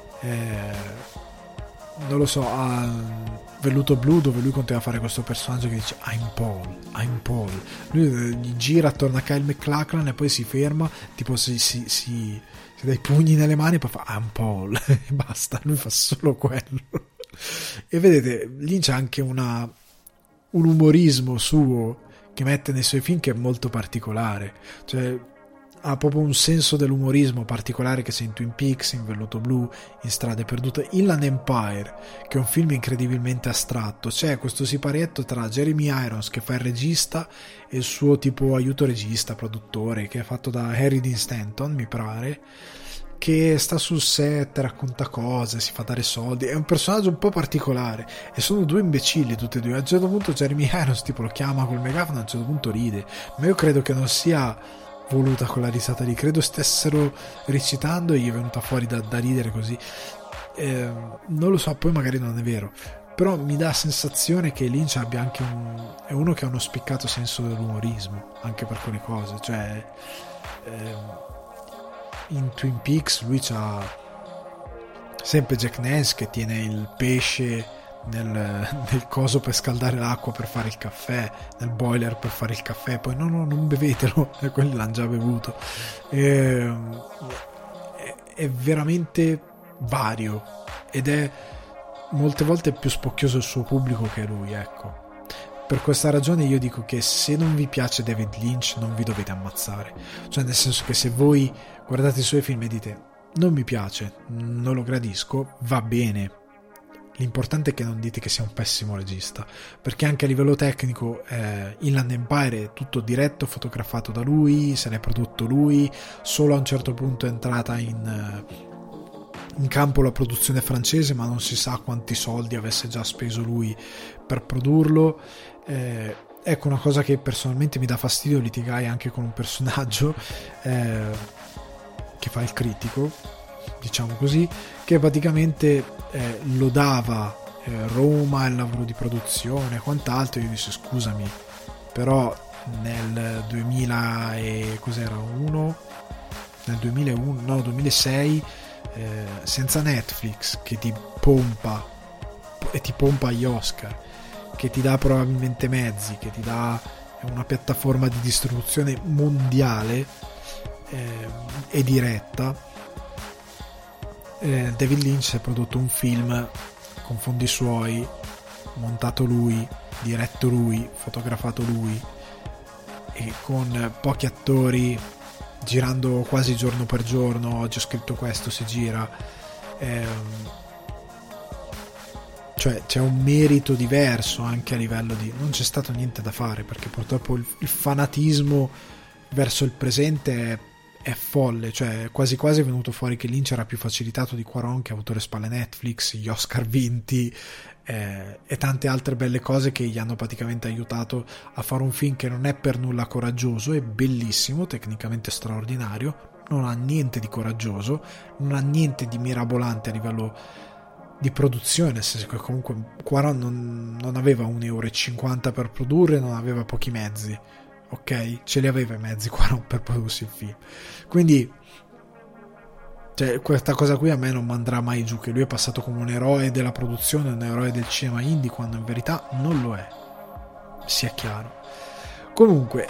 non lo so, a Velluto Blu, dove lui continua a fare questo personaggio che dice I'm Paul, lui gli gira attorno a Kyle MacLachlan e poi si ferma, tipo si dà i pugni nelle mani e poi fa I'm Paul e basta, lui fa solo quello. E vedete, Lynch ha anche una un umorismo suo che mette nei suoi film che è molto particolare, cioè ha proprio un senso dell'umorismo particolare che c'è in Twin Peaks, in Velluto Blu, in Strade Perdute, Inland Empire, che è un film incredibilmente astratto. C'è questo siparietto tra Jeremy Irons, che fa il regista, e il suo tipo aiuto regista, produttore, che è fatto da Harry Dean Stanton, mi pare, che sta sul set, racconta cose, si fa dare soldi. È un personaggio un po' particolare e sono due imbecilli tutti e due. A un certo punto Jeremy Irons tipo lo chiama col megafono, a un certo punto ride, ma io credo che non sia voluta quella risata lì, credo stessero recitando e gli è venuta fuori da ridere così. Non lo so, poi magari non è vero, però mi dà la sensazione che Lynch abbia anche è uno che ha uno spiccato senso dell'umorismo anche per quelle cose, cioè in Twin Peaks lui c'ha sempre Jack Nance che tiene il pesce nel coso per scaldare l'acqua per fare il caffè, nel boiler per fare il caffè, poi no non bevetelo, e quelli l'hanno già bevuto. È veramente vario ed è molte volte più spocchioso il suo pubblico che lui, ecco. Per questa ragione io dico che se non vi piace David Lynch non vi dovete ammazzare, cioè nel senso che se voi guardate i suoi film e dite non mi piace, non lo gradisco, va bene. L'importante è che non dite che sia un pessimo regista, perché anche a livello tecnico Inland Empire è tutto diretto, fotografato da lui, se l'è prodotto lui, solo a un certo punto è entrata in campo la produzione francese, ma non si sa quanti soldi avesse già speso lui per produrlo. Ecco, una cosa che personalmente mi dà fastidio, litigai anche con un personaggio che fa il critico, diciamo così, che praticamente lodava Roma, il lavoro di produzione e quant'altro. Io dissi scusami, però nel 2000 e cos'era? Nel 2001, no 2006, senza Netflix che ti pompa gli Oscar, che ti dà probabilmente mezzi, che ti dà una piattaforma di distribuzione mondiale e diretta, David Lynch ha prodotto un film con fondi suoi, montato lui, diretto lui, fotografato lui e con pochi attori, girando quasi giorno per giorno. Oggi ho scritto questo, si gira, cioè c'è un merito diverso anche a livello di, non c'è stato niente da fare perché purtroppo il fanatismo verso il presente è folle, cioè quasi quasi è venuto fuori che Lynch era più facilitato di Cuarón, che ha avuto le spalle Netflix, gli Oscar vinti e tante altre belle cose che gli hanno praticamente aiutato a fare un film che non è per nulla coraggioso, è bellissimo, tecnicamente straordinario, non ha niente di coraggioso, non ha niente di mirabolante a livello di produzione, nel senso che comunque Cuarón non aveva 1,50 € per produrre, non aveva pochi mezzi, ok? Ce li aveva i mezzi Cuarón per prodursi il film, quindi cioè, questa cosa qui a me non mandrà mai giù, che lui è passato come un eroe della produzione, un eroe del cinema indie, quando in verità non lo è, sia chiaro. Comunque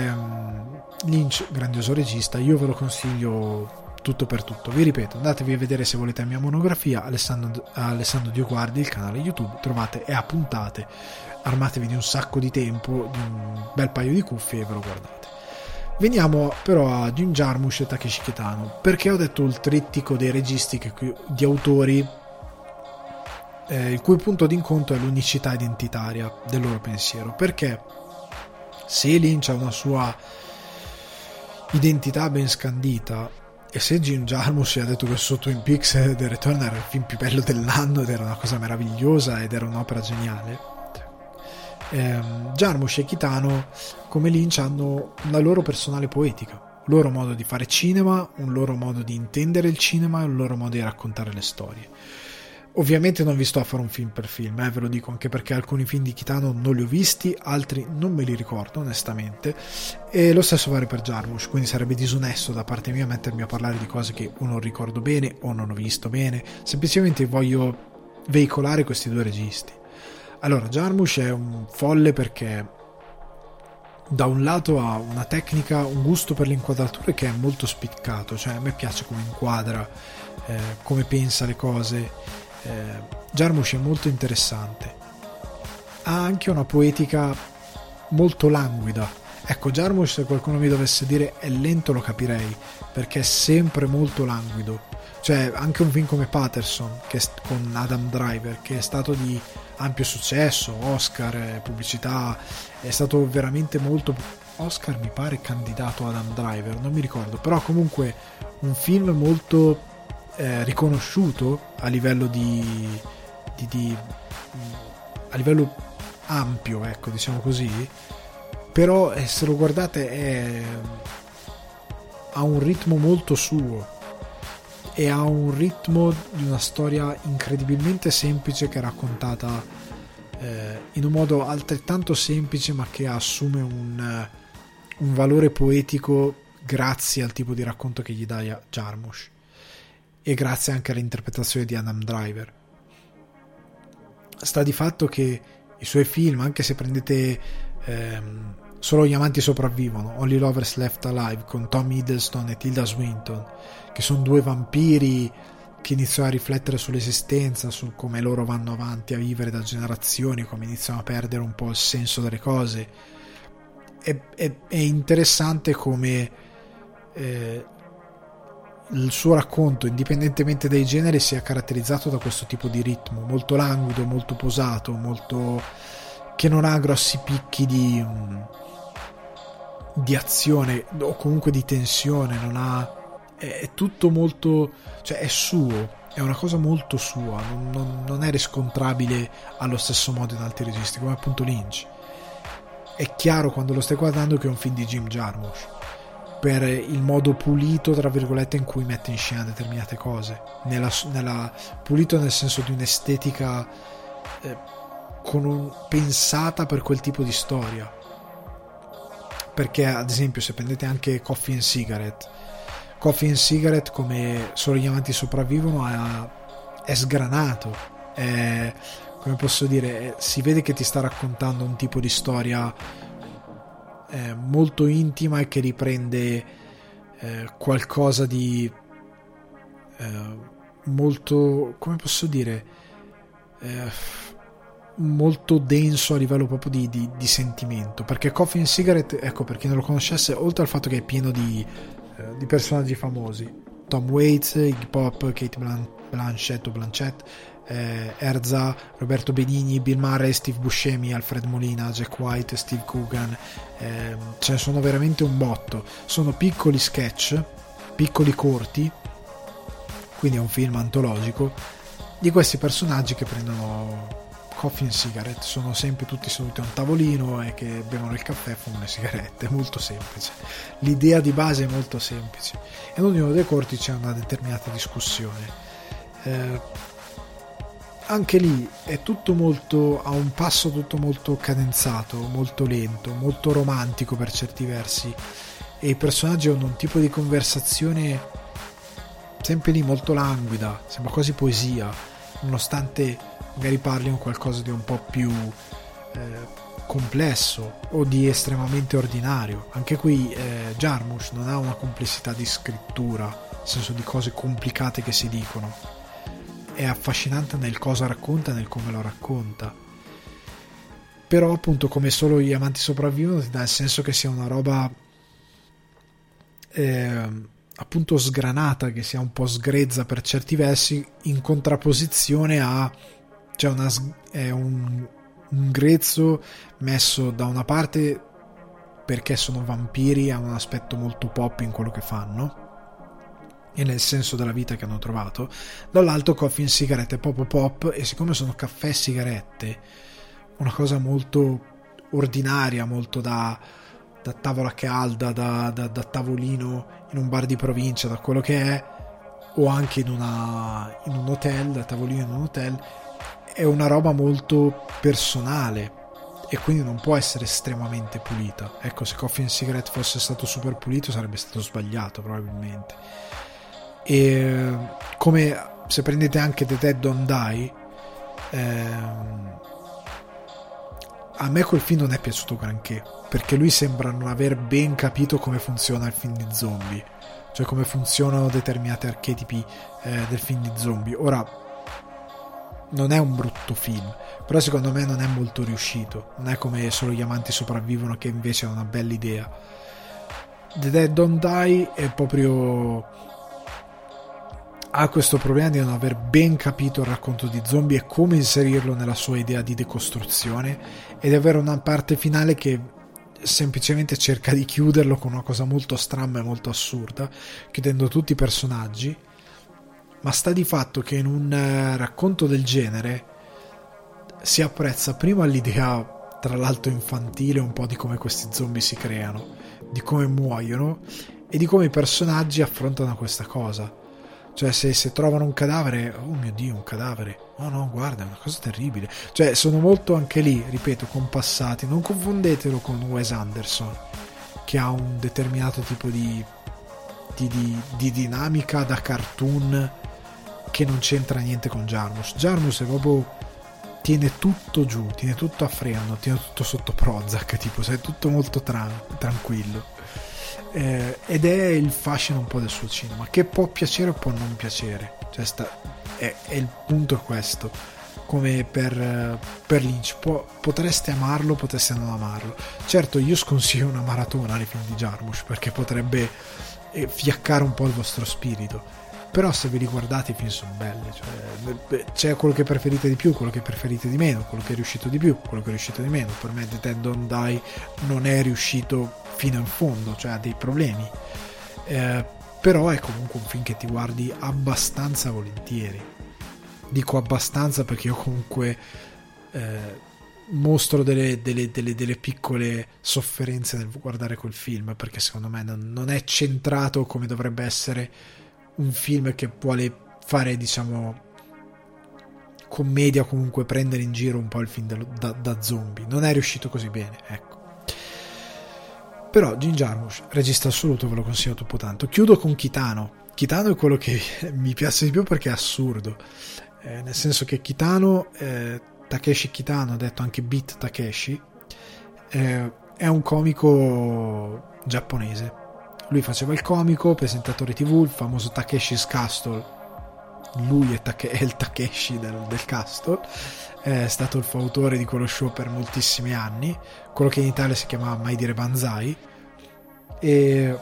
Lynch, grandioso regista, io ve lo consiglio tutto per tutto. Vi ripeto, andatevi a vedere se volete la mia monografia, Alessandro Dioguardi, il canale YouTube, trovate e a puntate, armatevi di un sacco di tempo, di un bel paio di cuffie e ve lo guardate. Veniamo però a Jim Jarmusch e Takeshi Kitano. Perché ho detto il trittico dei registi di autori il cui punto d'incontro è l'unicità identitaria del loro pensiero? Perché se Lynch ha una sua identità ben scandita, e se Jim Jarmusch ha detto che sotto Twin Peaks The Return era il film più bello dell'anno ed era una cosa meravigliosa ed era un'opera geniale, Jarmusch e Kitano come Lynch hanno una loro personale poetica, un loro modo di fare cinema, un loro modo di intendere il cinema e un loro modo di raccontare le storie. Ovviamente non vi sto a fare un film per film, ve lo dico, anche perché alcuni film di Kitano non li ho visti, altri non me li ricordo onestamente, e lo stesso vale per Jarmusch, quindi sarebbe disonesto da parte mia mettermi a parlare di cose che o non ricordo bene o non ho visto bene, semplicemente voglio veicolare questi due registi. Allora, Jarmusch è un folle perché da un lato ha una tecnica, un gusto per le inquadrature che è molto spiccato, cioè a me piace come inquadra, come pensa le cose. Jarmusch è molto interessante ha anche una poetica molto languida. Ecco, Jarmusch, se qualcuno mi dovesse dire è lento, lo capirei, perché è sempre molto languido. Cioè, anche un film come Patterson, con Adam Driver, che è stato di ampio successo, Oscar, pubblicità, è stato veramente molto... Oscar mi pare candidato Adam Driver, non mi ricordo, però comunque un film molto riconosciuto a livello a livello ampio, ecco, diciamo così. Però se lo guardate ha un ritmo molto suo e ha un ritmo di una storia incredibilmente semplice, che è raccontata in un modo altrettanto semplice, ma che assume un valore poetico grazie al tipo di racconto che gli dà Jarmusch e grazie anche all'interpretazione di Adam Driver. Sta di fatto che i suoi film, anche se prendete Solo gli amanti sopravvivono, Only Lovers Left Alive, con Tom Hiddleston e Tilda Swinton, che sono due vampiri che iniziano a riflettere sull'esistenza, su come loro vanno avanti a vivere da generazioni, come iniziano a perdere un po' il senso delle cose. È interessante come il suo racconto, indipendentemente dai generi, sia caratterizzato da questo tipo di ritmo molto languido, molto posato, molto, che non ha grossi picchi di azione o comunque di tensione, non ha, è tutto molto, cioè è suo, è una cosa molto sua, non è riscontrabile allo stesso modo in altri registi, come appunto Lynch. È chiaro quando lo stai guardando che è un film di Jim Jarmusch, per il modo pulito, tra virgolette, in cui mette in scena determinate cose, pulito nel senso di un'estetica pensata per quel tipo di storia. Perché ad esempio, se prendete anche Coffee and Cigarette, come Solo gli amanti sopravvivono, è sgranato, come posso dire, si vede che ti sta raccontando un tipo di storia molto intima e che riprende qualcosa di molto, come posso dire, molto denso a livello proprio di sentimento. Perché Coffee and Cigarette, ecco, per chi non lo conoscesse, oltre al fatto che è pieno di personaggi famosi, Tom Waits, Iggy Pop, Kate Blanchett, Erza, Roberto Benigni, Bill Murray, Steve Buscemi, Alfred Molina, Jack White, Steve Coogan, ce ne sono veramente un botto. Sono piccoli sketch, piccoli corti, quindi è un film antologico di questi personaggi che prendono Coffee and Cigarette, sono sempre tutti seduti a un tavolino e che bevono il caffè e fumano le sigarette. È molto semplice, l'idea di base è molto semplice, e in ognuno dei corti c'è una determinata discussione. Anche lì è tutto molto a un passo, tutto molto cadenzato, molto lento, molto romantico per certi versi, e i personaggi hanno un tipo di conversazione sempre lì molto languida, sembra quasi poesia, nonostante magari parlino qualcosa di un po' più complesso o di estremamente ordinario. Anche qui Jarmusch non ha una complessità di scrittura, nel senso di cose complicate che si dicono. È affascinante nel cosa racconta, nel come lo racconta. Però appunto, come Solo gli amanti sopravvivono, ti dà il senso che sia una roba appunto sgranata, che sia un po' sgrezza per certi versi, in contrapposizione a, cioè è un grezzo messo da una parte perché sono vampiri, hanno un aspetto molto pop in quello che fanno e nel senso della vita che hanno trovato, dall'altro Coffee and Cigarette è proprio pop, e siccome sono caffè e sigarette, una cosa molto ordinaria, molto da tavola calda, da tavolino in un bar di provincia, da quello che è, o anche in un hotel, da tavolino in un hotel, è una roba molto personale e quindi non può essere estremamente pulita. Ecco, se Coffee and Cigarette fosse stato super pulito sarebbe stato sbagliato probabilmente. E come se prendete anche The Dead Don't Die, a me quel film non è piaciuto granché, perché lui sembra non aver ben capito come funziona il film di zombie, cioè come funzionano determinati archetipi del film di zombie. Ora, non è un brutto film, però secondo me non è molto riuscito, non è come Solo gli amanti sopravvivono, che invece è una bella idea. The Dead Don't Die è proprio, ha questo problema di non aver ben capito il racconto di zombie e come inserirlo nella sua idea di decostruzione, ed avere una parte finale che semplicemente cerca di chiuderlo con una cosa molto stramba e molto assurda, chiudendo tutti i personaggi. Ma sta di fatto che in un racconto del genere si apprezza prima l'idea, tra l'altro infantile, un po' di come questi zombie si creano, di come muoiono e di come i personaggi affrontano questa cosa. Cioè se trovano un cadavere, oh mio Dio, un cadavere, oh no, guarda, è una cosa terribile. Cioè sono molto anche lì, ripeto, compassati. Non confondetelo con Wes Anderson, che ha un determinato tipo di dinamica da cartoon che non c'entra niente con Jarmusch. Jarmusch è proprio, tiene tutto giù, tiene tutto a freno, tiene tutto sotto Prozac, tipo, è tutto molto tranquillo. Ed è il fascino un po' del suo cinema, che può piacere o può non piacere, cioè è il punto, è questo. Come per Lynch, potreste amarlo, potreste non amarlo. Certo, io sconsiglio una maratona nei film di Jarmusch, perché potrebbe fiaccare un po' il vostro spirito, però se vi riguardate i film sono belli, cioè, c'è quello che preferite di più, quello che preferite di meno, quello che è riuscito di più, quello che è riuscito di meno. Per me The Dead Don't Die non è riuscito fino in fondo, cioè ha dei problemi, però è comunque un film che ti guardi abbastanza volentieri. Dico abbastanza perché io comunque mostro delle piccole sofferenze nel guardare quel film, perché secondo me non è centrato come dovrebbe essere un film che vuole fare, diciamo, commedia, comunque prendere in giro un po' il film da zombie. Non è riuscito così bene, ecco. Però Jim Jarmusch, regista assoluto, ve lo consiglio troppo tanto. Chiudo con Kitano. Kitano è quello che mi piace di più perché è assurdo, nel senso che Kitano, Takeshi Kitano, detto anche Beat Takeshi, è un comico giapponese. Lui faceva il comico, presentatore TV, il famoso Takeshi's Castle. Lui è il Takeshi del Castle. È stato il fautore di quello show per moltissimi anni, quello che in Italia si chiamava Mai dire Banzai. E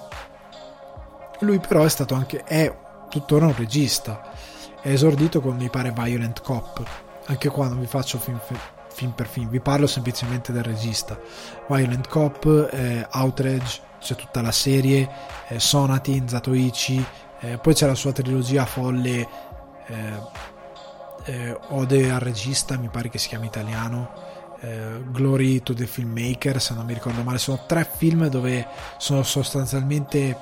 lui però è tuttora un regista. È esordito con, mi pare, Violent Cop. Anche qua non vi faccio film per film, vi parlo semplicemente del regista. Violent Cop, Outrage, c'è tutta la serie, Sonatin, Zatoichi, poi c'è la sua trilogia folle, Ode al regista, mi pare che si chiama italiano, Glory to the Filmmaker, se non mi ricordo male. Sono 3 film dove sono sostanzialmente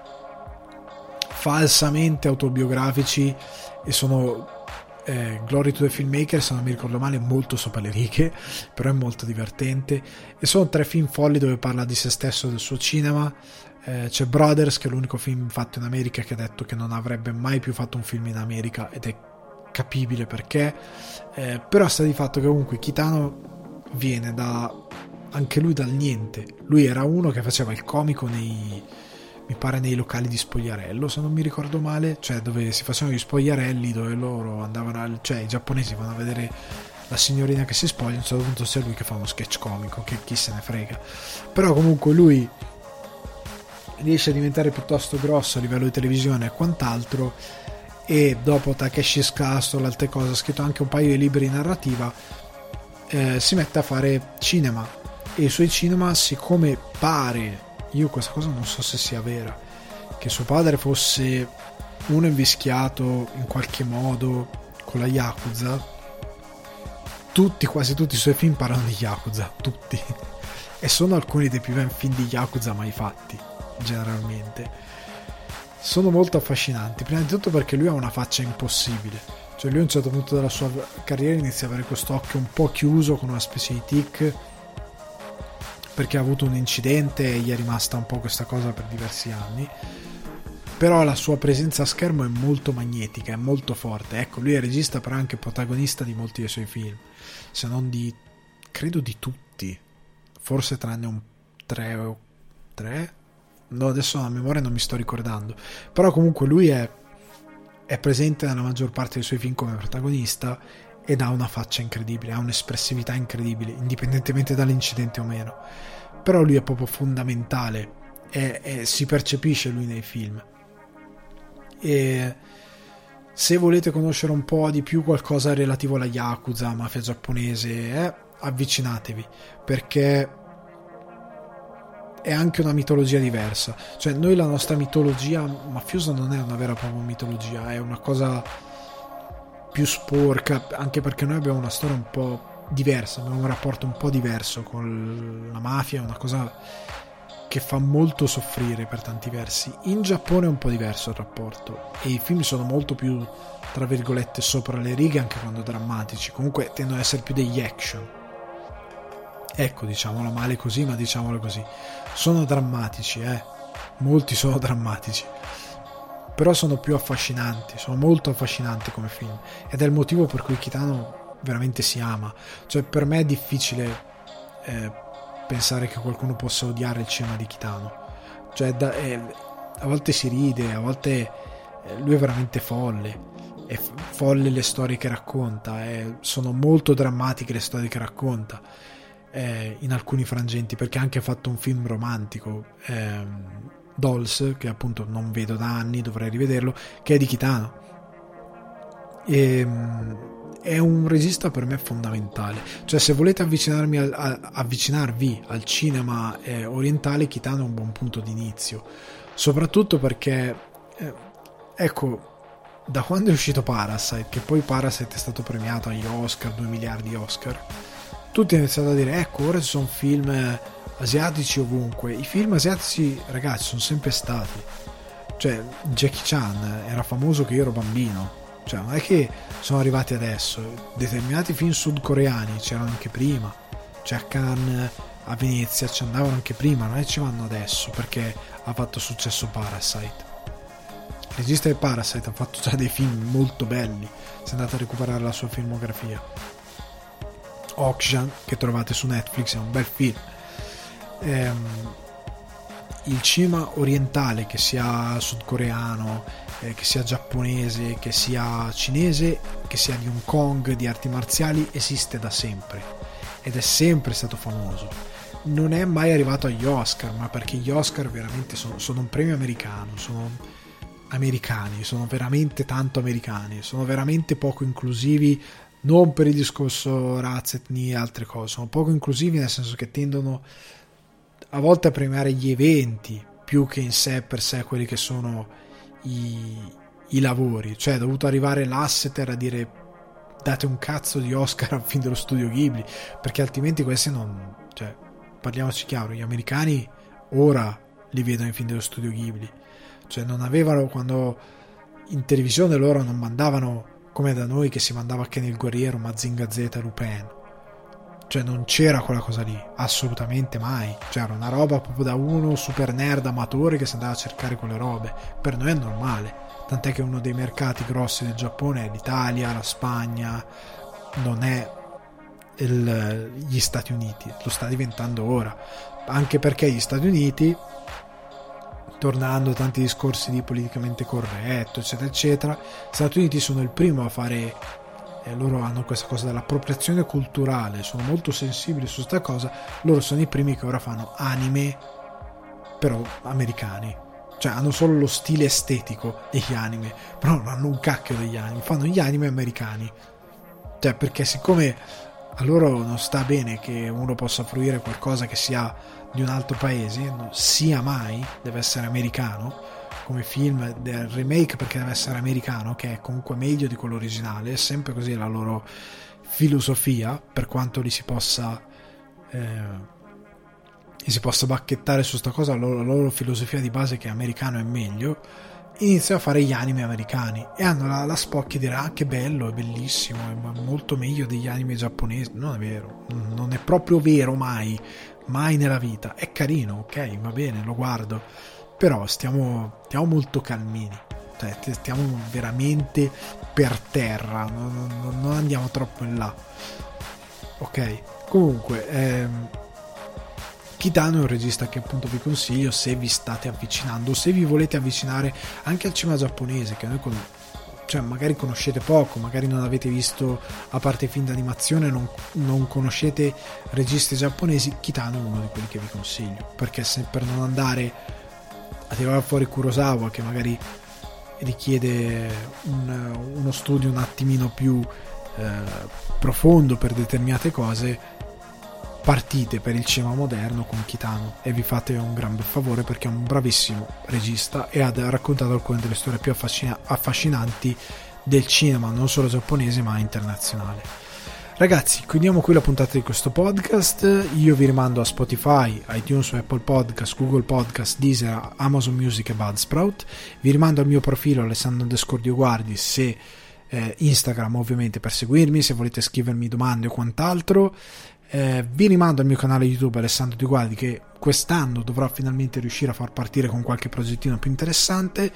falsamente autobiografici e sono Glory to the Filmmaker, se non mi ricordo male, molto sopra le righe, però è molto divertente. E sono 3 film folli dove parla di se stesso e del suo cinema. C'è Brothers, che è l'unico film fatto in America, che ha detto che non avrebbe mai più fatto un film in America, ed è capibile perché, però sta di fatto che comunque Kitano viene anche lui dal niente. Lui era uno che faceva il comico mi pare nei locali di Spogliarello, se non mi ricordo male, cioè dove si facevano gli spogliarelli, dove loro andavano, cioè i giapponesi vanno a vedere la signorina che si spoglia. A un certo punto c'è lui che fa uno sketch comico, che chi se ne frega. Però comunque lui riesce a diventare piuttosto grosso a livello di televisione e quant'altro, e dopo Takeshi's Castle, altre cose, ha scritto anche un paio di libri di narrativa, si mette a fare cinema, e i suoi cinema, siccome pare, io questa cosa non so se sia vera, che suo padre fosse uno invischiato in qualche modo con la Yakuza, quasi tutti i suoi film parlano di Yakuza, tutti, e sono alcuni dei più bei film di Yakuza mai fatti. Generalmente sono molto affascinanti, prima di tutto perché lui ha una faccia impossibile, cioè lui a un certo punto della sua carriera inizia ad avere questo occhio un po' chiuso con una specie di tic, perché ha avuto un incidente e gli è rimasta un po' questa cosa per diversi anni. Però la sua presenza a schermo è molto magnetica, è molto forte. Ecco, lui è regista però anche protagonista di molti dei suoi film, se non credo di tutti, forse tranne un 3. No, adesso a memoria non mi sto ricordando, però comunque lui è presente nella maggior parte dei suoi film come protagonista, ed ha una faccia incredibile, ha un'espressività incredibile, indipendentemente dall'incidente o meno. Però lui è proprio fondamentale, si percepisce lui nei film. E se volete conoscere un po' di più qualcosa relativo alla Yakuza, mafia giapponese, avvicinatevi, perché è anche una mitologia diversa. Cioè, noi la nostra mitologia mafiosa non è una vera e propria mitologia, è una cosa più sporca, anche perché noi abbiamo una storia un po' diversa, abbiamo un rapporto un po' diverso con la mafia, è una cosa che fa molto soffrire per tanti versi. In Giappone è un po' diverso il rapporto e i film sono molto più, tra virgolette, sopra le righe, anche quando drammatici, comunque tendono ad essere più degli action. Ecco, diciamolo male così, ma diciamolo così, sono drammatici, molti sono drammatici, però sono più affascinanti, sono molto affascinanti come film, ed è il motivo per cui Kitano veramente si ama. Cioè, per me è difficile pensare che qualcuno possa odiare il cinema di Kitano. Cioè, a volte si ride, a volte lui è veramente folle, è folle le storie che racconta, sono molto drammatiche le storie che racconta in alcuni frangenti, perché ha anche fatto un film romantico, Dolls, che appunto non vedo da anni, dovrei rivederlo, che è di Kitano. È un regista per me fondamentale. Cioè, se volete avvicinarvi al cinema orientale, Kitano è un buon punto di inizio, soprattutto perché ecco, da quando è uscito Parasite, che poi Parasite è stato premiato agli Oscar, 2 miliardi di Oscar, tutti hanno iniziato a dire ecco, ora ci sono film asiatici ovunque. I film asiatici, ragazzi, sono sempre stati. Cioè, Jackie Chan era famoso che io ero bambino, cioè non è che sono arrivati adesso. Determinati film sudcoreani c'erano anche prima, cioè a Cannes, a Venezia ci andavano anche prima, non è che ci vanno adesso perché ha fatto successo Parasite. Il regista di Parasite ha fatto già dei film molto belli, se andate a recuperare la sua filmografia. Okshan, che trovate su Netflix, è un bel film. Il cinema orientale, che sia sudcoreano, che sia giapponese, che sia cinese, che sia di Hong Kong, di arti marziali, esiste da sempre ed è sempre stato famoso. Non è mai arrivato agli Oscar, ma perché gli Oscar veramente sono un premio americano, sono americani, sono veramente tanto americani, sono veramente poco inclusivi, non per il discorso razza, etnia e altre cose, sono poco inclusivi nel senso che tendono a volte a premiare gli eventi più che in sé per sé quelli che sono i lavori. Cioè è dovuto arrivare Lasseter a dire date un cazzo di Oscar al film dello studio Ghibli, perché altrimenti questi non, cioè, parliamoci chiaro, gli americani ora li vedono i film dello studio Ghibli, cioè non avevano, quando in televisione loro non mandavano come da noi che si mandava Ken il Guerriero, Mazinga Z, Lupin, cioè non c'era quella cosa lì, assolutamente mai. Cioè era una roba proprio da uno super nerd amatore che si andava a cercare quelle robe. Per noi è normale, tant'è che uno dei mercati grossi del Giappone è l'Italia, la Spagna, non è gli Stati Uniti, lo sta diventando ora, anche perché gli Stati Uniti, tornando a tanti discorsi di politicamente corretto eccetera eccetera, gli Stati Uniti sono il primo a fare, loro hanno questa cosa dell'appropriazione culturale, sono molto sensibili su questa cosa, loro sono i primi che ora fanno anime però americani, cioè hanno solo lo stile estetico degli anime, però non hanno un cacchio degli anime, fanno gli anime americani, cioè perché siccome a loro non sta bene che uno possa fruire qualcosa che sia di un altro paese, non sia mai, deve essere americano come film, del remake, perché deve essere americano, che è comunque meglio di quello originale, è sempre così la loro filosofia, per quanto li si possa bacchettare su sta cosa, la loro filosofia di base che americano è meglio, iniziano a fare gli anime americani e hanno la spocchia di dire ah che bello, è bellissimo, è molto meglio degli anime giapponesi. Non è vero, non è proprio vero, mai nella vita. È carino, ok, va bene, lo guardo, però stiamo molto calmini, cioè stiamo veramente per terra, non andiamo troppo in là, ok. Comunque Kitano è un regista che appunto vi consiglio se vi state avvicinando, se vi volete avvicinare anche al cinema giapponese, che noi cioè magari conoscete poco, magari non avete visto, a parte i film d'animazione, non conoscete registi giapponesi, Kitano è uno di quelli che vi consiglio, perché se per non andare a tirare fuori Kurosawa, che magari richiede uno studio un attimino più profondo per determinate cose, partite per il cinema moderno con Kitano e vi fate un gran bel favore, perché è un bravissimo regista e ha raccontato alcune delle storie più affascinanti del cinema, non solo giapponese ma internazionale. Ragazzi, chiudiamo qui la puntata di questo podcast. Io vi rimando a Spotify, iTunes, Apple Podcast, Google Podcast, Deezer, Amazon Music e Buzzsprout. Vi rimando al mio profilo Alessandro_Dioguardi, se Instagram ovviamente, per seguirmi, se volete scrivermi domande o quant'altro. Vi rimando al mio canale YouTube Alessandro Dioguardi, che quest'anno dovrò finalmente riuscire a far partire con qualche progettino più interessante.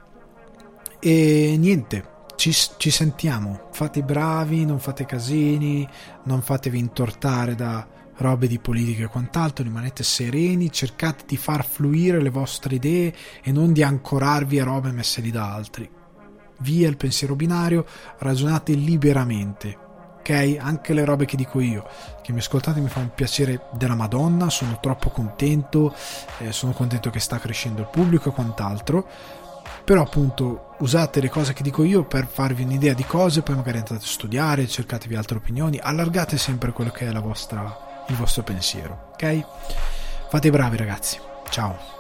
E niente, ci sentiamo, fate i bravi, non fate casini, non fatevi intortare da robe di politica e quant'altro, rimanete sereni, cercate di far fluire le vostre idee e non di ancorarvi a robe messe lì da altri. Via il pensiero binario, ragionate liberamente, ok? Anche le robe che dico io, che mi ascoltate, mi fa un piacere della Madonna, sono troppo contento, sono contento che sta crescendo il pubblico e quant'altro. Però appunto usate le cose che dico io per farvi un'idea di cose, poi magari andate a studiare, cercatevi altre opinioni, allargate sempre quello che è il vostro pensiero, ok? Fate i bravi ragazzi, ciao.